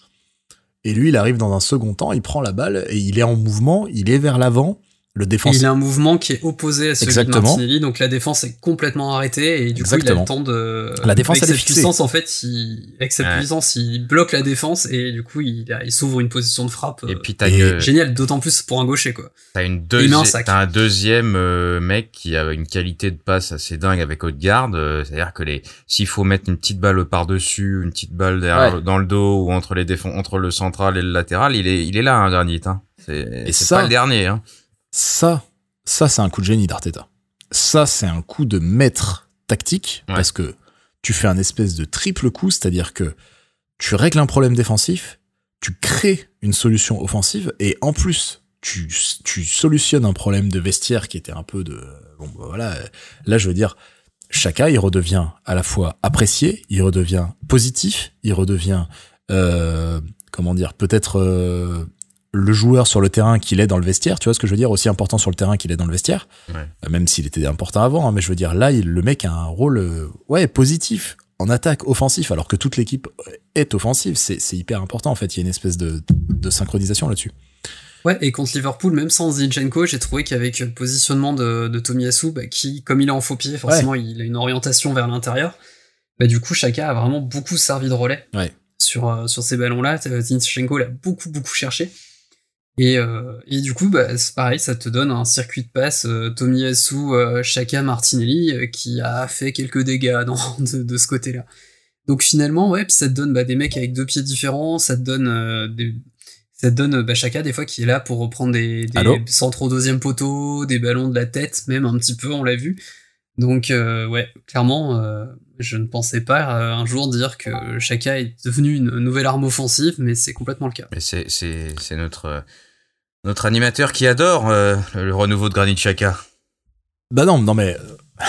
Et lui, il arrive dans un second temps, il prend la balle et il est en mouvement, il est vers l'avant. Le Et défenseur. il a un mouvement qui est opposé à celui Exactement. de Martinelli, donc la défense est complètement arrêtée, et du coup, il a Exactement. le temps de... La défense, avec elle est cette fixée. puissance, en fait, il... avec cette Ouais. puissance, il bloque la défense, et du coup, il, il s'ouvre une position de frappe. Et euh, puis t'as Et- une, Génial, d'autant plus pour un gaucher, quoi. t'as une il met deuxi- un sac. t'as un deuxième euh, mec qui a une qualité de passe assez dingue avec Odegaard, euh, c'est-à-dire que les, s'il faut mettre une petite balle par-dessus, une petite balle derrière, Ouais. dans le dos, ou entre les défenses, entre le central et le latéral, il est, il est là, un dernier, hein. C'est, Et c'est ça- pas le dernier, hein. Ça, ça, c'est un coup de génie d'Arteta. Ça, c'est un coup de maître tactique, Ouais. parce que tu fais un espèce de triple coup, c'est-à-dire que tu règles un problème défensif, tu crées une solution offensive, et en plus, tu, tu solutionnes un problème de vestiaire qui était un peu de... Bon, bah voilà, là, je veux dire, Xhaka, il redevient à la fois apprécié, il redevient positif, il redevient, euh, comment dire, peut-être... euh, le joueur sur le terrain qu'il est dans le vestiaire, tu vois ce que je veux dire, aussi important sur le terrain qu'il est dans le vestiaire, Ouais. euh, même s'il était important avant, hein, mais je veux dire, là, il, le mec a un rôle euh, ouais, positif, en attaque, offensif, alors que toute l'équipe est offensive. C'est, c'est hyper important, en fait, il y a une espèce de, de synchronisation là-dessus. Ouais, et contre Liverpool, même sans Zinchenko, j'ai trouvé qu'avec le positionnement de, de Tomiyasu, bah, qui, comme il est en faux pied, forcément, ouais. il a une orientation vers l'intérieur, bah, du coup, Xhaka a vraiment beaucoup servi de relais ouais. sur, euh, sur ces ballons-là. Zinchenko l'a beaucoup, beaucoup cherché. Et, euh, et du coup, bah, c'est pareil, ça te donne un circuit de passe euh, Tomiyasu, euh, Xhaka, Martinelli, euh, qui a fait quelques dégâts dans, de, de ce côté-là. Donc finalement, ouais, puis ça te donne bah, des mecs avec deux pieds différents, ça te donne euh, des... Ça te donne bah, Xhaka des fois qui est là pour reprendre des, des centres au deuxième poteau, des ballons de la tête, même un petit peu, on l'a vu. Donc euh, ouais, clairement, euh, je ne pensais pas euh, un jour dire que Xhaka est devenu une nouvelle arme offensive, mais c'est complètement le cas. Mais c'est, c'est, c'est notre, euh, notre animateur qui adore euh, le renouveau de Granit Xhaka. Bah non, non mais...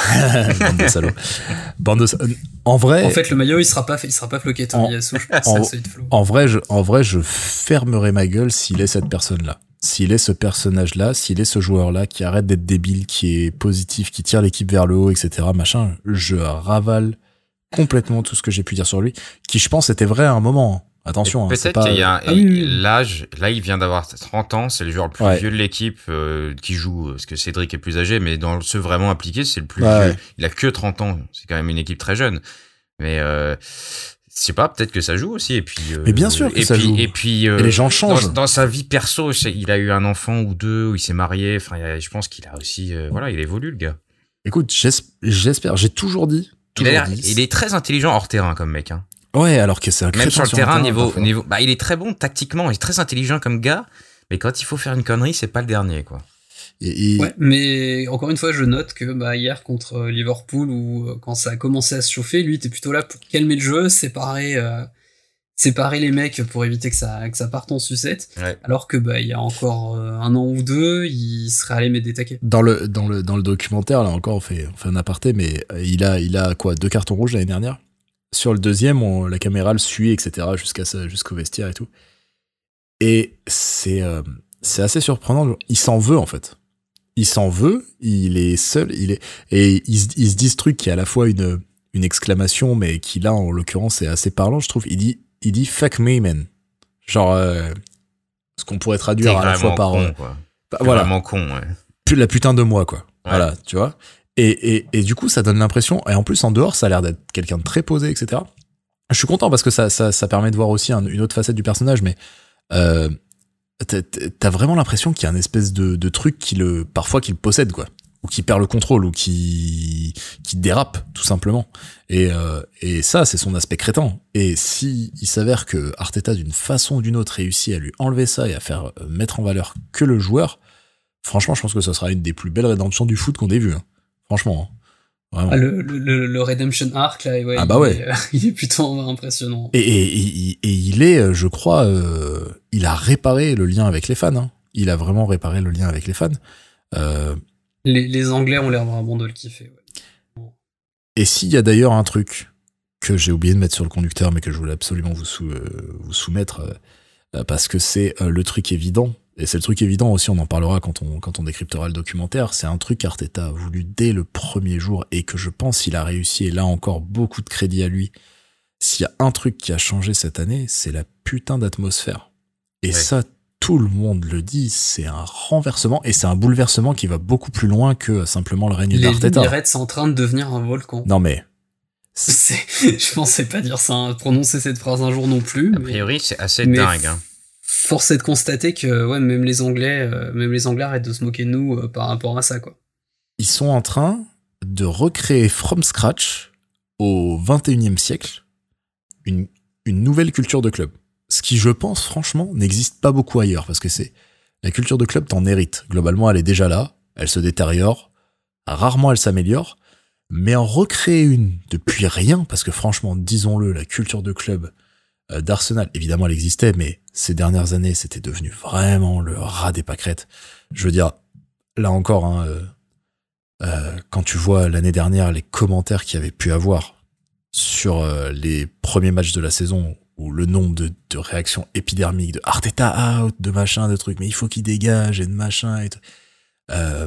Bande de salauds. Bande de salauds. En vrai... En fait, le maillot, il sera pas, il sera pas floqué, Tomiyasu, je pense. En, ça, en, vrai, je, en vrai, je fermerai ma gueule s'il est cette personne-là. S'il est ce personnage-là, s'il est ce joueur-là qui arrête d'être débile, qui est positif, qui tire l'équipe vers le haut, et cetera, machin, je ravale complètement tout ce que j'ai pu dire sur lui, qui, je pense, était vrai à un moment. Attention. Peut-être hein, pas... qu'il y a un, ah, oui. l'âge, là, il vient d'avoir trente ans, c'est le joueur le plus ouais. vieux de l'équipe euh, qui joue, parce que Cédric est plus âgé, mais dans ceux vraiment impliqués, c'est le plus ouais. vieux. Il a que trente ans, c'est quand même une équipe très jeune. Mais euh, je sais pas, peut-être que ça joue aussi. Et puis, euh, mais bien sûr que et ça puis, joue. Et puis, euh, et les gens changent. Dans, dans sa vie perso, il a eu un enfant ou deux, où il s'est marié. Enfin, il a, je pense qu'il a aussi, euh, voilà, il évolue, le gars. Écoute, j'espère, j'ai toujours dit. Toujours il, a dit. il est très intelligent hors terrain comme mec, hein. Ouais, alors que c'est un même sur le sur terrain, terrain niveau, parfois. niveau, bah, il est très bon tactiquement, il est très intelligent comme gars, mais quand il faut faire une connerie, c'est pas le dernier, quoi. Et, et... Ouais, mais encore une fois, je note que bah, hier contre Liverpool, où quand ça a commencé à se chauffer, lui était plutôt là pour calmer le jeu, séparer, euh, séparer les mecs pour éviter que ça, que ça parte en sucette. Ouais. Alors que bah il y a encore euh, un an ou deux, il serait allé mettre des taquets. Dans le dans le dans le documentaire, là encore, on fait on fait un aparté, mais il a il a quoi deux cartons rouges l'année dernière. Sur le deuxième, on, la caméra le suit, et cetera, jusqu'à jusqu'au vestiaire et tout. Et c'est euh, c'est assez surprenant. Il s'en veut en fait. Il s'en veut. Il est seul. Il est et il, il se dit ce truc qui est à la fois une une exclamation, mais qui là en l'occurrence est assez parlant, je trouve. Il dit il dit fuck me man. Genre euh, ce qu'on pourrait traduire à la fois par con, euh, quoi. Bah, voilà. Vraiment con. Ouais. Plus la putain de moi quoi. Ouais. Voilà, tu vois. Et, et, et du coup, ça donne l'impression, et en plus en dehors, ça a l'air d'être quelqu'un de très posé, et cetera. Je suis content parce que ça, ça, ça permet de voir aussi un, une autre facette du personnage, mais euh, t'as, t'as vraiment l'impression qu'il y a une espèce de, de truc qui le, parfois qui le possède, quoi, ou qui perd le contrôle, ou qui, qui dérape, tout simplement. Et, euh, et ça, c'est son aspect crétin. Et si il s'avère que Arteta, d'une façon ou d'une autre, réussit à lui enlever ça et à faire mettre en valeur que le joueur, franchement, je pense que ce sera une des plus belles rédemptions du foot qu'on ait vu. Hein. Franchement, hein. Ah, le, le, le Redemption Arc, là, ouais, ah bah il, ouais. est, euh, il est plutôt impressionnant. Et, et, et, et il est, je crois, euh, il a réparé le lien avec les fans. Hein. Il a vraiment réparé le lien avec les fans. Euh, les, les Anglais ont l'air vraiment de le kiffer. Ouais. Et s'il y a d'ailleurs un truc que j'ai oublié de mettre sur le conducteur, mais que je voulais absolument vous, sou, euh, vous soumettre, euh, parce que c'est euh, le truc évident, et c'est le truc évident aussi, on en parlera quand on, quand on décryptera le documentaire, c'est un truc qu'Arteta a voulu dès le premier jour et que je pense qu'il a réussi, et là encore beaucoup de crédit à lui. S'il y a un truc qui a changé cette année, c'est la putain d'atmosphère. Et ouais. ça, tout le monde le dit, c'est un renversement, et c'est un bouleversement qui va beaucoup plus loin que simplement le règne d'Arteta. Les Reds sont en train de devenir un volcan. Non mais... C'est... Je pensais pas dire ça, prononcer cette phrase un jour non plus. A mais... priori, c'est assez mais... dingue, hein. Force est de constater que ouais, même les Anglais, euh, même les Anglais arrêtent de se moquer de nous euh, par rapport à ça, quoi. Ils sont en train de recréer from scratch au vingt et unième siècle une, une nouvelle culture de club. Ce qui, je pense, franchement, n'existe pas beaucoup ailleurs, parce que c'est la culture de club, t'en hérites. Globalement, elle est déjà là, elle se détériore, rarement elle s'améliore, mais en recréer une depuis rien, parce que franchement, disons-le, la culture de club d'Arsenal, évidemment elle existait, mais ces dernières années c'était devenu vraiment le rat des pâquerettes. Je veux dire, là encore, hein, euh, euh, quand tu vois l'année dernière les commentaires qu'il y avait pu avoir sur euh, les premiers matchs de la saison où le nombre de, de réactions épidermiques, de Arteta out, de machin, de trucs, mais il faut qu'il dégage et de machin et tout. Euh,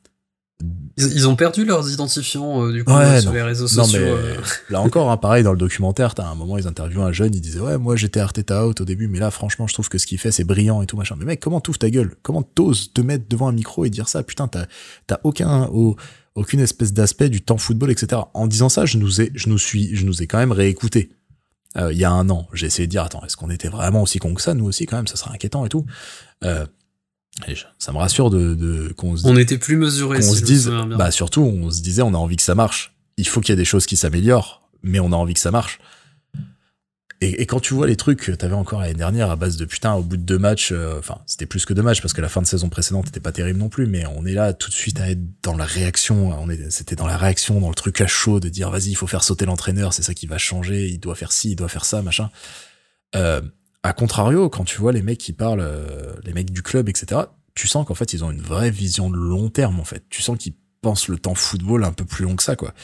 Ils, ils ont perdu leurs identifiants euh, du coup Ouais, euh, sur non. les réseaux Non, sociaux. mais euh. là encore, hein, pareil, dans le documentaire, t'as un moment, ils interviewent un jeune, ils disaient, ouais, moi, j'étais Arteta out au début, mais là, franchement, je trouve que ce qu'il fait, c'est brillant et tout, machin. Mais mec, comment t'ouvres ta gueule? Comment t'oses te mettre devant un micro et dire ça? Putain, t'as, t'as aucun, au, aucune espèce d'aspect du temps football, et cetera. En disant ça, je nous ai, je nous suis, je nous ai quand même réécouté. Euh, il y a un an, j'ai essayé de dire, attends, est-ce qu'on était vraiment aussi con que ça? Nous aussi, quand même, ça serait inquiétant et tout. Euh, et je- ça me rassure de, de, qu'on se On était plus mesurés. qu'on si se je me dise, souviens bien. bah surtout, on se disait, on a envie que ça marche. Il faut qu'il y ait des choses qui s'améliorent, mais on a envie que ça marche. Et, et quand tu vois les trucs que t'avais encore l'année dernière à base de putain, au bout de deux matchs, euh, enfin, c'était plus que deux matchs parce que la fin de saison précédente était pas terrible non plus, mais on est là tout de suite à être dans la réaction. On est, c'était dans la réaction, dans le truc à chaud de dire, vas-y, il faut faire sauter l'entraîneur, c'est ça qui va changer, il doit faire ci, il doit faire ça, machin. Euh, à contrario, quand tu vois les mecs qui parlent, euh, les mecs du club, et cetera, tu sens qu'en fait, ils ont une vraie vision de long terme, en fait. Tu sens qu'ils pensent le temps football un peu plus long que ça, quoi.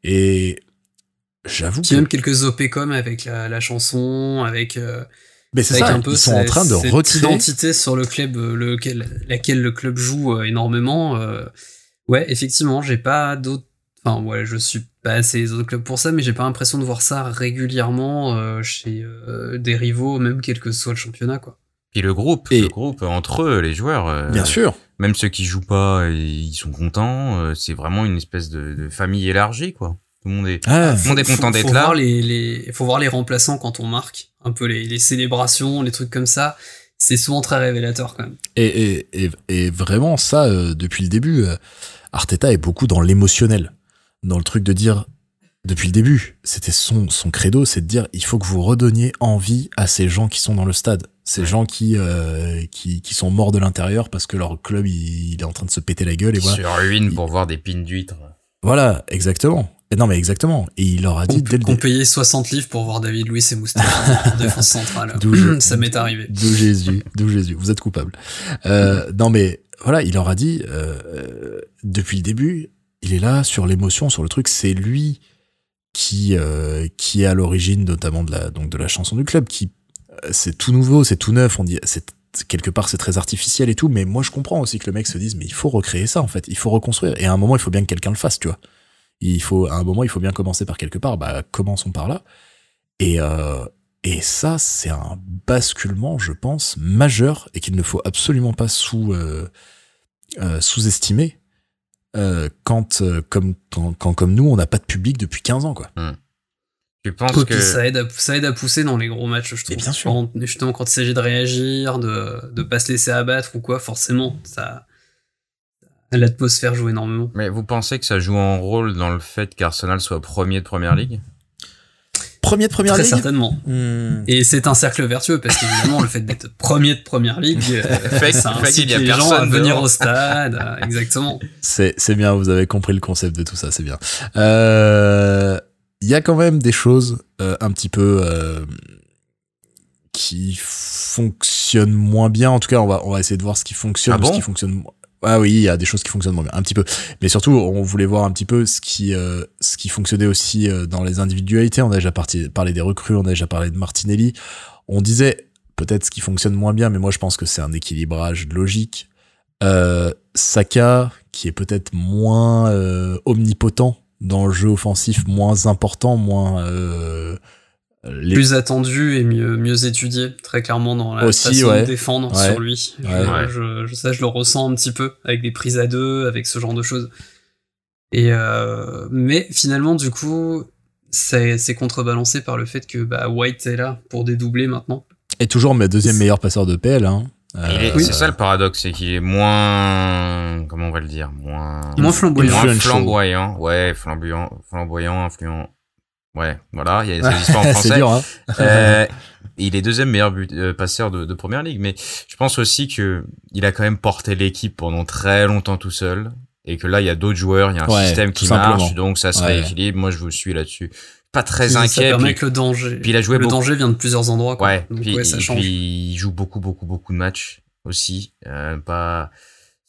Et j'avoue Puis que... même quelques O P com avec la, la chanson, avec, euh, Mais c'est avec ça, un peu ils sont en cette- train de cette recréer... identité sur le club, euh, lequel, laquelle le club joue euh, énormément. euh. Ouais, effectivement, j'ai pas d'autres. Enfin, ouais, je suis pas assez les autres clubs pour ça, mais j'ai pas l'impression de voir ça régulièrement euh, chez euh, des rivaux, même quel que soit le championnat, quoi. Puis le groupe, Et- le groupe entre eux, les joueurs. euh, Bien sûr. Même ceux qui jouent pas, ils sont contents. euh, C'est vraiment une espèce de, de famille élargie, quoi. Tout le monde est, Ah, tout le monde est Faut- content faut- d'être faut là. Voir les, les, faut voir les remplaçants quand on marque, un peu les, les célébrations, les trucs comme ça. C'est souvent très révélateur quand même. Et, et, et, et vraiment, ça, euh, depuis le début, euh, Arteta est beaucoup dans l'émotionnel. Dans le truc de dire, depuis le début, c'était son, son credo, c'est de dire, il faut que vous redonniez envie à ces gens qui sont dans le stade. Ces Ouais. gens qui, euh, qui, qui sont morts de l'intérieur parce que leur club, il, il est en train de se péter la gueule et Qui voilà. se ruinent Il- pour voir des pins d'huîtres. Voilà, exactement. Et non, mais exactement. Et il leur a dit Qu'on dès le qu'on début. payait soixante livres pour voir David Luiz et Moustapha en défense centrale. D'où je- Ça m'est arrivé. D'où Jésus, d'où Jésus, vous êtes coupable. Euh, non mais voilà, il leur a dit euh, euh, depuis le début, il est là sur l'émotion, sur le truc, c'est lui qui euh, qui est à l'origine notamment de la donc de la chanson du club, qui euh, c'est tout nouveau, c'est tout neuf, on dit c'est quelque part c'est très artificiel et tout, mais moi je comprends aussi que le mec se dise mais il faut recréer ça en fait, il faut reconstruire et à un moment il faut bien que quelqu'un le fasse, tu vois. Il faut à un moment il faut bien commencer par quelque part, bah commençons par là. Et euh, Et ça, c'est un basculement, je pense, majeur et qu'il ne faut absolument pas sous, euh, euh, sous-estimer euh, quand, euh, comme, quand, quand, comme nous, on n'a pas de public depuis quinze ans, quoi. Tu penses Et que... puis ça aide, à, ça aide à pousser dans les gros matchs, je trouve. Et bien sûr. Quand, justement, quand il s'agit de réagir, de de pas se laisser abattre ou quoi, forcément, ça l'atmosphère joue énormément. Mais vous pensez que ça joue un rôle dans le fait qu'Arsenal soit premier de Première Ligue? Premier de Première Très Ligue certainement. Mmh. Et c'est un cercle vertueux parce qu'évidemment, le fait d'être premier de Première Ligue, euh, Fait- ça fait incite qu'il y a les gens personne à venir dehors. au stade. euh, exactement. C'est, c'est bien, vous avez compris le concept de tout ça, c'est bien. Euh, il y a quand même des choses euh, un petit peu euh, qui fonctionnent moins bien. En tout cas, on va, on va essayer de voir ce qui fonctionne, Ah bon ce qui fonctionne moins. Ah oui, il y a des choses qui fonctionnent moins bien, un petit peu. Mais surtout, on voulait voir un petit peu ce qui, euh, ce qui fonctionnait aussi euh, dans les individualités. On a déjà parti, parlé des recrues, on a déjà parlé de Martinelli. On disait peut-être ce qui fonctionne moins bien, mais moi je pense que c'est un équilibrage logique. Euh, Saka, qui est peut-être moins euh, omnipotent dans le jeu offensif, moins important, moins... Euh, les... Plus attendu et mieux, mieux étudié, très clairement, dans la Aussi, façon ouais. de défendre Ouais. sur lui. Je, Ouais. je, je, ça, je le ressens un petit peu, avec des prises à deux, avec ce genre de choses. Et euh, mais finalement, du coup, c'est, c'est contrebalancé par le fait que bah, White est là pour dédoubler maintenant. Et toujours mes deuxième meilleur passeur de P L. Hein. Il est- Euh, C'est ça le paradoxe, c'est qu'il est moins... Comment on va le dire? Moins... Moins flamboyant. Moins Influential. flamboyant. Ouais, flamboyant, flamboyant, influent. Ouais, voilà, il y a ces histoires en c'est français. dur, hein. Euh, il est deuxième meilleur but, euh, passeur de, de Première Ligue, mais je pense aussi que il a quand même porté l'équipe pendant très longtemps tout seul, et que là il y a d'autres joueurs, il y a un Ouais, système tout qui simplement. marche, donc ça se Ouais. rééquilibre. Moi je vous suis là-dessus. Pas très ça inquiet. permet Puis, que le danger, puis il a joué le beaucoup. danger vient de plusieurs endroits. Quoi. Ouais, Donc puis, ouais, ça et change. puis il joue beaucoup, beaucoup, beaucoup de matchs aussi. Euh, pas,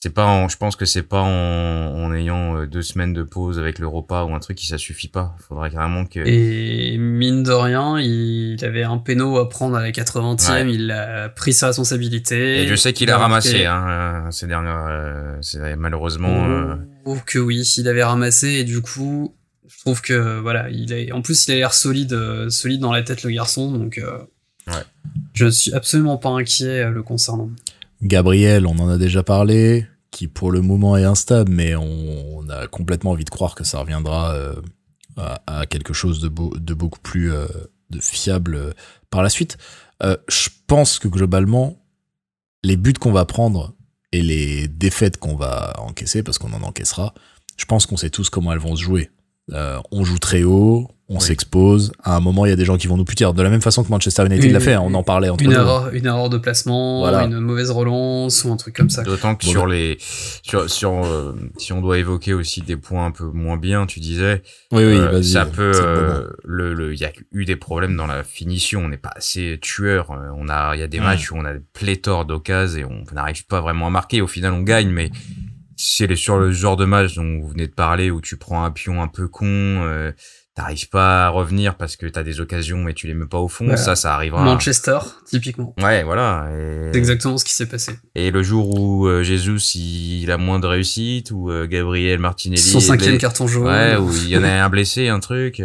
C'est pas en, je pense que c'est pas en, en ayant deux semaines de pause avec le repas ou un truc qui ça suffit pas. Il faudrait carrément que. Et mine de rien, il avait un péno à prendre à la quatre-vingtième, ouais. Il a pris sa responsabilité. Et je sais qu'il a ramassé, hein, ces dernières, euh, c'est malheureusement. Euh... Oh, que oui, il avait ramassé et du coup, je trouve que voilà, il est, en plus il a l'air solide, euh, solide dans la tête le garçon, donc. Euh, ouais. Je suis absolument pas inquiet euh, le concernant. Gabriel, on en a déjà parlé, qui pour le moment est instable, mais on, on a complètement envie de croire que ça reviendra euh, à, à quelque chose de, beau, de beaucoup plus euh, de fiable euh, par la suite. Euh, je pense que globalement, les buts qu'on va prendre et les défaites qu'on va encaisser, parce qu'on en encaissera, je pense qu'on sait tous comment elles vont se jouer. Euh, on joue très haut, on oui. s'expose. À un moment, il y a des gens qui vont nous putir. De la même façon que Manchester United une, l'a fait, hein, on en parlait entre une nous. Erreur, une erreur de placement, voilà. Une mauvaise relance ou un truc comme ça. D'autant que bon, sur les, sur, sur euh, si on doit évoquer aussi des points un peu moins bien, tu disais. Oui, oui, euh, vas-y. Ça peut. Euh, le, le, il y a eu des problèmes dans la finition. On n'est pas assez tueur. On a, il y a des mmh. matchs où on a pléthore d'occasions et on n'arrive pas vraiment à marquer. Au final, on gagne, mais c'est sur le genre de match dont vous venez de parler où tu prends un pion un peu con, euh, t'arrives pas à revenir parce que t'as des occasions mais tu les mets pas au fond, voilà. ça, ça arrivera. Manchester, typiquement. Ouais, voilà. Et... C'est exactement ce qui s'est passé. Et le jour où euh, Jesus il a moins de réussite, ou euh, Gabriel Martinelli... Son cinquième carton jaune. Ouais, où il y en a un blessé, un truc,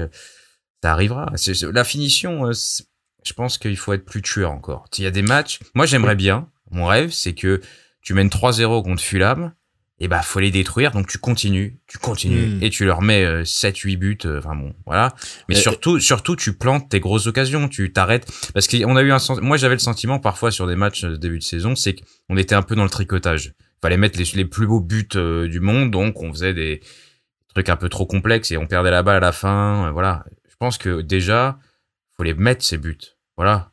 ça arrivera. C'est, c'est, la finition, euh, je pense qu'il faut être plus tueur encore. Il y a des matchs, moi j'aimerais bien, mon rêve, c'est que tu mènes trois zéro contre Fulham, et bah faut les détruire, donc tu continues, tu continues mmh. et tu leur mets euh, sept huit buts, euh, enfin bon, voilà. Mais et surtout et... surtout tu plantes tes grosses occasions, tu t'arrêtes parce qu'on a eu un moi j'avais le sentiment parfois sur des matchs de début de saison, c'est qu'on était un peu dans le tricotage. Fallait mettre les les plus beaux buts euh, du monde, donc on faisait des trucs un peu trop complexes et on perdait la balle à la fin, euh, voilà. Je pense que déjà faut les mettre ces buts. Voilà.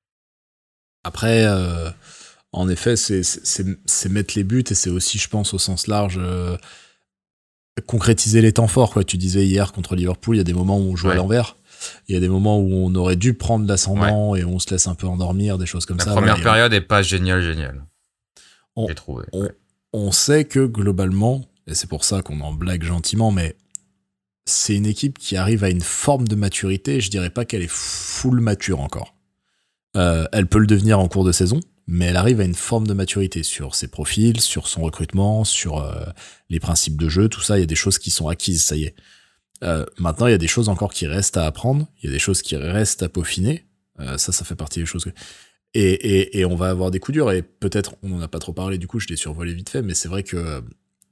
Après euh... En effet, c'est, c'est, c'est mettre les buts et c'est aussi, je pense, au sens large, euh, concrétiser les temps forts, quoi. Tu disais hier contre Liverpool, il y a des moments où on joue ouais. à l'envers. Il y a des moments où on aurait dû prendre l'ascendant ouais. et on se laisse un peu endormir, des choses comme La ça. La première ouais, période on... est pas géniale, géniale. On, J'ai trouvé. On, ouais. on sait que globalement, et c'est pour ça qu'on en blague gentiment, mais c'est une équipe qui arrive à une forme de maturité. Je dirais pas qu'elle est full mature encore. Euh, elle peut le devenir en cours de saison, mais elle arrive à une forme de maturité sur ses profils, sur son recrutement, sur euh, les principes de jeu, tout ça. Il y a des choses qui sont acquises, ça y est. Euh, maintenant, il y a des choses encore qui restent à apprendre, il y a des choses qui restent à peaufiner. Euh, ça, ça fait partie des choses que... Et, et, et on va avoir des coups durs, et peut-être, on n'en a pas trop parlé, du coup, je l'ai survolé vite fait, mais c'est vrai que euh,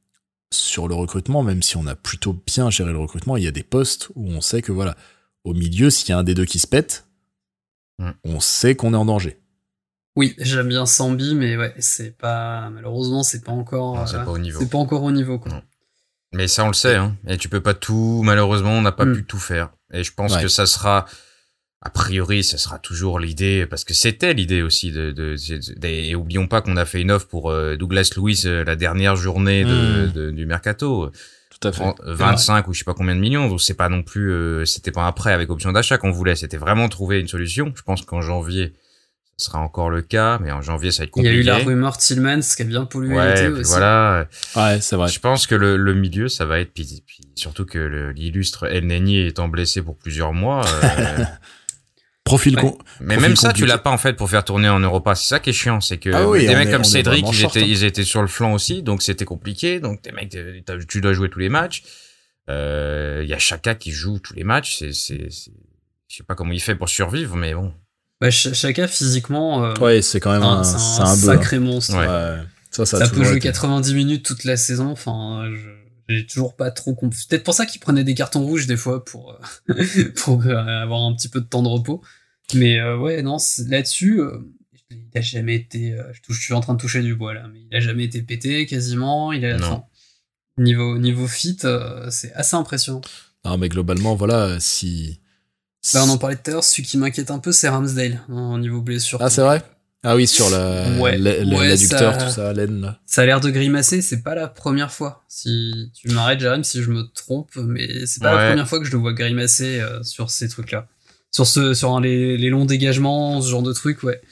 sur le recrutement, même si on a plutôt bien géré le recrutement, il y a des postes où on sait que, voilà, au milieu, s'il y a un des deux qui se pète, mmh. on sait qu'on est en danger. Oui, j'aime bien Sambi, mais ouais, c'est pas, malheureusement, c'est pas encore, non, c'est euh, pas au niveau. C'est pas encore au niveau, quoi. Non. Mais ça, on le sait, hein. Et tu peux pas tout, malheureusement, on n'a pas mm. pu tout faire. Et je pense ouais. que ça sera, a priori, ça sera toujours l'idée, parce que c'était l'idée aussi de, de, de, de et oublions pas qu'on a fait une offre pour euh, Douglas Luiz euh, la dernière journée de, mm. de, de, du mercato. Tout à fait. vingt-cinq ouais. ou je sais pas combien de millions, donc c'est pas non plus, euh, c'était pas un prêt avec option d'achat qu'on voulait, c'était vraiment trouver une solution. Je pense qu'en janvier, ce sera encore le cas, mais en janvier, ça va être compliqué. Il y a eu la rumeur Tillmans qui a bien pollué ouais, l'été puis aussi. Voilà. Ouais, c'est vrai. Je pense que le, le milieu, ça va être, puis, puis surtout que le, l'illustre El Neni étant blessé pour plusieurs mois. Euh... Profil ouais. con. Mais profil même ça, compliqué. Tu l'as pas en fait pour faire tourner en Europa. C'est ça qui est chiant, c'est que ah oui, des mecs est, comme Cédric, ils short, étaient, hein. ils étaient sur le flanc aussi, donc c'était compliqué. Donc des mecs, tu dois jouer tous les matchs. Il euh, y a Xhaka qui joue tous les matchs. C'est, c'est, c'est, je sais pas comment il fait pour survivre, mais bon. Bah, Xhaka physiquement, euh, ouais, c'est quand même un, c'est un, c'est un sacré bœuf. monstre. Ouais. Ouais. Ça, ça, ça peut jouer été. quatre-vingt-dix minutes toute la saison. Enfin, je, j'ai toujours pas trop compris. C'est peut-être pour ça qu'il prenait des cartons rouges des fois pour euh, pour euh, avoir un petit peu de temps de repos. Mais euh, ouais, non, là-dessus, euh, il a jamais été. Euh, je, touche, je suis en train de toucher du bois là, mais il a jamais été pété quasiment. Il a. Enfin, niveau niveau fit, euh, c'est assez impressionnant. Non, mais globalement, voilà, si. Bah, on en parlait tout à l'heure, celui qui m'inquiète un peu, c'est Ramsdale, hein, au niveau blessure. Ah, c'est vrai? Ah oui, sur la, ouais, la, la ouais, l'adducteur, ça, tout ça, l'aine, là. Ça a l'air de grimacer, c'est pas la première fois. Si tu m'arrêtes, Jérém, si je me trompe, mais c'est pas ouais. la première fois que je le vois grimacer euh, sur ces trucs-là. Sur ce, sur hein, les, les longs dégagements, ce genre de trucs, ouais.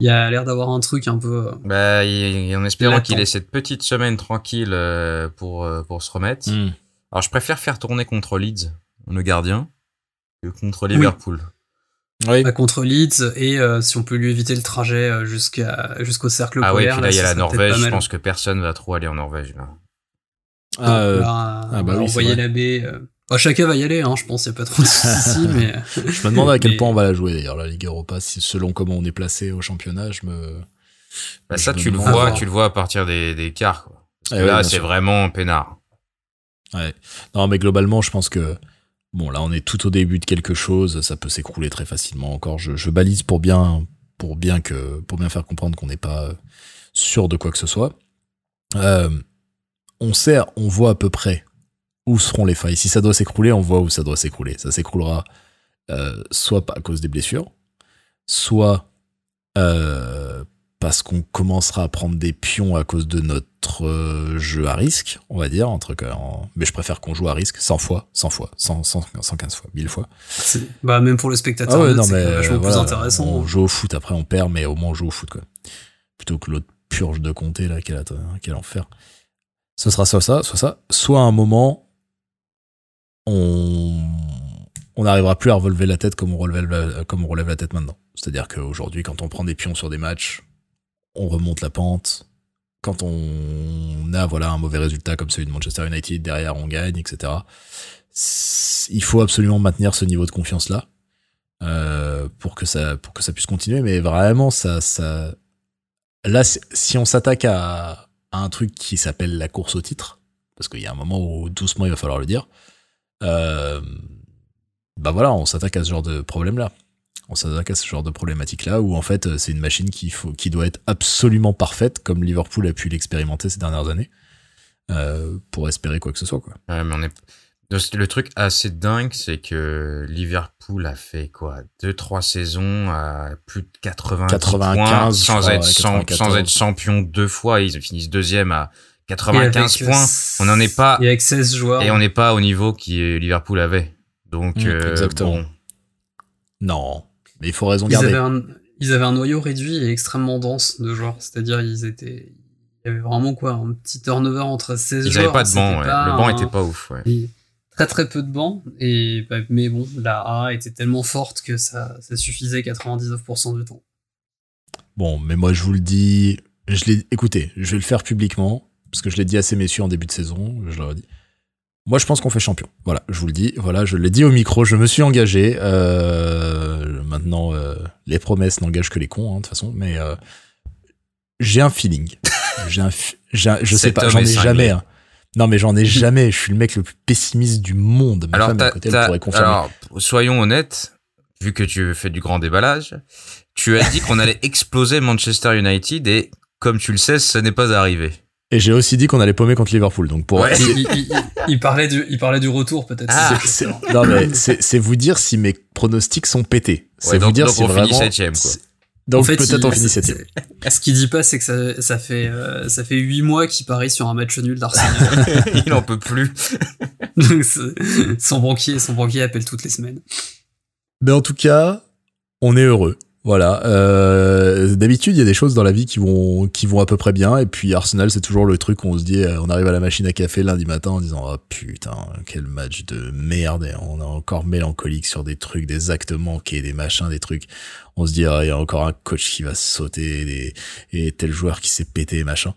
il y a l'air d'avoir un truc un peu. Euh, bah, il, en espérant latent. qu'il ait cette petite semaine tranquille euh, pour euh, pour se remettre. Mm. Alors, je préfère faire tourner contre Leeds, le gardien, que contre Liverpool. Oui. Bah, contre Leeds et euh, si on peut lui éviter le trajet euh, jusqu'à jusqu'au cercle Ah ouais, polaire. puis là, il y a ça la serait peut-être Norvège. pas Je mal. pense que personne va trop aller en Norvège, là. Ah, euh, Là, ah, on bah va oui, c'est envoyer vrai. la baie. Euh... Bah, chacun va y aller, hein, je pense, il n'y a pas trop de soucis, mais. je me demande à quel mais- point on va la jouer d'ailleurs, la Ligue Europa, si, selon comment on est placé au championnat, je me. Bah, je ça, me tu le demande- vois, voir. tu le vois à partir des, des quarts, quoi. Parce Eh que ouais, là, bien c'est sûr. vraiment peinard. Ouais. Non, mais globalement, je pense que bon, là, on est tout au début de quelque chose. Ça peut s'écrouler très facilement. Encore, je, je balise pour bien, pour bien que, pour bien faire comprendre qu'on n'est pas euh, sûr de quoi que ce soit. Euh, on sait, on voit à peu près où seront les failles. Si ça doit s'écrouler, on voit où ça doit s'écrouler. Ça s'écroulera euh, soit à cause des blessures, soit euh, parce qu'on commencera à prendre des pions à cause de notre euh, jeu à risque, on va dire, entre que, en... mais je préfère qu'on joue à risque cent fois, cent fois, cent, cent, cent quinze fois, mille fois. c'est- Bah, même pour le spectateur, Ah ouais, neutre, non c'est mais vachement euh, plus voilà, intéressant. on hein. joue au foot, après on perd, mais au moins on joue au foot, quoi. Plutôt que l'autre purge de Comté, là, quel, quel enfer. Ce sera soit ça, soit ça, soit à un moment, on on n'arrivera plus à relever la tête comme on relève la, comme on relève la tête maintenant. C'est-à-dire qu'aujourd'hui, quand on prend des pions sur des matchs, on remonte la pente. Quand on a voilà un mauvais résultat comme celui de Manchester United, derrière on gagne, et cetera. C'est- Il faut absolument maintenir ce niveau de confiance-là euh, pour que ça pour que ça puisse continuer. Mais vraiment, ça ça là, c'est- si on s'attaque à, à un truc qui s'appelle la course au titre, parce qu'il y a un moment où doucement il va falloir le dire. Euh, bah voilà, on s'attaque à ce genre de problème-là. On s'attaque à ce genre de problématique-là où en fait c'est une machine qui, faut, qui doit être absolument parfaite, comme Liverpool a pu l'expérimenter ces dernières années, euh, pour espérer quoi que ce soit, quoi. Ouais, mais on est... Le truc assez dingue, c'est que Liverpool a fait quoi, deux trois saisons à plus de quatre-vingts quatre-vingt-quinze, points, sans, je crois, être, ouais, sans, sans quatre-vingt-quatorze. être champion deux fois. Ils finissent deuxième à Et quatre-vingt-quinze avec, points. euh, On n'en est pas, Et avec seize joueurs. et on n'est pas au niveau que Liverpool avait. Donc, Mmh, euh, exactement. bon. Non, mais il faut raison Ils garder. avaient, un, ils avaient un noyau réduit et extrêmement dense de joueurs. C'est-à-dire, ils étaient. Il y avait vraiment quoi, un petit turnover entre seize Ils joueurs. n'avaient pas de c'était banc. Ouais. pas Le banc un- était pas ouf. Ouais. Et très très peu de bancs. Et, bah, mais bon, la A était tellement forte que ça, ça suffisait quatre-vingt-dix-neuf pour cent du temps. Bon, mais moi je vous le dis, je l'ai, écoutez, je vais le faire publiquement, parce que je l'ai dit à ces messieurs en début de saison, je leur ai dit. Moi je pense qu'on fait champion. Voilà, je vous le dis, voilà, je l'ai dit au micro, je me suis engagé. Euh, maintenant, euh, les promesses n'engagent que les cons, hein, de toute façon, mais euh, j'ai un feeling. J'ai un, fi- j'ai un- je sais Cet pas, homme j'en ai est cinglé. jamais. Hein. Non, mais j'en ai jamais. Je suis le mec le plus pessimiste du monde. Ma Alors, femme à t'as- côté, elle t'as- pourrait confirmer. alors, soyons honnêtes, vu que tu fais du grand déballage, tu as dit qu'on allait exploser Manchester United et, comme tu le sais, ce n'est pas arrivé. Et j'ai aussi dit qu'on allait paumer contre Liverpool. Donc pour Ouais. Il, il- il- il parlait du, il parlait du retour peut-être. Ah. C'est- C'est- non mais c'est c'est vous dire si mes pronostics sont pétés. C'est Ouais, vous donc- dire donc si on finit vraiment. septième, quoi. c'est- Donc En fait, peut-être il- on finit c'est- septième. c'est- Ce qu'il dit pas, c'est que ça, ça fait euh, ça fait huit mois qu'il parie sur un match nul d'Arsenal. Il en peut plus. Donc, c'est- son banquier, son banquier appelle toutes les semaines. Mais en tout cas, on est heureux. Voilà. Euh, d'habitude, il y a des choses dans la vie qui vont qui vont à peu près bien. Et puis Arsenal, c'est toujours le truc où on se dit, euh, on arrive à la machine à café lundi matin en disant, oh putain, quel match de merde. Et on est encore mélancolique sur des trucs, des actes manqués, des machins, des trucs. On se dit, ah, il y a encore un coach qui va sauter des, et tel joueur qui s'est pété, machin.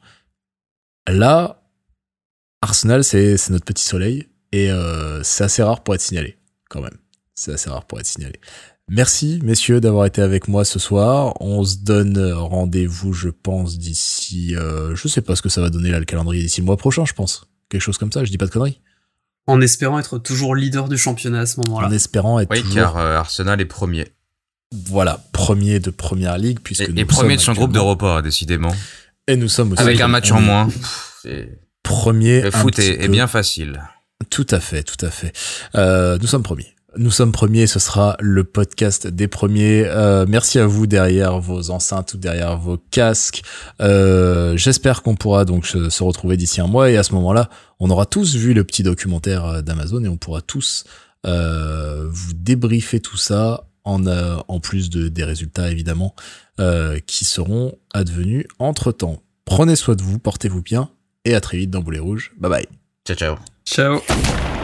Là, Arsenal, c'est c'est notre petit soleil. Et euh, c'est assez rare pour être signalé, quand même. C'est assez rare pour être signalé. Merci, messieurs, d'avoir été avec moi ce soir. On se donne rendez-vous, je pense, d'ici... Euh, je sais pas ce que ça va donner, là, le calendrier, d'ici le mois prochain, je pense. Quelque chose comme ça, je dis pas de conneries. En espérant être toujours leader du championnat à ce moment-là. En espérant être Oui, toujours, car euh, Arsenal est premier. voilà, premier de première ligue, puisque Et, nous et premier de sommes son groupe actuellement- d'Europa, décidément. Et nous sommes aussi... Avec un match on en est moins. Pff, c'est- Premier, Le un foot petit est, est peu. bien facile. Tout à fait, tout à fait. Euh, nous sommes premiers. Nous sommes premiers, ce sera le podcast des premiers. Euh, merci à vous derrière vos enceintes ou derrière vos casques. Euh, j'espère qu'on pourra donc se, se retrouver d'ici un mois et à ce moment-là, on aura tous vu le petit documentaire d'Amazon et on pourra tous euh, vous débriefer tout ça en, euh, en plus de, des résultats évidemment euh, qui seront advenus entre-temps. Prenez soin de vous, portez-vous bien et à très vite dans Boulet Rouge. Bye bye. Ciao, ciao. Ciao.